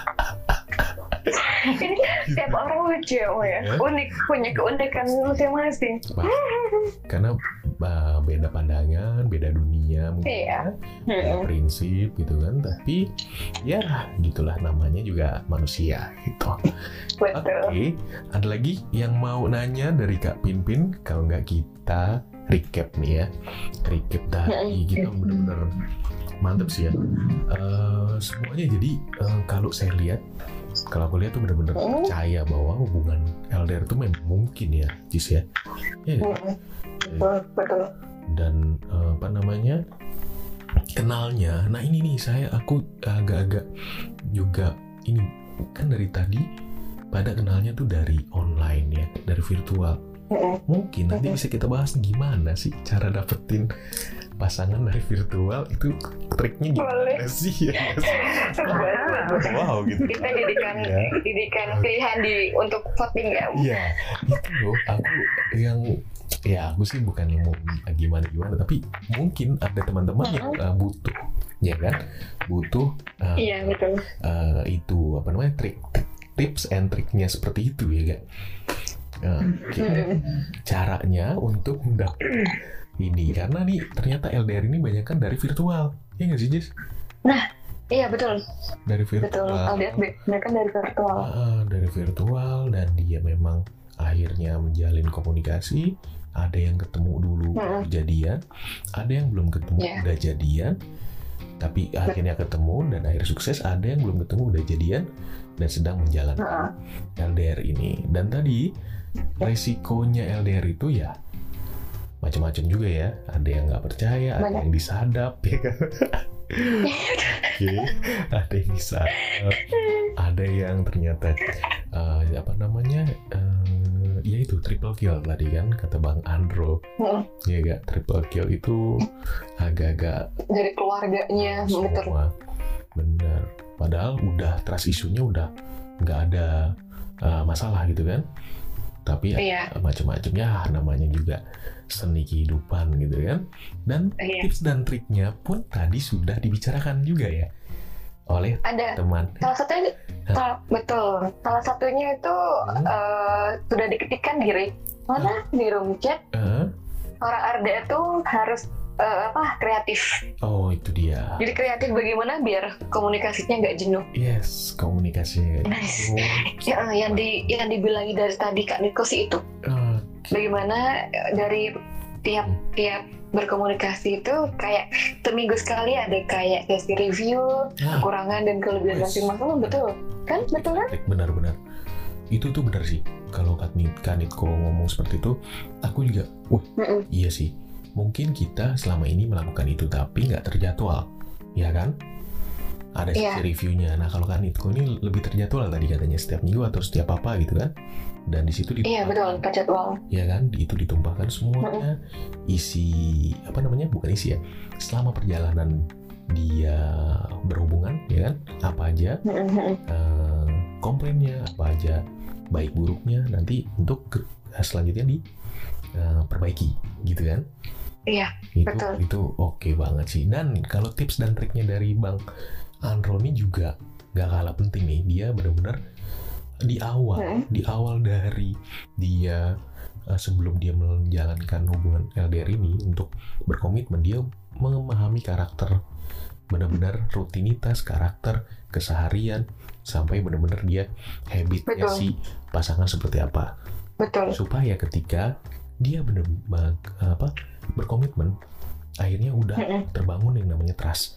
Speaker 2: Ini tiap orang lucu ya, oh ya.
Speaker 3: Ya.
Speaker 2: Unik, punya keunikan masing-masing.
Speaker 3: Bah, karena bah, beda pandangan, beda dunia mungkin,
Speaker 2: Iya.
Speaker 3: beda
Speaker 2: Hmm.
Speaker 3: prinsip gitu kan. Tapi ya gitulah, namanya juga manusia gitu. Oke,
Speaker 2: Betul.
Speaker 3: ada lagi yang mau nanya dari Kak Pinpin? Kalau nggak kita recap nih ya, recap dari kita bener-bener mantep sih ya. Uh, semuanya jadi uh, kalau saya lihat, kalau aku lihat tuh bener-bener percaya bahwa hubungan L D R itu memang mungkin ya, Jis ya. Ya, nggak?
Speaker 2: Betul. Betul.
Speaker 3: Dan uh, apa namanya, kenalnya. Nah ini nih saya aku agak-agak juga ini kan dari tadi pada kenalnya tuh dari online ya, dari virtual. Mungkin nanti bisa kita bahas gimana sih cara dapetin pasangan dari virtual itu, triknya
Speaker 2: Boleh.
Speaker 3: gimana sih ya?
Speaker 2: Boleh.
Speaker 3: Wow gitu.
Speaker 2: Kita didikan
Speaker 3: Ya.
Speaker 2: didikan pilihan di untuk voting ya.
Speaker 3: Iya, itu loh aku yang ya aku sih bukan yang mau gimana gimana, tapi mungkin ada teman-teman yang uh, butuh, ya kan, butuh uh,
Speaker 2: Iya betul.
Speaker 3: uh, itu apa namanya trik tips and triknya seperti itu ya kan. Uh, oke. Caranya untuk mendapat ini karena nih ternyata L D R ini banyak kan dari virtual, ya nggak sih Jess?
Speaker 2: Nah, iya betul.
Speaker 3: Dari virtual.
Speaker 2: Betul. L D R mereka dari virtual.
Speaker 3: Ah, dari virtual dan dia memang akhirnya menjalin komunikasi. Ada yang ketemu dulu
Speaker 2: Mm-mm.
Speaker 3: jadian, ada yang belum ketemu
Speaker 2: Yeah.
Speaker 3: udah jadian, tapi akhirnya ketemu dan akhir sukses. Ada yang belum ketemu udah jadian dan sedang menjalankan L D R ini. Dan tadi resikonya L D R itu ya macam-macam juga ya. Ada yang nggak percaya, ada
Speaker 2: Banyak.
Speaker 3: yang disadap, ya kan? Oke, ada yang disadap, ada yang ternyata uh, apa namanya, uh, ya itu triple kill tadi kan kata Bang Andro,
Speaker 2: Mm.
Speaker 3: ya gak, triple kill itu agak-agak
Speaker 2: Dari keluarganya, betul.
Speaker 3: semua, bener. Padahal udah trust isunya udah nggak ada uh, masalah gitu kan, tapi
Speaker 2: Iya.
Speaker 3: ya, macam-macam ya namanya juga seni kehidupan gitu kan. Dan
Speaker 2: Iya.
Speaker 3: tips dan triknya pun tadi sudah dibicarakan juga ya oleh
Speaker 2: Ada.
Speaker 3: teman.
Speaker 2: Salah satunya, salah- betul. Salah satunya itu
Speaker 3: Hmm.
Speaker 2: eh, sudah diketikkan diri. Mana di room chat
Speaker 3: Eh,
Speaker 2: orang R D R tuh harus eh, apa kreatif.
Speaker 3: oh itu dia.
Speaker 2: Jadi kreatif bagaimana biar komunikasinya nggak jenuh.
Speaker 3: Yes, komunikasinya.
Speaker 2: Nice.
Speaker 3: Oh,
Speaker 2: Ya, eh, yang di yang dibilangi dari tadi Kak Niko sih itu.
Speaker 3: eh,
Speaker 2: Bagaimana eh, dari tiap-tiap berkomunikasi itu kayak seminggu sekali ada kayak sesi review
Speaker 3: ah,
Speaker 2: kekurangan dan kelebihan
Speaker 3: Yes.
Speaker 2: masing-masing, betul kan? Betul kan?
Speaker 3: benar-benar. Itu tuh benar sih. Kalau Kak Nit- Kak Nitko ngomong seperti itu, aku juga, wah
Speaker 2: Mm-mm.
Speaker 3: iya sih. Mungkin kita selama ini melakukan itu tapi nggak terjadwal, ya kan? Ada sesi
Speaker 2: Iya.
Speaker 3: reviewnya. Nah kalau Kak Nitko ini lebih terjadwal tadi katanya setiap minggu atau setiap apa gitu kan? Dan di situ
Speaker 2: Iya betul, terjadwal.
Speaker 3: ya kan, itu ditumpahkan semuanya, isi apa namanya, bukan isi ya, selama perjalanan dia berhubungan ya kan, apa aja
Speaker 2: Mm-mm.
Speaker 3: eh, komplainnya, apa aja baik buruknya, nanti untuk ke- selanjutnya diperbaiki gitu kan.
Speaker 2: Iya,
Speaker 3: Itu
Speaker 2: betul.
Speaker 3: itu oke banget sih. Dan kalau tips dan triknya dari Bang Andro ini juga gak kalah penting nih. Dia benar-benar di awal,
Speaker 2: Hmm.
Speaker 3: di awal dari dia eh, sebelum dia menjalankan hubungan L D R ini untuk berkomitmen, dia memahami karakter, benar-benar rutinitas karakter keseharian sampai benar-benar dia habitnya
Speaker 2: Betul.
Speaker 3: si pasangan seperti apa,
Speaker 2: Betul.
Speaker 3: supaya ketika dia benar apa berkomitmen akhirnya udah
Speaker 2: Mm-mm.
Speaker 3: terbangun yang namanya trust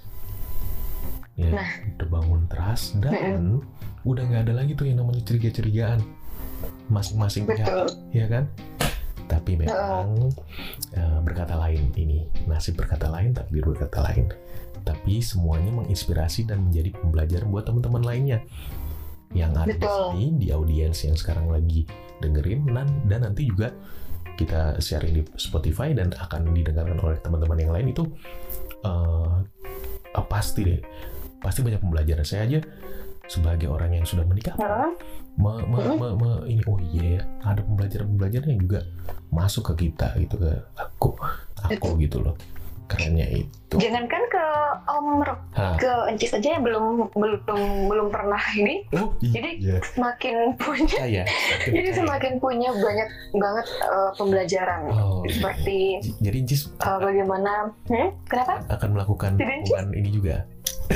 Speaker 3: ya,
Speaker 2: Nah.
Speaker 3: terbangun trust dan udah nggak ada lagi tuh yang namanya curiga-curigaan masing-masing pihak,
Speaker 2: Betul.
Speaker 3: ya kan. Tapi memang uh, berkata lain ini, nasib berkata lain, takdir berkata lain. Tapi semuanya menginspirasi dan menjadi pembelajaran buat teman-teman lainnya yang ada di
Speaker 2: Betul.
Speaker 3: sini, di audiens yang sekarang lagi dengerin, dan, dan nanti juga kita sharing di Spotify dan akan didengarkan oleh teman-teman yang lain. Itu uh, uh, pasti deh, pasti banyak pembelajaran. Saya aja sebagai orang yang sudah menikah,
Speaker 2: Heeh.
Speaker 3: me, me, me, me- ini oh iya ya, ada pembelajaran-pembelajaran yang juga masuk ke kita gitu, ke aku aku gitu loh, kerennya itu.
Speaker 2: Jangankan ke Om Rob,
Speaker 3: Hah.
Speaker 2: ke Encis aja yang belum belum belum pernah ini,
Speaker 3: Oh
Speaker 2: Jadi-
Speaker 3: iya,
Speaker 2: semakin punya,
Speaker 3: saya
Speaker 2: jadi semakin punya banyak banget eh, pembelajaran.
Speaker 3: oh,
Speaker 2: Seperti
Speaker 3: jadi Jis
Speaker 2: eh, bagaimana, hmm? Kenapa?
Speaker 3: akan melakukan
Speaker 2: Jadi,
Speaker 3: hubungan ini juga.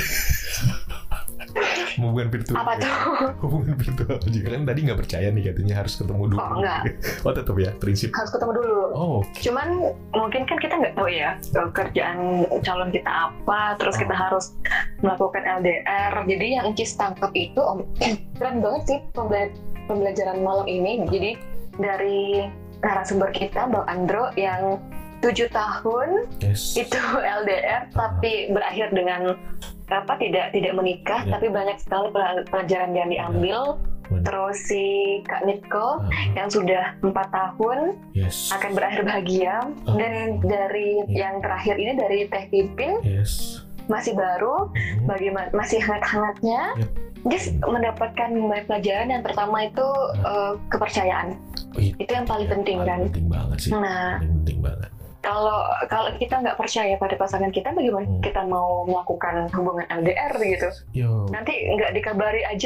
Speaker 3: Hubungan virtual.
Speaker 2: Apa tuh?
Speaker 3: Hubungan virtual juga kan tadi nggak percaya nih katanya harus ketemu dulu.
Speaker 2: Oh, enggak.
Speaker 3: Oh tetap ya prinsip.
Speaker 2: Harus ketemu dulu.
Speaker 3: Oh
Speaker 2: Cuman mungkin kan kita nggak tahu ya eh, kerjaan calon kita apa, terus kita
Speaker 3: Oh.
Speaker 2: harus melakukan L D R. Jadi yang Encis tangkap itu, Om, keren banget sih pembela- pembelajaran malam ini. Jadi dari narasumber kita Bang Andro yang tujuh tahun
Speaker 3: yes.
Speaker 2: itu L D R tapi berakhir dengan apa tidak tidak menikah,
Speaker 3: Ya.
Speaker 2: tapi banyak sekali pel- pelajaran yang diambil.
Speaker 3: Benar.
Speaker 2: Terus si Kak Nitko
Speaker 3: Ah,
Speaker 2: yang sudah empat tahun
Speaker 3: yes.
Speaker 2: akan berakhir bahagia.
Speaker 3: Ah.
Speaker 2: Dan dari
Speaker 3: Ya.
Speaker 2: yang terakhir ini dari Teh Pipin
Speaker 3: Yes.
Speaker 2: masih baru,
Speaker 3: Mhm.
Speaker 2: bagaimana masih hangat-hangatnya.
Speaker 3: Yep.
Speaker 2: Just mendapatkan banyak pelajaran. Yang pertama itu eh, kepercayaan.
Speaker 3: Oh, itu,
Speaker 2: Itu yang paling penting
Speaker 3: paling
Speaker 2: kan.
Speaker 3: penting banget sih.
Speaker 2: Nah,
Speaker 3: Paling penting banget.
Speaker 2: kalau kalau kita nggak percaya pada pasangan kita, bagaimana
Speaker 3: Hmm.
Speaker 2: kita mau melakukan hubungan L D R gitu?
Speaker 3: Yo.
Speaker 2: Nanti nggak dikabari aja,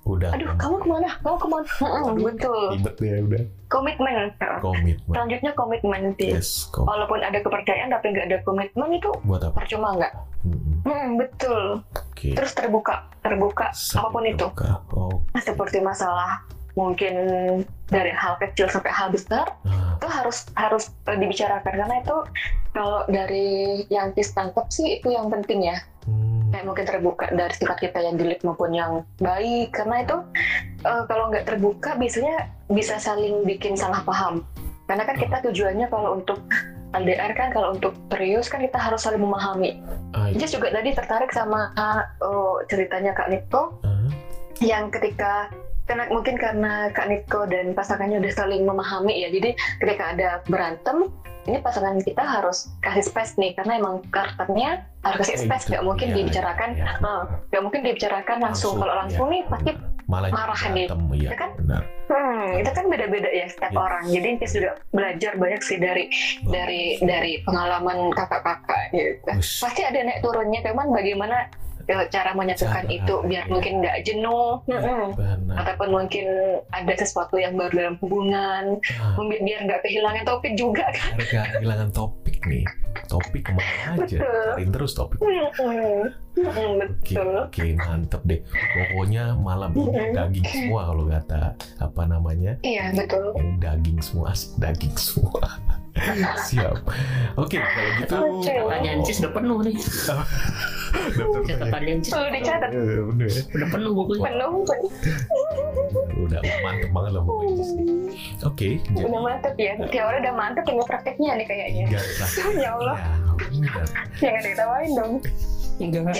Speaker 3: Udah.
Speaker 2: Aduh, kamu kemana? Kamu kemana? Mm-mm, betul.
Speaker 3: Ribet ya udah.
Speaker 2: Komitmen.
Speaker 3: Komitmen.
Speaker 2: Selanjutnya komitmen sih.
Speaker 3: Yes, kom-
Speaker 2: Walaupun ada kepercayaan tapi nggak ada komitmen itu
Speaker 3: buat apa?
Speaker 2: percuma nggak?
Speaker 3: Hmm,
Speaker 2: Hmm, betul.
Speaker 3: Oke.
Speaker 2: Terus terbuka, terbuka apapun itu.
Speaker 3: Terbuka. Oh.
Speaker 2: Seperti masalah mungkin dari hal kecil sampai hal besar
Speaker 3: Nah,
Speaker 2: itu harus harus dibicarakan, karena itu kalau dari yang Cis tangkap sih itu yang penting ya.
Speaker 3: hmm,
Speaker 2: Kayak mungkin terbuka dari sifat kita yang jelek maupun yang baik, karena itu eh, kalau nggak terbuka biasanya bisa saling bikin salah paham, karena kan kita tujuannya kalau untuk L D R kan, kalau untuk serius kan kita harus saling memahami.
Speaker 3: ah, iya.
Speaker 2: Jess juga tadi tertarik sama uh, ceritanya Kak Niko
Speaker 3: Ah,
Speaker 2: yang ketika karena mungkin karena Kak Niko dan pasangannya udah saling memahami ya, jadi ketika ada berantem ini pasangan kita harus kasih space nih, karena emang karakternya harus kasih space, nggak mungkin
Speaker 3: Iya,
Speaker 2: dibicarakan
Speaker 3: iya.
Speaker 2: eh, nggak mungkin dibicarakan langsung, kalau langsung
Speaker 3: ya,
Speaker 2: nih pasti
Speaker 3: benar. malah
Speaker 2: marah
Speaker 3: jadi
Speaker 2: nih.
Speaker 3: berantem, iya,
Speaker 2: Ya kan?
Speaker 3: benar.
Speaker 2: hmm, itu kan beda-beda ya setiap
Speaker 3: Iya.
Speaker 2: orang, jadi Cis juga belajar banyak sih dari dari dari pengalaman kakak-kakak gitu.
Speaker 3: Ush.
Speaker 2: Pasti ada naik turunnya, cuman bagaimana ya, cara menyatukan
Speaker 3: Cara,
Speaker 2: itu biar
Speaker 3: ya.
Speaker 2: mungkin nggak jenuh. Mm-mm.
Speaker 3: Benar.
Speaker 2: Ataupun mungkin ada sesuatu yang baru dalam hubungan,
Speaker 3: Ah,
Speaker 2: bi- biar nggak kehilangan topik juga kan.
Speaker 3: biar gak kehilangan topik nih. Topik kemana aja?
Speaker 2: Betul.
Speaker 3: Cariin terus topik.
Speaker 2: Mm-mm. Mm-mm,
Speaker 3: Oke,
Speaker 2: betul.
Speaker 3: oke, mantep deh. Pokoknya malam ini
Speaker 2: Mm-mm.
Speaker 3: daging semua kalau kata apa namanya?
Speaker 2: Iya betul.
Speaker 3: Yang daging semua, asik daging semua. Siap. Oke, kalau gitu.
Speaker 2: Oke.
Speaker 5: Pertanyaan Cis udah penuh nih.
Speaker 3: Dokter
Speaker 5: Catatan Cis
Speaker 2: Perlu dicatat.
Speaker 3: Eh, bener ya.
Speaker 5: udah penuh bukunya.
Speaker 2: Penuh, penuh.
Speaker 3: Udah mantep banget lah pokoknya di sini. Oke, jadi
Speaker 2: Udah mantep ya. Teori udah mantep, tinggal prakteknya nih kayaknya.
Speaker 3: enggak lah.
Speaker 2: Ya Allah,
Speaker 3: Ya, bener.
Speaker 2: jangan diketawain dong.
Speaker 5: Enggak.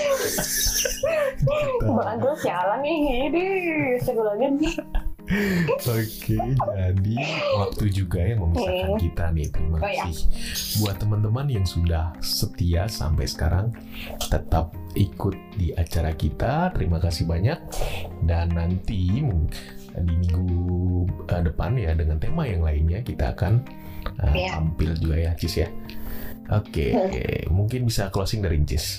Speaker 2: Mbak Andro sialan nih, ini sebulan nih.
Speaker 3: Oke, jadi waktu juga yang memisahkan
Speaker 2: Hmm.
Speaker 3: kita nih. Terima
Speaker 2: Oh, ya.
Speaker 3: kasih buat teman-teman yang sudah setia sampai sekarang, tetap ikut di acara kita. Terima kasih banyak. Dan nanti mung- di minggu uh, depan ya dengan tema yang lainnya kita akan uh,
Speaker 2: Ya.
Speaker 3: tampil juga ya, Cis ya. Oke,
Speaker 2: Hmm.
Speaker 3: mungkin bisa closing dari Cis.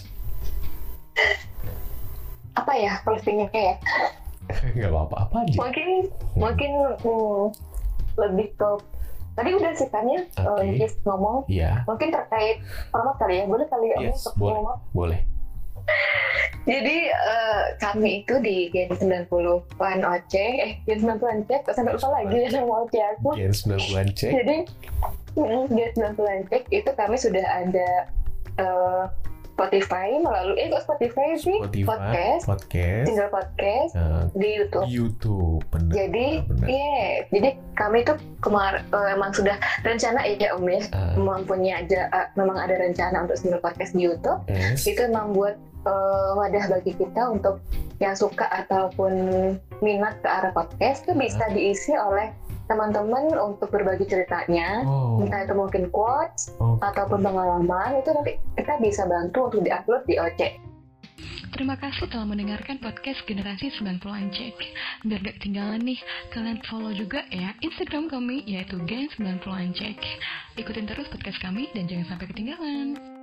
Speaker 2: Apa ya closingnya ya?
Speaker 3: Nggak apa-apa, apa aja.
Speaker 2: Mungkin mungkin hmm, lebih ke tadi udah sih kan ya,
Speaker 3: Oke.
Speaker 2: eh, Jess ngomong
Speaker 3: Iya,
Speaker 2: mungkin terkait format kali ya, boleh kali ya Om,
Speaker 3: yes,
Speaker 2: untuk
Speaker 3: boleh,
Speaker 2: format.
Speaker 3: boleh.
Speaker 2: Jadi eh, kami itu di Gen sembilan puluhan O C, eh Gen sembilan puluhan C, kok sampai lupa lagi ya nama O C aku.
Speaker 3: Gen sembilan puluhan cek.
Speaker 2: Jadi mm, Gen sembilan puluhan C itu kami sudah ada eh, Spotify melalui, eh kok Spotify sih?
Speaker 3: Spotify,
Speaker 2: Podcast,
Speaker 3: podcast,
Speaker 2: single podcast
Speaker 3: uh,
Speaker 2: di YouTube.
Speaker 3: YouTube, benar.
Speaker 2: Jadi,
Speaker 3: benar.
Speaker 2: iya, jadi kami tuh kemarin emang sudah rencana ya Om ya,
Speaker 3: Ah.
Speaker 2: mempunyai aja, eh, memang ada rencana untuk single podcast di YouTube.
Speaker 3: Yes.
Speaker 2: Itu memang buat eh, wadah bagi kita untuk yang suka ataupun minat ke arah podcast itu bisa diisi oleh teman-teman untuk berbagi ceritanya,
Speaker 3: Oh,
Speaker 2: entah itu mungkin quotes
Speaker 3: oh.
Speaker 2: ataupun pengalaman, itu nanti kita bisa bantu untuk diupload di O C.
Speaker 8: Terima kasih telah mendengarkan podcast Generasi sembilan puluhan Cek. Biar gak ketinggalan nih, kalian follow juga ya Instagram kami yaitu Gen sembilan puluhan Cek. Ikutin terus podcast kami dan jangan sampai ketinggalan.